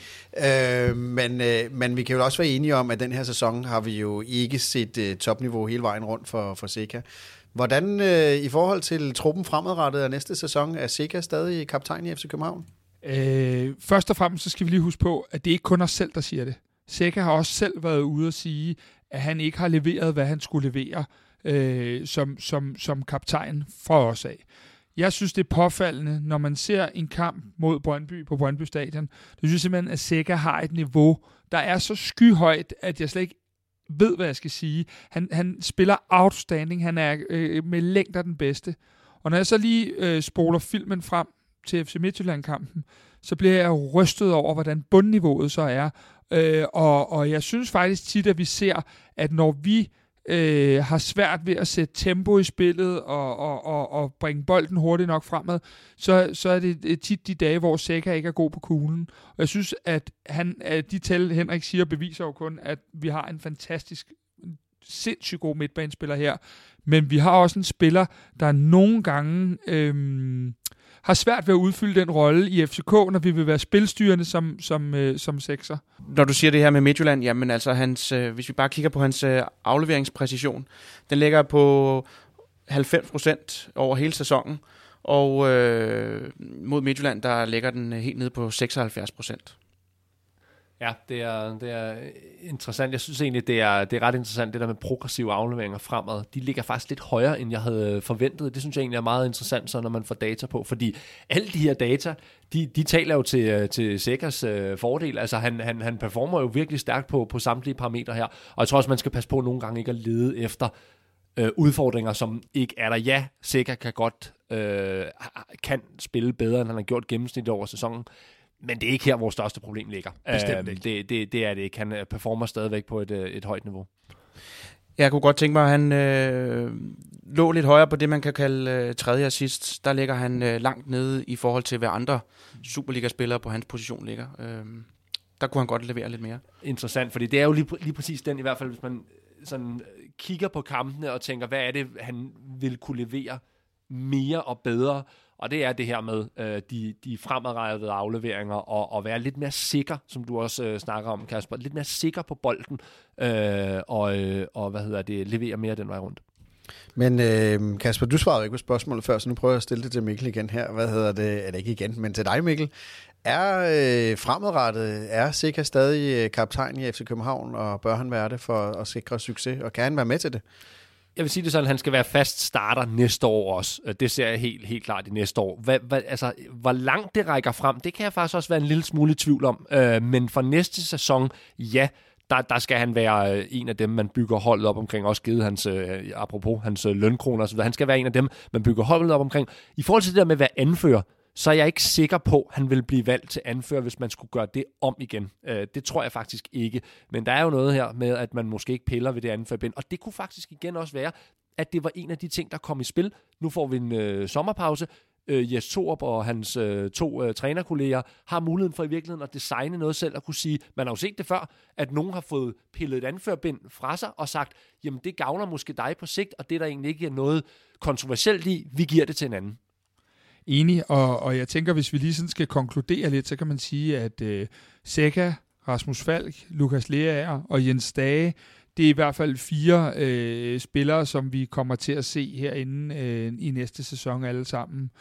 Men vi kan jo også være enige om, at den her sæson har vi jo ikke set topniveau hele vejen rundt for Zeca. Hvordan i forhold til truppen fremadrettet af næste sæson, er Zeca stadig kaptajn i FC København? Først og fremmest så skal vi lige huske på, at det ikke kun er os selv, der siger det. Zeca har også selv været ude at sige, at han ikke har leveret, hvad han skulle levere som kaptajn fra os af. Jeg synes, det er påfaldende, når man ser en kamp mod Brøndby på Brøndby Stadion. Det synes simpelthen, at Zeca har et niveau, der er så skyhøjt, at jeg slet ikke ved, hvad jeg skal sige. Han spiller outstanding. Han er med længder den bedste. Og når jeg så lige spoler filmen frem til FC Midtjylland-kampen, så bliver jeg rystet over, hvordan bundniveauet så er. Og jeg synes faktisk tit, at vi ser, at når vi har svært ved at sætte tempo i spillet og bringe bolden hurtigt nok fremad, så er det tit de dage, hvor Zeca ikke er god på kuglen. Og jeg synes, at de tal, Henrik siger, beviser jo kun, at vi har en fantastisk, sindssygt god midtbanespiller her. Men vi har også en spiller, der nogle gange har svært ved at udfylde den rolle i FCK, når vi vil være spilstyrende som sekser. Når du siger det her med Midtjylland, jamen altså hvis vi bare kigger på hans afleveringspræcision, den ligger på 90% over hele sæsonen, og mod Midtjylland, der ligger den helt nede på 76%. Ja, det er interessant. Jeg synes egentlig, det er ret interessant, det der med progressive afleveringer fremad. De ligger faktisk lidt højere, end jeg havde forventet. Det synes jeg egentlig er meget interessant, så når man får data på. Fordi alle de her data, de taler jo til Zecas fordel. Altså han performer jo virkelig stærkt på samtlige parametre her. Og jeg tror også, man skal passe på nogle gange ikke at lede efter udfordringer, som ikke er der. Ja, Zeca kan spille bedre, end han har gjort gennemsnit over sæsonen. Men det er ikke her, vores største problem ligger. Det er det ikke. Han performer stadigvæk på et højt niveau. Jeg kunne godt tænke mig, at han lå lidt højere på det, man kan kalde tredje assist. Der ligger han langt nede i forhold til, hvad andre Superliga-spillere på hans position ligger. Der kunne han godt levere lidt mere. Interessant, fordi det er jo lige præcis den, i hvert fald, hvis man sådan kigger på kampene og tænker, hvad er det, han vil kunne levere mere og bedre, og det er det her med de fremadrettede afleveringer og være lidt mere sikker, som du også snakker om, Kasper, lidt mere sikker på bolden og levere mere den vej rundt. Men Kasper, du svarede ikke på spørgsmålet før, så nu prøver jeg at stille det til Mikkel igen her. Er det ikke igen, men til dig, Mikkel. Er fremadrettet, er Sikker stadig kaptajn i FC København, og bør han være det for at sikre succes, og kan han være med til det? Jeg vil sige det sådan, at han skal være fast starter næste år også. Det ser jeg helt klart i næste år. Hvor langt det rækker frem, det kan jeg faktisk også være en lille smule i tvivl om. Men for næste sæson, ja, der skal han være en af dem, man bygger holdet op omkring. Også givet hans, apropos hans lønkroner, så han skal være en af dem, man bygger holdet op omkring. I forhold til det der med at være anfører, så er jeg ikke sikker på, at han vil blive valgt til anfører, hvis man skulle gøre det om igen. Det tror jeg faktisk ikke. Men der er jo noget her med, at man måske ikke piller ved det anførerbind. Og det kunne faktisk igen også være, at det var en af de ting, der kom i spil. Nu får vi en sommerpause. Jes Torup og hans to trænerkolleger har muligheden for i virkeligheden at designe noget selv og kunne sige, man har jo set det før, at nogen har fået pillet et anførerbind fra sig og sagt, jamen det gavner måske dig på sigt, og det er der egentlig ikke noget kontroversielt i, vi giver det til en anden. Enig, og jeg tænker, hvis vi lige sådan skal konkludere lidt, så kan man sige, at Seca, Rasmus Falk, Lukas Leaer og Jens Dage, det er i hvert fald 4 spillere, som vi kommer til at se herinde i næste sæson alle sammen.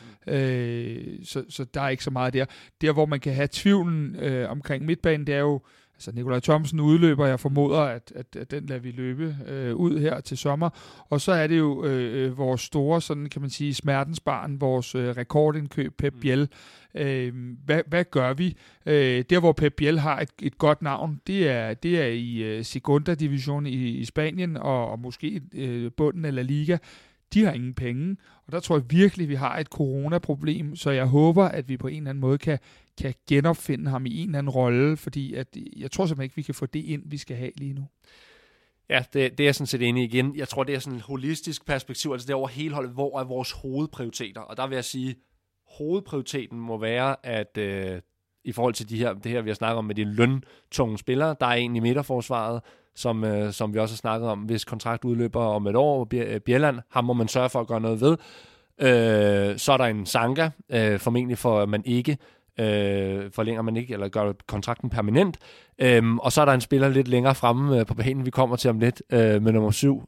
Så der er ikke så meget der. Der, hvor man kan have tvivlen omkring midtbanen, det er jo, altså Nikolaj Thomsen udløber, jeg formoder, at den lader vi løbe ud her til sommer. Og så er det jo vores store, sådan kan man sige, smertensbarn, vores rekordindkøb, Pep Biel. Hvad gør vi? Der, hvor Pep Biel har et godt navn, det er i Segunda-division i Spanien, og måske bunden af La Liga. De har ingen penge, og der tror jeg virkelig, vi har et coronaproblem, så jeg håber, at vi på en eller anden måde kan genopfinde ham i en eller anden rolle, fordi at jeg tror simpelthen ikke, vi kan få det ind, vi skal have lige nu. Ja, det er jeg sådan set enig igen. Jeg tror, det er sådan et holistisk perspektiv, altså det er over hele holdet, hvor er vores hovedprioriteter, og der vil jeg sige, hovedprioriteten må være, at i forhold til det her, vi har snakket om med de løntunge spillere, der er en i midterforsvaret, som vi også har snakket om, hvis kontrakt udløber om et år, Bjelland, ham må man sørge for at gøre noget ved. Så er der en Sanka, formentlig for man ikke, forlænger man ikke, eller gør kontrakten permanent. Og så er der en spiller lidt længere fremme på banen, vi kommer til om lidt, med nummer 7,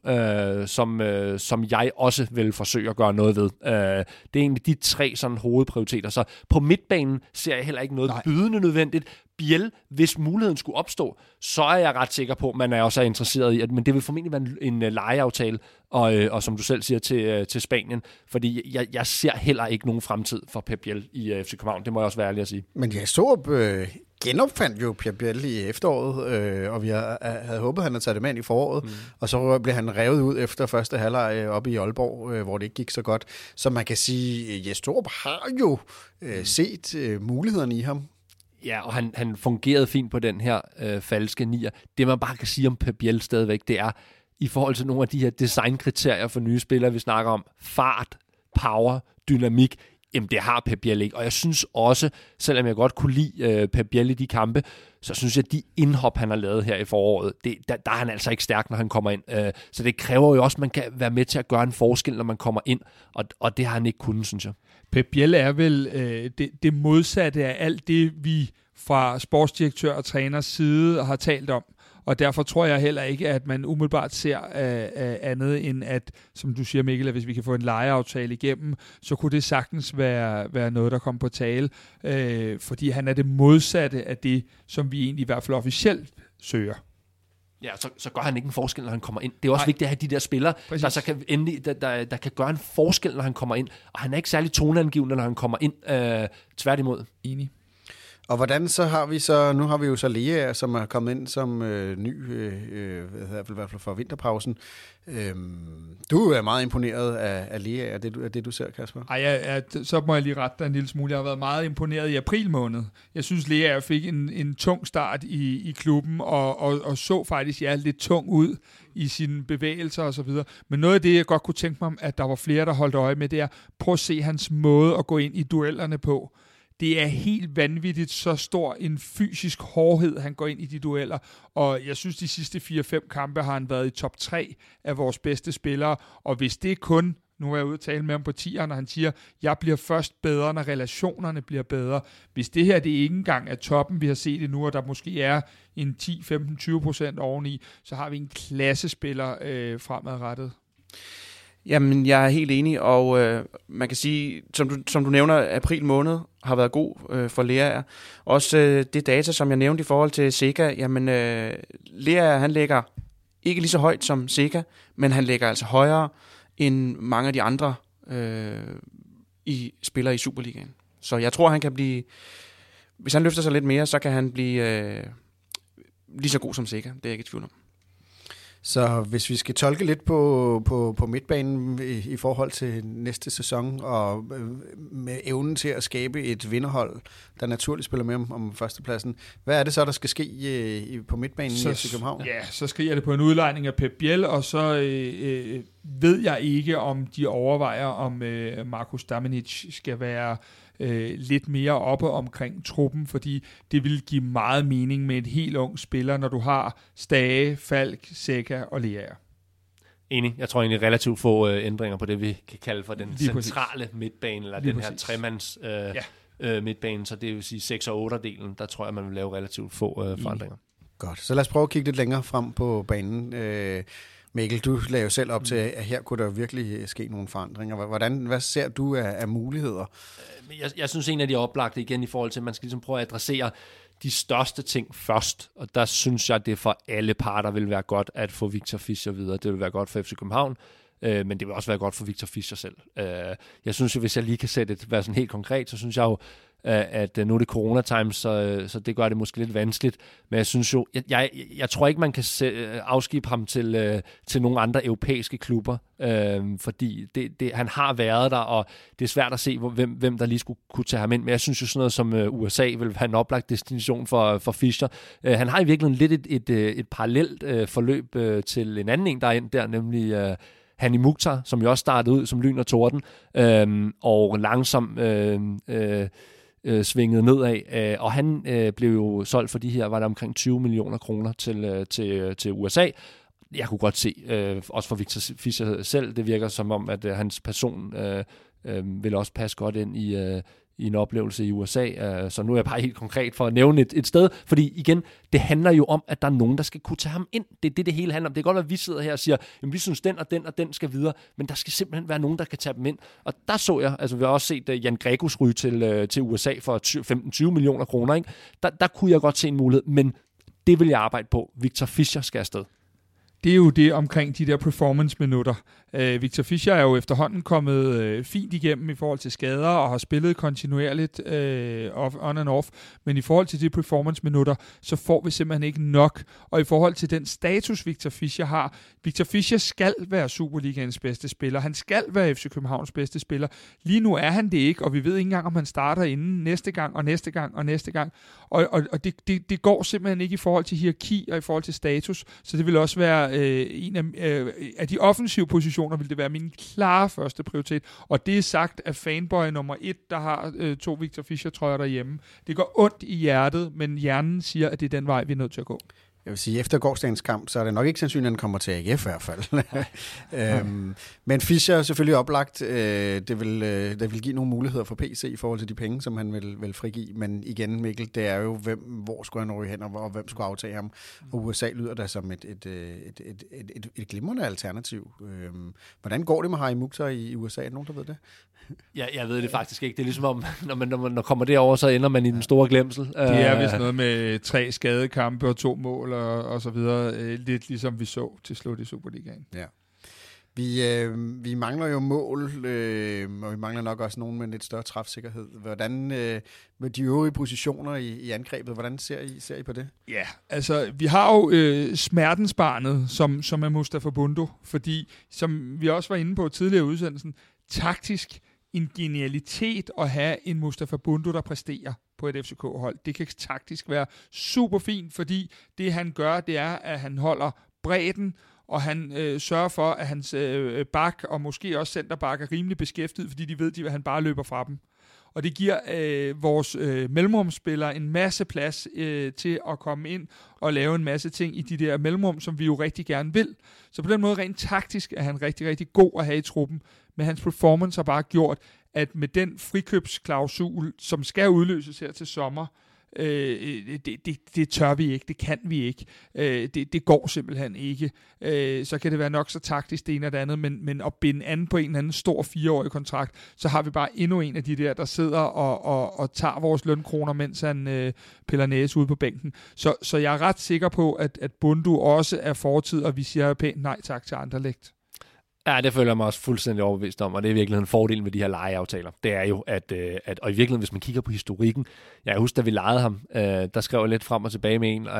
som jeg også vil forsøge at gøre noget ved. Det er egentlig de 3 sådan hovedprioriteter. Så på midtbanen ser jeg heller ikke noget bydende nødvendigt. Biel, hvis muligheden skulle opstå, så er jeg ret sikker på, at man er også interesseret i, at men det vil formentlig være en lejeaftale, og som du selv siger, til Spanien, fordi jeg ser heller ikke nogen fremtid for Pep Biel i FC København, det må jeg også være ærlig at sige. Men jeg så genopfandt jo Pep Biel i efteråret, og vi havde håbet, at han havde taget det med i foråret, og så blev han revet ud efter første halvleg oppe i Aalborg, hvor det ikke gik så godt. Så man kan sige, at Jes Torup har jo set mulighederne i ham. Ja, og han fungerede fint på den her falske nier. Det man bare kan sige om Pep Biel stadigvæk, det er, i forhold til nogle af de her designkriterier for nye spillere, vi snakker om, fart, power, dynamik, jamen det har Pep Biel ikke. Og jeg synes også, selvom jeg godt kunne lide Pep Biel i de kampe, så synes jeg, at de indhop, han har lavet her i foråret, der er han altså ikke stærk, når han kommer ind. Så det kræver jo også, at man kan være med til at gøre en forskel, når man kommer ind. Og det har han ikke kunnet, synes jeg. Pep Biel er vel det modsatte af alt det, vi fra sportsdirektør og træners side har talt om. Og derfor tror jeg heller ikke, at man umiddelbart ser andet end at, som du siger, Mikkel, at hvis vi kan få en lejeaftale igennem, så kunne det sagtens være noget, der kom på tale. Fordi han er det modsatte af det, som vi egentlig i hvert fald officielt søger. Ja, så gør han ikke en forskel, når han kommer ind. Det er også vigtigt at have de der spillere, der kan gøre en forskel, når han kommer ind. Og han er ikke særlig toneangivende, når han kommer ind. Tværtimod. Enig. Og hvordan så har vi så, nu har vi jo så Lea, som er kommet ind som ny, i hvert fald for vinterpausen. Du er meget imponeret af Lea, af det du ser, Kasper? Ej, så må jeg lige rette dig en lille smule. Jeg har været meget imponeret i april måned. Jeg synes, Lea fik en tung start i klubben, og så faktisk lidt tung ud i sine bevægelser og så videre. Men noget af det, jeg godt kunne tænke mig, at der var flere, der holdt øje med, det er, prøv at se hans måde at gå ind i duellerne på. Det er helt vanvittigt, så stor en fysisk hårdhed, han går ind i de dueller. Og jeg synes, de sidste 4-5 kampe har han været i top 3 af vores bedste spillere. Og hvis det kun, nu er jeg ude at tale med ham på 10'eren, og han siger, jeg bliver først bedre, når relationerne bliver bedre. Hvis det her det ikke engang er toppen, vi har set endnu, og der måske er en 10-15-20% oveni, så har vi en klassespiller fremadrettet. Jamen, jeg er helt enig, og man kan sige, som du nævner, april måned har været god for Lea. Også det data, som jeg nævnte i forhold til Sega, jamen Lea, han ligger ikke lige så højt som Sega, men han ligger altså højere end mange af de andre spillere i Superligaen. Så jeg tror, han kan blive, hvis han løfter sig lidt mere, så kan han blive lige så god som Sega. Det er jeg ikke i tvivl om. Så hvis vi skal tolke lidt på midtbanen i forhold til næste sæson, og med evnen til at skabe et vinderhold, der naturligt spiller med om førstepladsen, hvad er det så, der skal ske på midtbanen i FC København? Ja, så skriger det på en udlejning af Pep Biel, og så ved jeg ikke, om de overvejer, om Markus Damenic skal være lidt mere oppe omkring truppen, fordi det vil give meget mening med et helt ung spiller, når du har Stage, Falk, Sega og Lea. Enig. Jeg tror egentlig relativt få ændringer på det, vi kan kalde for den centrale midtbane, eller den her tremands midtbane, så det vil sige 6 og 8'er-delen, der tror jeg, man vil lave relativt få forandringer. Godt, så lad os prøve at kigge lidt længere frem på banen. Mikkel, du lagde jo selv op til, at her kunne der virkelig ske nogle forandringer. Hvad ser du af muligheder? Jeg synes, en af de oplagte igen i forhold til, at man skal ligesom prøve at adressere de største ting først, og der synes jeg, det for alle parter vil være godt at få Victor Fischer videre. Det vil være godt for FC København, men det vil også være godt for Victor Fischer selv. Jeg synes jo, hvis jeg lige kan være sådan helt konkret, så synes jeg jo, at nu er det corona-time, så det gør det måske lidt vanskeligt. Men jeg synes jo, jeg tror ikke, man kan afskibe ham til nogle andre europæiske klubber, fordi han har været der, og det er svært at se, hvem der lige skulle kunne tage ham ind. Men jeg synes jo sådan noget som USA vil være en oplagt destination for Fischer. Han har i virkeligheden lidt et parallelt forløb til en anden en, der er ind der, nemlig Hani Mukhtar, som jo også startede ud som lyn og torden, og langsomt svingede nedad, og han blev jo solgt for de her, var der omkring 20 millioner kroner til USA. Jeg kunne godt se, også for Victor Fischer selv, det virker som om, at hans person vil også passe godt ind i en oplevelse i USA. Så nu er jeg bare helt konkret for at nævne et sted, fordi igen, det handler jo om, at der er nogen, der skal kunne tage ham ind. Det er det hele handler om. Det er godt, at vi sidder her og siger, jamen vi synes, den og den skal videre, men der skal simpelthen være nogen, der kan tage dem ind. Og der så jeg, altså vi har også set Jan Gregus ryge til USA for 15-20 millioner kroner, ikke? Der kunne jeg godt se en mulighed, men det vil jeg arbejde på. Victor Fischer skal afsted. Det er jo det omkring de der performance-minutter. Victor Fischer er jo efterhånden kommet fint igennem i forhold til skader og har spillet kontinuerligt on and off, men i forhold til de performance-minutter, så får vi simpelthen ikke nok. Og i forhold til den status, Victor Fischer har, Victor Fischer skal være Superligaens bedste spiller. Han skal være FC Københavns bedste spiller. Lige nu er han det ikke, og vi ved ikke engang, om han starter inden næste gang og næste gang og næste gang. Og det går simpelthen ikke i forhold til hierarki og i forhold til status, så det vil også være en af de offensive positioner vil det være min klare første prioritet, og det er sagt af fanboy nummer 1, der har 2 Victor Fischer-trøjer derhjemme. Det går ondt i hjertet, men hjernen siger, at det er den vej, vi er nødt til at gå. Jeg vil sige, efter gårsdagens kamp, så er det nok ikke sandsynligt, at han kommer til AGF i hvert fald. Men Fischer er selvfølgelig oplagt. Det vil give nogle muligheder for PC i forhold til de penge, som han vil frigive. Men igen, Mikkel, det er jo, hvor skulle han ryge hen, og hvem skulle aftage ham. Og USA lyder der som et glimrende alternativ. Hvordan går det med Hani Mukhtar i USA? Er der nogen, der ved det? Ja, jeg ved det faktisk ikke. Det er ligesom om, når man kommer derover, så ender man i den store glemsel. Det er vist noget med 3 skadekampe og 2 mål og så videre. Lidt ligesom vi så til slut i Superligaen. Ja. Vi mangler jo mål, og vi mangler nok også nogen med lidt større træfsikkerhed. Hvordan med de øvrige positioner i angrebet, hvordan ser I på det? Ja, altså vi har jo smertensbarnet, som er Mustafa Bundu, fordi som vi også var inde på tidligere i udsendelsen, taktisk en genialitet at have en Mustafa Bundu, der præsterer på et FCK-hold. Det kan taktisk være super fint, fordi det han gør, det er, at han holder bredden, og han sørger for, at hans bak og måske også centerbak er rimelig beskæftiget, fordi de ved, at han bare løber fra dem. Og det giver vores mellemrumsspillere en masse plads til at komme ind og lave en masse ting i de der mellemrum, som vi jo rigtig gerne vil. Så på den måde rent taktisk er han rigtig, rigtig god at have i truppen. Men hans performance har bare gjort, at med den frikøbsklausul, som skal udløses her til sommer, det tør vi ikke, det kan vi ikke, det går simpelthen ikke. Så kan det være nok så taktisk det ene og det andet, men at binde an på en eller anden stor 4-årig kontrakt, så har vi bare endnu en af de der sidder og tager vores lønkroner, mens han piller næse ude på bænken. Så jeg er ret sikker på, at Bundu også er fortid, og vi siger pænt nej tak til Anderlecht. Ja, det føler jeg mig også fuldstændig overbevist om, og det er virkelig en fordel med de her lejeaftaler. Det er jo, at og i virkeligheden, hvis man kigger på historikken, jeg husker, da vi lejede ham, der skrev jeg lidt frem og tilbage med en,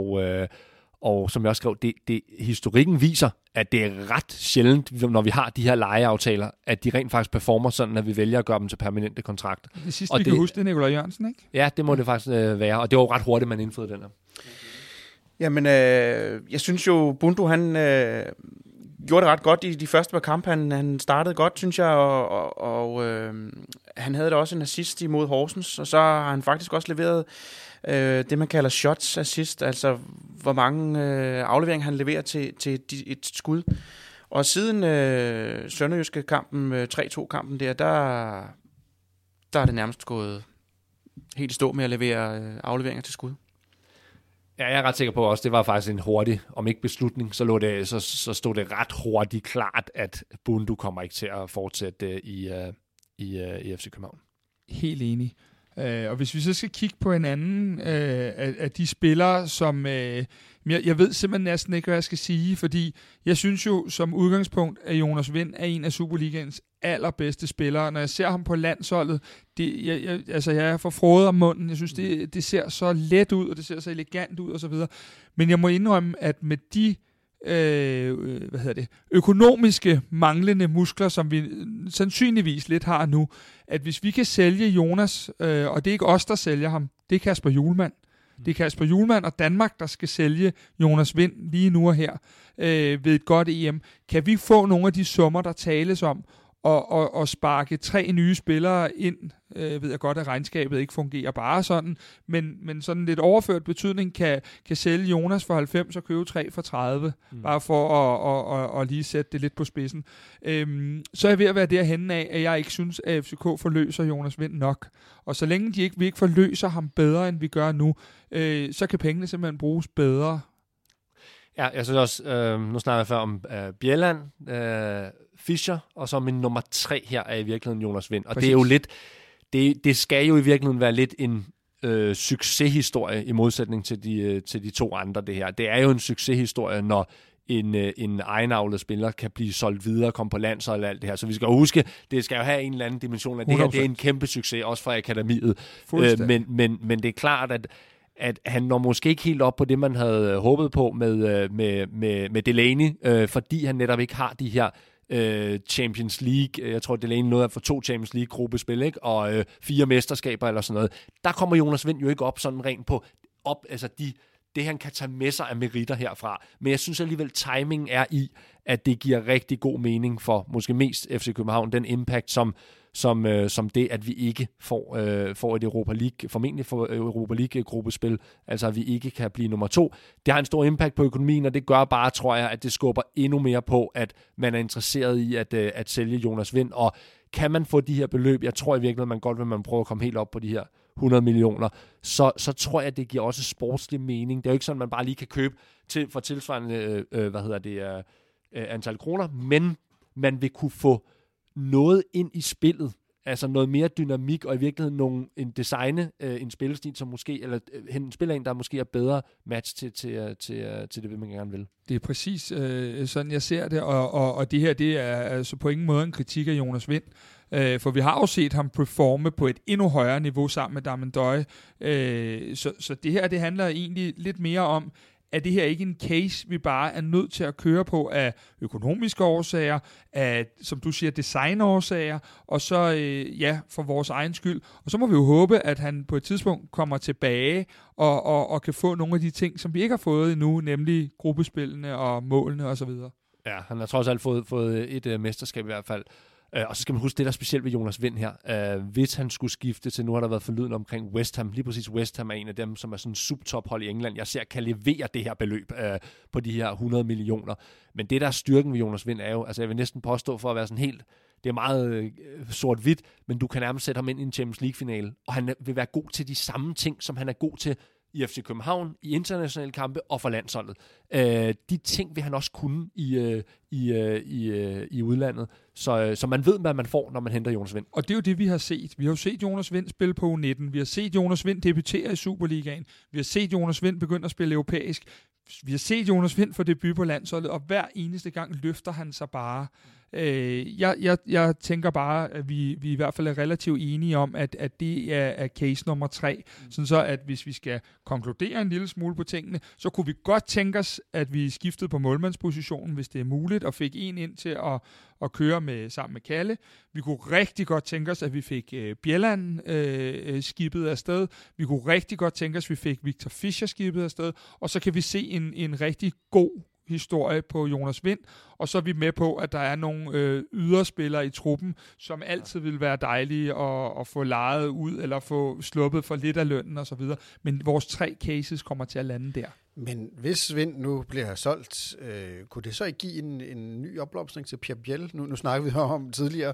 og som jeg også skrev, historikken viser, at det er ret sjældent, når vi har de her lejeaftaler, at de rent faktisk performer sådan, at vi vælger at gøre dem til permanente kontrakter. Det sidste, vi kan huske, det er Nikolaj Jørgensen, ikke? Ja, det må det faktisk være, og det var jo ret hurtigt, man indførte den her. Jamen, jeg synes jo, Bundu, han gjorde det ret godt i de første par kampe. Han startede godt, synes jeg, og han havde da også en assist imod Horsens, og så har han faktisk også leveret det, man kalder shots assist, altså hvor mange afleveringer han leverer til et skud. Og siden Sønderjyske kampen, 3-2-kampen der er det nærmest gået helt i stå med at levere afleveringer til skud. Ja, jeg er ret sikker på også, det var faktisk en hurtig, om ikke beslutning, så stod det ret hurtigt klart, at Bundu kommer ikke til at fortsætte i FC København. Helt enig. Og hvis vi så skal kigge på en anden af de spillere, som jeg ved simpelthen næsten ikke, hvad jeg skal sige, fordi jeg synes jo som udgangspunkt, at Jonas Wind er en af Superligaens allerbedste spillere. Når jeg ser ham på landsholdet, jeg er for frode om munden. Jeg synes, det ser så let ud, og det ser så elegant ud, og så videre. Men jeg må indrømme, at med de økonomiske manglende muskler, som vi sandsynligvis lidt har nu, at hvis vi kan sælge Jonas, og det er ikke os, der sælger ham, det er Kasper Hjulmand. Det er Kasper Hjulmand og Danmark, der skal sælge Jonas Wind lige nu og her ved et godt EM. Kan vi få nogle af de summer, der tales om, og sparke 3 nye spillere ind, ved jeg godt, at regnskabet ikke fungerer bare sådan, men sådan lidt overført betydning kan sælge Jonas for 90 og købe 3 for 30, bare for at lige sætte det lidt på spidsen. Så er jeg ved at være derhenne af, at jeg ikke synes, at FCK forløser Jonas Wind nok. Og så længe vi ikke forløser ham bedre, end vi gør nu, så kan pengene simpelthen bruges bedre. Ja, jeg synes også, nu snakker jeg før om Bjelland, Fischer, og så min nummer 3 her er i virkeligheden Jonas Wind. Og præcis. Det er jo lidt, det skal jo i virkeligheden være lidt en succeshistorie i modsætning til de 2 andre, det her. Det er jo en succeshistorie, når en egenavlet spiller kan blive solgt videre, komme på landshold og alt det her. Så vi skal jo huske, det skal jo have en eller anden dimension af det 100%. Her. Det er en kæmpe succes, også for akademiet. Men det er klart, at han når måske ikke helt op på det, man havde håbet på med Delaney, fordi han netop ikke har de her Champions League, jeg tror Delaney nåede at få 2 Champions League gruppespil, ikke? Og 4 mesterskaber eller sådan noget. Der kommer Jonas Wind jo ikke op sådan rent på altså det han kan tage med sig af meritter herfra. Men jeg synes alligevel, timingen er i, at det giver rigtig god mening for måske mest FC København, den impact, som det, at vi ikke får et Europa League, formentlig får Europa League-gruppespil, altså at vi ikke kan blive nummer 2. Det har en stor impact på økonomien, og det gør bare, tror jeg, at det skubber endnu mere på, at man er interesseret i at sælge Jonas Wind, og kan man få de her beløb, jeg tror i virkeligheden, man godt vil man prøve at komme helt op på de her 100 millioner, så tror jeg, det giver også sportslig mening. Det er jo ikke sådan, man bare lige kan købe for tilsvarende antal kroner, men man vil kunne få noget ind i spillet. Altså noget mere dynamik, og i virkeligheden en designe, en spillestil, som måske, eller en spiller en, der måske er bedre match til det, man gerne vil. Det er præcis sådan, jeg ser det, og det her, det er altså på ingen måde en kritik af Jonas Wind, for vi har jo set ham performe på et endnu højere niveau sammen med Damendøje, så det her, det handler egentlig lidt mere om, at det her ikke en case, vi bare er nødt til at køre på af økonomiske årsager, af, som du siger, designårsager, og så for vores egen skyld. Og så må vi jo håbe, at han på et tidspunkt kommer tilbage og kan få nogle af de ting, som vi ikke har fået endnu, nemlig gruppespillene og målene osv. Ja, han har trods alt fået et mesterskab i hvert fald. Og så skal man huske, det der er specielt ved Jonas Wind her. Hvis han skulle skifte til, nu har der været forlyden omkring West Ham. Lige præcis West Ham er en af dem, som er sådan en subtophold i England. Jeg ser, kan levere det her beløb på de her 100 millioner. Men det der er styrken ved Jonas Wind er jo, altså jeg vil næsten påstå for at være sådan helt, det er meget sort-hvidt, men du kan nærmest sætte ham ind i en Champions League-finale, og han vil være god til de samme ting, som han er god til i FC København, i internationale kampe og for landsholdet. De ting vil han også kunne i udlandet. Så man ved, hvad man får, når man henter Jonas Wind. Og det er jo det, vi har set. Vi har jo set Jonas Wind spille på U19. Vi har set Jonas Wind debutere i Superligaen. Vi har set Jonas Wind begynde at spille europæisk. Vi har set Jonas Wind få debut på landsholdet, og hver eneste gang løfter han sig bare. Jeg tænker bare, at vi i hvert fald er relativt enige om, at det er case nummer 3. Sådan så, at hvis vi skal konkludere en lille smule på tingene, så kunne vi godt tænke os, at vi skiftede på målmandspositionen, hvis det er muligt, og fik en ind til at køre sammen med Kalle. Vi kunne rigtig godt tænke os, at vi fik Bjelland skibet afsted. Vi kunne rigtig godt tænke os, at vi fik Victor Fischer skibet afsted. Og så kan vi se en rigtig god historie på Jonas Wind, og så er vi med på, at der er nogle yderspillere i truppen, som altid vil være dejlige at få lejet ud, eller få sluppet for lidt af lønnen osv. Men vores 3 cases kommer til at lande der. Men hvis Wind nu bliver solgt, kunne det så ikke give en ny opblomstring til Pierre Biel? Nu snakker vi om tidligere,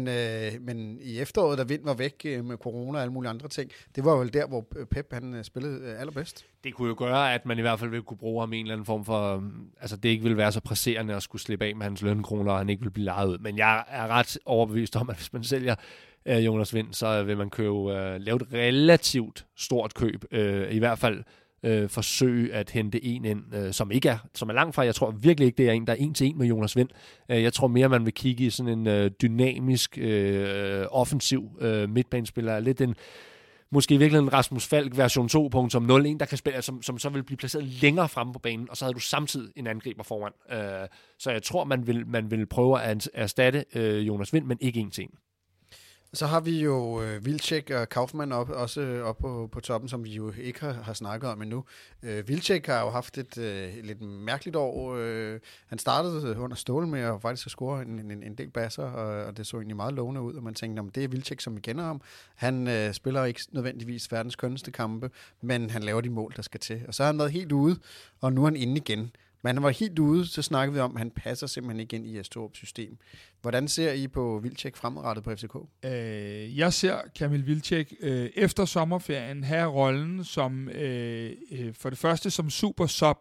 men i efteråret, da Wind var væk med corona og alle mulige andre ting, det var jo der, hvor Pep han spillede allerbedst. Det kunne jo gøre, at man i hvert fald ville kunne bruge ham i en eller anden form for, altså det ikke ville være så presserende at skulle slippe af med hans lønkroner, og han ikke ville blive lejet ud. Men jeg er ret overbevist om, at hvis man sælger Jonas Wind, så vil man lave et relativt stort køb, i hvert fald forsøge at hente en ind, som er langt fra. Jeg tror virkelig ikke, det er en, der er 1-1 med Jonas Wind. Jeg tror mere, man vil kigge i sådan en dynamisk, offensiv midtbanespiller. Lidt en, måske virkelig en Rasmus Falk version 2.01, der kan spille, som så vil blive placeret længere fremme på banen, og så havde du samtidig en angriber foran. Så jeg tror, man vil prøve at erstatte Jonas Wind, men ikke 1-1. Så har vi jo Wilczek og Kaufmann også op på toppen, som vi jo ikke har snakket om endnu. Wilczek har jo haft et lidt mærkeligt år. Han startede under Ståle med at faktisk score en del basser, og det så egentlig meget lovende ud, og man tænkte, det er Wilczek, som vi kender ham. Han spiller ikke nødvendigvis verdens kønneste kampe, men han laver de mål, der skal til. Og så har han været helt ude, og nu er han inde igen. Men han var helt ude, så snakkede vi om, at han passer simpelthen ikke ind i Astrups system. Hvordan ser I på Wilczek fremadrettet på FCK? Jeg ser Kamil Wilczek efter sommerferien have rollen som for det første som super sub,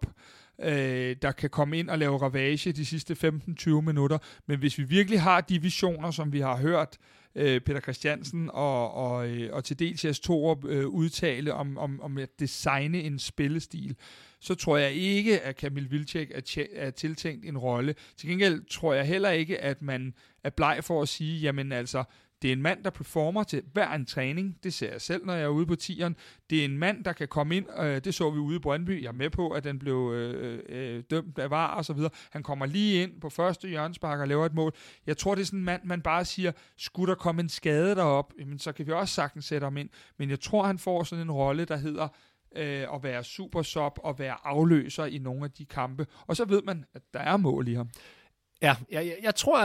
der kan komme ind og lave ravage de sidste 15-20 minutter. Men hvis vi virkelig har de visioner, som vi har hørt Peter Christiansen og til dels Jes Torup udtale om at designe en spillestil, så tror jeg ikke, at Kamil Wilczek er tiltænkt en rolle. Til gengæld tror jeg heller ikke, at man er bleg for at sige, jamen altså, det er en mand, der performer til hver en træning. Det ser jeg selv, når jeg er ude på tieren. Det er en mand, der kan komme ind. Det så vi ude i Brøndby. Jeg er med på, at den blev dømt af VAR og så videre. Han kommer lige ind på første hjørnespark og laver et mål. Jeg tror, det er sådan en mand, man bare siger, skulle der komme en skade derop, jamen, så kan vi også sagtens sætte ham ind. Men jeg tror, han får sådan en rolle, der hedder at være super sub og være afløser i nogle af de kampe. Og så ved man, at der er mål i ham. Ja, jeg tror,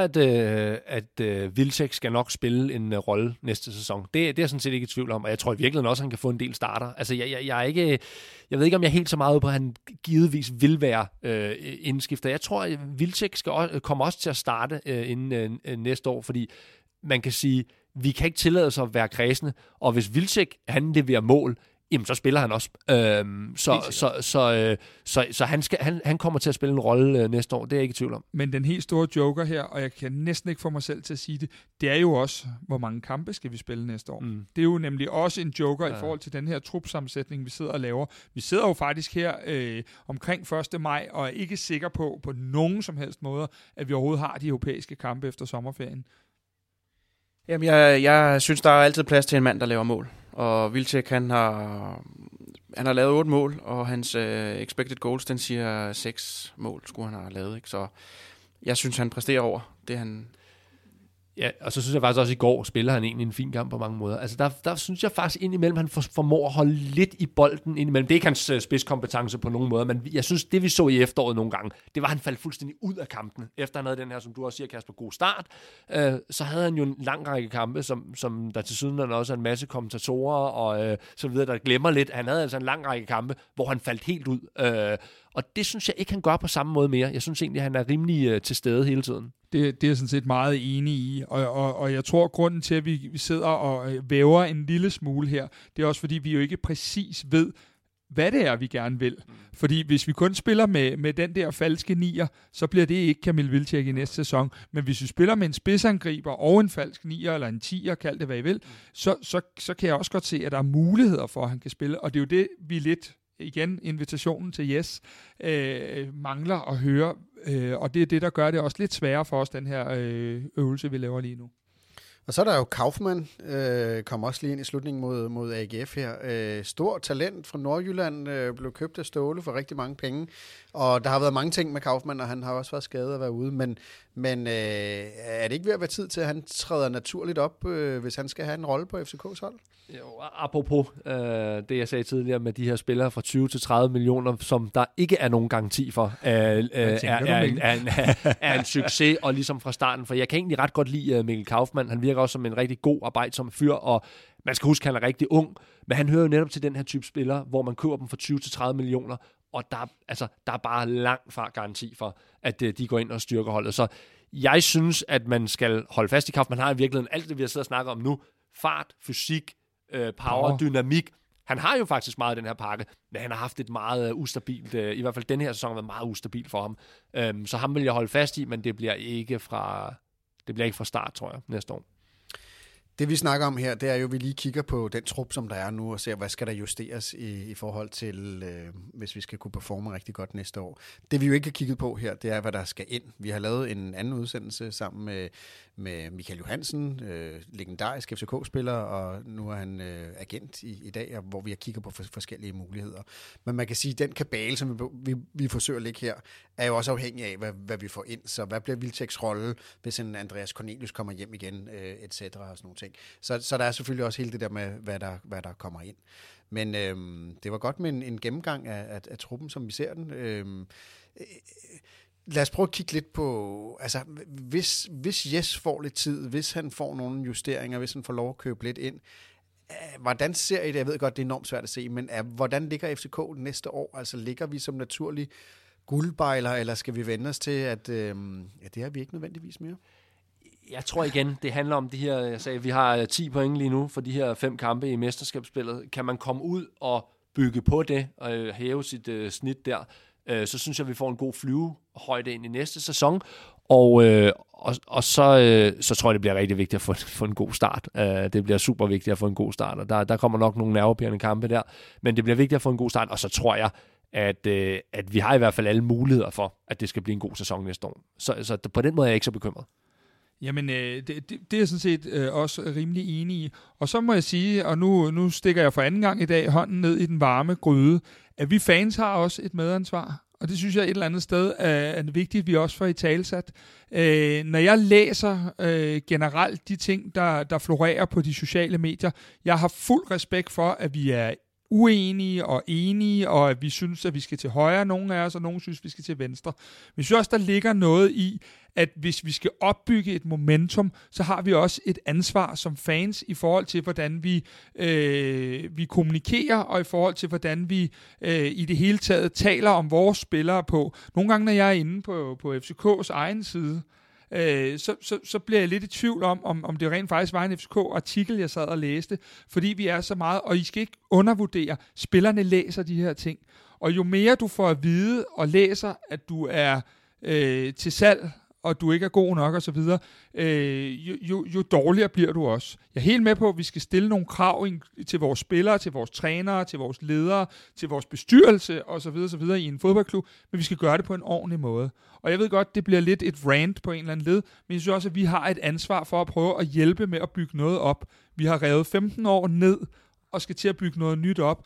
at Wilczek skal nok spille en rolle næste sæson. Det er jeg sådan set ikke i tvivl om, og jeg tror i virkeligheden også, at han kan få en del starter. Altså, jeg ved ikke, om jeg er helt så meget på, at han givetvis vil være indskifter. Jeg tror, at Wilczek kommer også til at starte inden næste år, fordi man kan sige, vi kan ikke tillade os at være kredsende, og hvis Wilczek, han leverer mål, jamen så spiller han også. Så han kommer til at spille en rolle næste år, det er jeg ikke i tvivl om. Men den helt store joker her, og jeg kan næsten ikke få mig selv til at sige det, det er jo også, hvor mange kampe skal vi spille næste år. Det er jo nemlig også en joker i forhold til den her trupsammensætning, vi sidder og laver. Vi sidder jo faktisk her omkring 1. maj, og er ikke sikre på nogen som helst måder, at vi overhovedet har de europæiske kampe efter sommerferien. Jamen, jeg synes, der er altid plads til en mand, der laver mål. Og Wilczek, han har lavet 8 mål, og hans expected goals, den siger 6 mål, skulle han have lavet. Ikke? Så jeg synes, han præsterer over det, han... Ja, og så synes jeg faktisk også, at i går spiller han egentlig en fin kamp på mange måder. Altså der synes jeg faktisk indimellem, han formår at holde lidt i bolden indimellem. Det er ikke hans spidskompetence på nogen måde, men jeg synes, det vi så i efteråret nogle gange, det var, at han faldt fuldstændig ud af kampene. Efter han havde den her, som du også siger, Kasper, god start, så havde han jo en lang række kampe, som der til syden også er en masse kommentatorer og så videre, der glemmer lidt. Han havde altså en lang række kampe, hvor han faldt helt ud. Og det synes jeg ikke, han gør på samme måde mere. Jeg synes egentlig, at han er rimelig til stede hele tiden. Det er jeg sådan set meget enig i, og jeg tror, grunden til, at vi sidder og væver en lille smule her, det er også, fordi vi jo ikke præcis ved, hvad det er, vi gerne vil. Fordi hvis vi kun spiller med den der falske nier, så bliver det ikke Kamil Wilczek i næste sæson. Men hvis vi spiller med en spidsangriber og en falsk nier, eller en tier, kald det hvad I vil, så kan jeg også godt se, at der er muligheder for, at han kan spille. Og det er jo det, vi lidt... Igen, invitationen til Jes mangler at høre, og det er det, der gør det også lidt sværere for os, den her øvelse, vi laver lige nu. Og så er der jo Kaufmann, kom også lige ind i slutningen mod AGF her. Stor talent fra Nordjylland, blev købt af Ståle for rigtig mange penge. Og der har været mange ting med Kaufmann, og han har også været skadet at være ude. Men er det ikke ved at være tid til, at han træder naturligt op, hvis han skal have en rolle på FCK's hold? Jo, apropos det, jeg sagde tidligere med de her spillere fra 20 til 30 millioner, som der ikke er nogen garanti for, er en succes, og ligesom fra starten. For jeg kan egentlig ret godt lide Mikkel Kaufmann. Han virker også som en rigtig god arbejdsom fyr, og man skal huske, at han er rigtig ung, men han hører jo netop til den her type spillere, hvor man køber dem for 20 til 30 millioner, og der er bare langt fra garanti for, at de går ind og styrker holdet. Så jeg synes, at man skal holde fast i Kaufmann. Man har i virkeligheden alt det, vi har siddet og snakket om nu. Fart, fysik, power, dynamik. Han har jo faktisk meget af den her pakke, men han har haft et meget ustabilt, i hvert fald den her sæson har været meget ustabil for ham. Så ham vil jeg holde fast i, men det bliver ikke fra start, tror jeg, næste år. Det vi snakker om her, det er jo, at vi lige kigger på den trup, som der er nu, og ser, hvad skal der justeres i forhold til, hvis vi skal kunne performe rigtig godt næste år. Det vi jo ikke har kigget på her, det er, hvad der skal ind. Vi har lavet en anden udsendelse sammen med Michael Johansen, legendarisk FCK-spiller, og nu er han agent i dag, hvor vi har kigget på forskellige muligheder. Men man kan sige, at den kabale, som vi forsøger at lægge her, er jo også afhængig af, hvad vi får ind. Så hvad bliver Wilczeks rolle, hvis en Andreas Cornelius kommer hjem igen, etc. og sådan nogle ting. Så der er selvfølgelig også hele det der med, hvad der kommer ind. Men det var godt med en gennemgang af truppen, som vi ser den. Lad os prøve at kigge lidt på, altså hvis Jes får lidt tid, hvis han får nogle justeringer, hvis han får lov at købe lidt ind, hvordan ser I det? Jeg ved godt, det er enormt svært at se, men hvordan ligger FCK næste år? Altså ligger vi som naturlig guldbejler, eller skal vi vende os til, at det har vi ikke nødvendigvis mere? Jeg tror igen, det handler om de her, jeg sagde, vi har 10 point lige nu for de her 5 kampe i mesterskabsspillet. Kan man komme ud og bygge på det og hæve sit snit der, så synes jeg, vi får en god flyvehøjde ind i næste sæson. Og så tror jeg, det bliver rigtig vigtigt at få en god start. Det bliver super vigtigt at få en god start, og der kommer nok nogle nervepirrende kampe der, men det bliver vigtigt at få en god start, og så tror jeg, at vi har i hvert fald alle muligheder for, at det skal blive en god sæson næste år. Så på den måde er jeg ikke så bekymret. Jamen, det er sådan set også rimelig enig i. Og så må jeg sige, og nu stikker jeg for anden gang i dag hånden ned i den varme gryde, at vi fans har også et medansvar. Og det synes jeg et eller andet sted er vigtigt, at vi også får i talsat. Når jeg læser generelt de ting, der florerer på de sociale medier, jeg har fuld respekt for, at vi er uenige og enige, og at vi synes, at vi skal til højre, nogle af os, og nogle synes, vi skal til venstre. Men jeg synes også, der ligger noget i, at hvis vi skal opbygge et momentum, så har vi også et ansvar som fans i forhold til, hvordan vi kommunikerer, og i forhold til, hvordan vi i det hele taget taler om vores spillere på. Nogle gange, når jeg er inde på FCK's egen side, så bliver jeg lidt i tvivl om det rent faktisk var en FCK-artikel, jeg sad og læste, fordi vi er så meget, og I skal ikke undervurdere, spillerne læser de her ting, og jo mere du får at vide og læser, at du er til salg, og du ikke er god nok og så videre, jo dårligere bliver du også. Jeg er helt med på, at vi skal stille nogle krav til vores spillere, til vores trænere, til vores ledere, til vores bestyrelse og så videre i en fodboldklub, men vi skal gøre det på en ordentlig måde. Og jeg ved godt, det bliver lidt et rant på en eller anden led, men jeg synes også, at vi har et ansvar for at prøve at hjælpe med at bygge noget op. Vi har revet 15 år ned og skal til at bygge noget nyt op,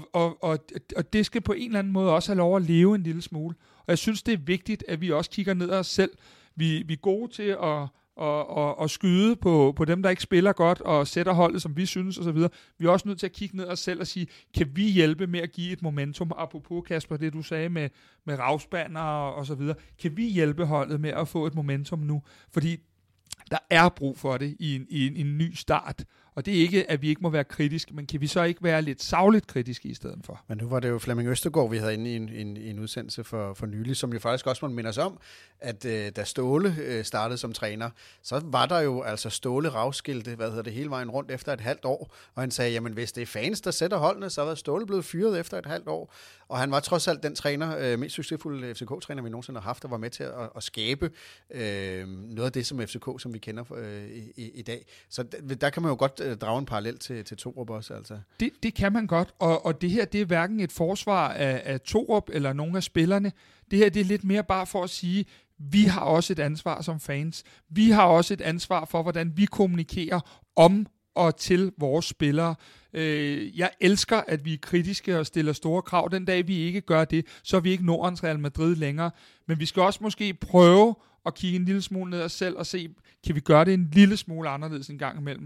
og det skal på en eller anden måde også have lov at leve en lille smule. Og jeg synes, det er vigtigt, at vi også kigger ned ad os selv. Vi er gode til at skyde på dem, der ikke spiller godt, og sætter holdet, som vi synes, osv. Vi er også nødt til at kigge ned ad os selv og sige, kan vi hjælpe med at give et momentum, apropos Kasper, det du sagde med Ravsbander og så videre. Kan vi hjælpe holdet med at få et momentum nu? Fordi der er brug for det i en ny start. Og det er ikke, at vi ikke må være kritiske, men kan vi så ikke være lidt sagligt kritiske i stedet for? Men nu var det jo Flemming Østergaard, vi havde inde i en udsendelse for nylig, som jo faktisk også må minde os om, at da Ståle startede som træner, så var der jo altså Ståle ravskilte, hele vejen rundt efter et halvt år, og han sagde, jamen hvis det er fans, der sætter holdene, så var Ståle blevet fyret efter et halvt år, og han var trods alt den træner, mest succesfulde FCK-træner, vi nogensinde har haft, der var med til at skabe noget af det som FCK, som vi kender i dag. Så der kan man jo godt drage en parallel til Torup også, altså. Det kan man godt, og det her, det er hverken et forsvar af Torup eller nogen af spillerne. Det her, det er lidt mere bare for at sige, vi har også et ansvar som fans. Vi har også et ansvar for, hvordan vi kommunikerer om og til vores spillere. Jeg elsker, at vi er kritiske og stiller store krav. Den dag, vi ikke gør det, så er vi ikke Nordens Real Madrid længere. Men vi skal også måske prøve at kigge en lille smule ned ad os selv og se, kan vi gøre det en lille smule anderledes en gang imellem.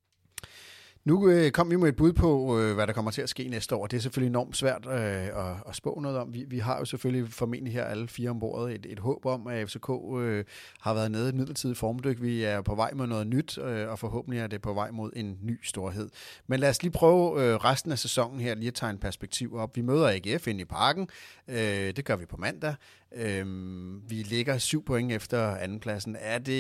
Nu kom vi med et bud på, hvad der kommer til at ske næste år. Det er selvfølgelig enormt svært at spå noget om. Vi har jo selvfølgelig formentlig her alle fire om bordet et håb om, at FCK har været nede i et midlertidigt formdyk. Vi er på vej med noget nyt, og forhåbentlig er det på vej mod en ny storhed. Men lad os lige prøve resten af sæsonen her lige at tage en perspektiv op. Vi møder AGF inde i Parken. Det gør vi på mandag. Vi ligger 7 point efter andenpladsen.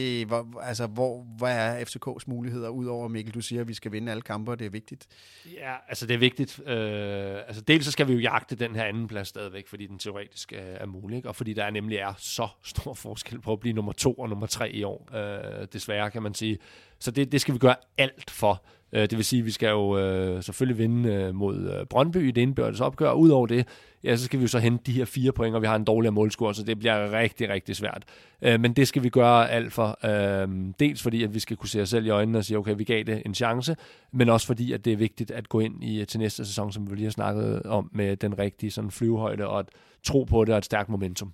Hvad er FCK's muligheder, udover Mikkel, du siger, at vi skal vinde alle kampe, og det er vigtigt? Ja, altså det er vigtigt. Dels så skal vi jo jagte den her andenplads stadigvæk, fordi den teoretisk er mulig, ikke? Og fordi der nemlig er så stor forskel på at blive nummer 2 og nummer 3 i år. Desværre kan man sige. Så det skal vi gøre alt for. Det vil sige, at vi skal jo selvfølgelig vinde mod Brøndby i det indbyrdes opgør. Udover det, ja, så skal vi jo så hente de her 4 point, og vi har en dårligere målscore, så det bliver rigtig, rigtig svært. Men det skal vi gøre alt for. Dels fordi, at vi skal kunne se os selv i øjnene og sige, okay, vi gav det en chance, men også fordi, at det er vigtigt at gå ind til næste sæson, som vi lige har snakket om, med den rigtige sådan flyvehøjde og at tro på det og et stærkt momentum.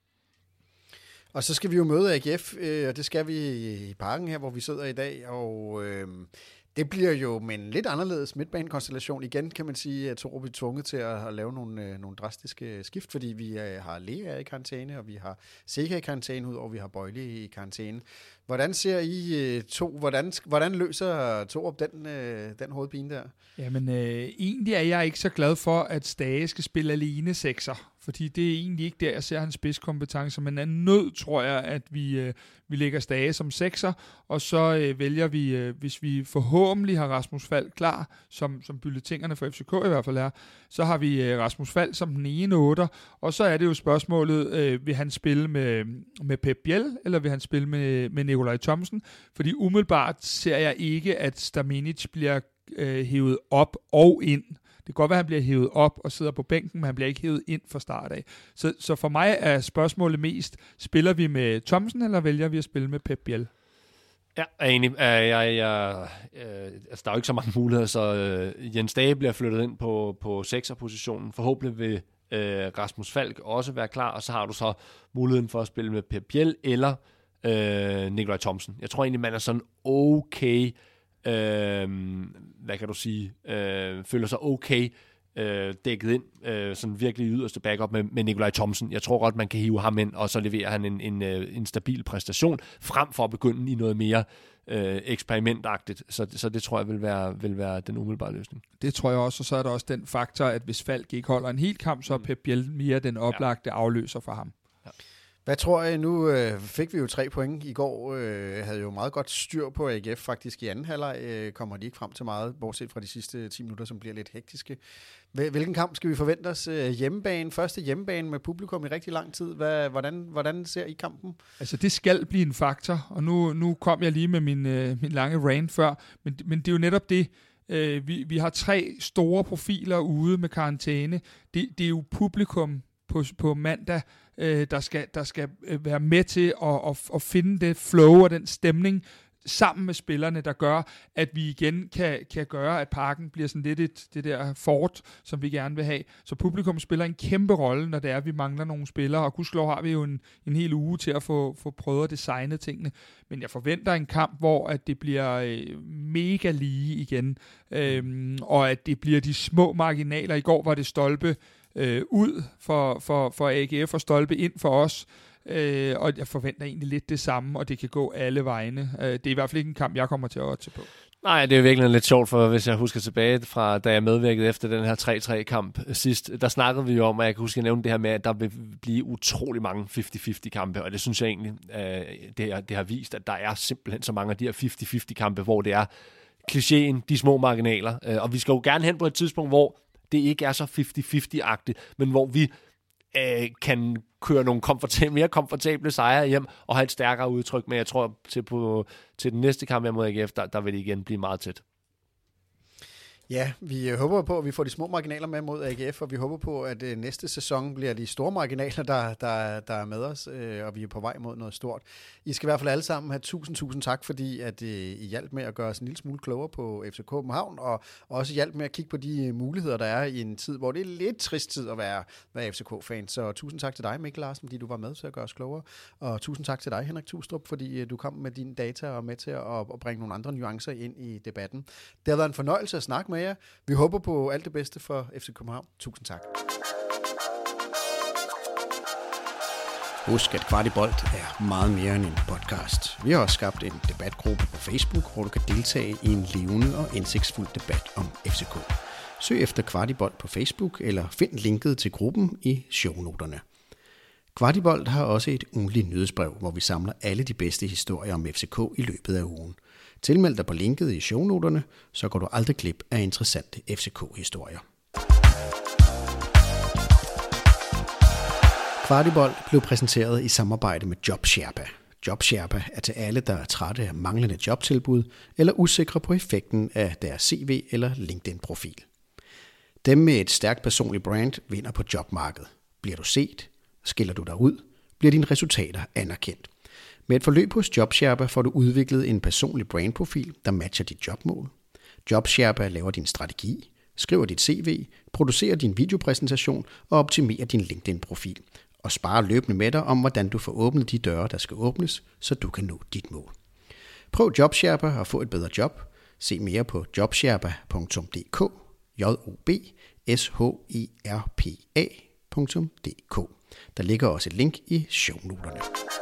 Og så skal vi jo møde AGF, og det skal vi i Parken her, hvor vi sidder i dag, og det bliver jo med en lidt anderledes midtbanekonstellation. Igen kan man sige, at Torup er tvunget til at lave nogle drastiske skift, fordi vi har Lea i karantæne, og vi har Sega i karantæne, udover vi har Bøjle i karantæne. Hvordan ser I hvordan løser Torup den hovedpine der? Jamen, egentlig er jeg ikke så glad for, at Stage skal spille alene sekser, fordi det er egentlig ikke der, jeg ser hans spidskompetence, men er nødt, tror jeg, at vi lægger Stage som sekser, og så vælger vi, hvis vi forhåbentlig har Rasmus Falk klar, som bulletinerne for FCK i hvert fald er, så har vi Rasmus Falk som den ene 8'er, og så er det jo spørgsmålet, vil han spille med Pep Biel, eller vil han spille med Nikolaj Thomsen? Fordi umiddelbart ser jeg ikke, at Stamenic bliver hævet op og ind. Det kan godt være, at han bliver hævet op og sidder på bænken, men han bliver ikke hævet ind fra start af. Så for mig er spørgsmålet mest, spiller vi med Thomsen, eller vælger vi at spille med Pep Biel? Ja, jeg er enig. Altså, der er jo ikke så mange muligheder, så Jens Dage bliver flyttet ind på 6'er-positionen. Forhåbentlig vil Rasmus Falk også være klar, og så har du så muligheden for at spille med Pep Biel eller Nikolaj Thomsen. Jeg tror egentlig, man er sådan okay, hvad kan du sige, føler sig okay dækket ind, sådan virkelig yderste backup med Nikolaj Thomsen. Jeg tror godt, man kan hive ham ind, og så leverer han en stabil præstation, frem for at begynde i noget mere eksperimentagtigt. Så det tror jeg vil være den umiddelbare løsning. Det tror jeg også, og så er der også den faktor, at hvis Falk ikke holder en hel kamp, så er Pep Biel mere den oplagte afløser for ham. Ja. Hvad tror I? Nu fik vi jo 3 point i går. Havde jo meget godt styr på AGF faktisk i anden halvleg. Kommer de ikke frem til meget, bortset fra de sidste 10 minutter, som bliver lidt hektiske. Hvilken kamp skal vi forvente os? Hjemmebane, første hjemmebane med publikum i rigtig lang tid. Hvordan ser I kampen? Altså det skal blive en faktor, og nu kom jeg lige med min lange rant før, men det er jo netop det. Vi har 3 store profiler ude med karantæne. Det er jo publikum på mandag, der skal være med til at finde det flow og den stemning sammen med spillerne, der gør, at vi igen kan gøre, at parken bliver sådan lidt det der fort, som vi gerne vil have. Så publikum spiller en kæmpe rolle, når det er, at vi mangler nogle spillere, og gudskelov har vi jo en hel uge til at få prøvet at designe tingene. Men jeg forventer en kamp, hvor at det bliver mega lige igen, og at det bliver de små marginaler. I går var det stolpe ud for AGF og stolpe ind for os, og jeg forventer egentlig lidt det samme, og det kan gå alle vegne. Det er i hvert fald ikke en kamp, jeg kommer til at oddse på. Nej, det er virkelig lidt sjovt, for hvis jeg husker tilbage fra, da jeg medvirkede efter den her 3-3-kamp sidst, der snakkede vi jo om, at jeg kan huske, at jeg nævnte det her med, at der vil blive utrolig mange 50-50-kampe, og det synes jeg egentlig, det har vist, at der er simpelthen så mange af de her 50-50-kampe, hvor det er klichéen, de små marginaler, og vi skal jo gerne hen på et tidspunkt, hvor det ikke er så 50-50-agtigt, men hvor vi kan køre nogle mere komfortable sejre hjem og have et stærkere udtryk. Men jeg tror, til den næste kamp mod AGF, der vil det igen blive meget tæt. Ja, vi håber på, at vi får de små marginaler med mod AGF, og vi håber på, at næste sæson bliver de store marginaler, der er med os, og vi er på vej mod noget stort. I skal i hvert fald alle sammen have tusind tak, fordi at I hjalp med at gøre os en lille smule klogere på FC København, og også hjalp med at kigge på de muligheder, der er i en tid, hvor det er lidt trist tid at være FCK-fan. Så tusind tak til dig, Mikkel Larsen, fordi du var med til at gøre os klogere, og tusind tak til dig, Henrik Thustrup, fordi du kom med dine data og med til at bringe nogle andre nuancer ind i debatten. Det har været en fornøjelse at snakke med jer. Vi håber på alt det bedste for FC København. Tusind tak. Husk, at Kvartibold er meget mere end en podcast. Vi har også skabt en debatgruppe på Facebook, hvor du kan deltage i en levende og indsigtsfuld debat om FCK. Søg efter Kvartibold på Facebook, eller find linket til gruppen i shownoterne. Kvartibold har også et ugentligt nyhedsbrev, hvor vi samler alle de bedste historier om FCK i løbet af ugen. Tilmeld dig på linket i shownoterne, så går du aldrig glip af interessante FCK-historier. Kvartibold blev præsenteret i samarbejde med JobSherpa. JobSherpa er til alle, der er trætte af manglende jobtilbud eller usikre på effekten af deres CV eller LinkedIn-profil. Dem med et stærkt personligt brand vinder på jobmarkedet. Bliver du set? Skiller du dig ud? Bliver dine resultater anerkendt? Med et forløb hos JobSherpa får du udviklet en personlig brandprofil, der matcher dit jobmål. JobSherpa laver din strategi, skriver dit CV, producerer din videopræsentation og optimerer din LinkedIn-profil. Og sparer løbende med dig om, hvordan du får åbnet de døre, der skal åbnes, så du kan nå dit mål. Prøv JobSherpa og få et bedre job. Se mere på jobsherpa.dk, jobsherpa.dk. Der ligger også et link i shownoterne.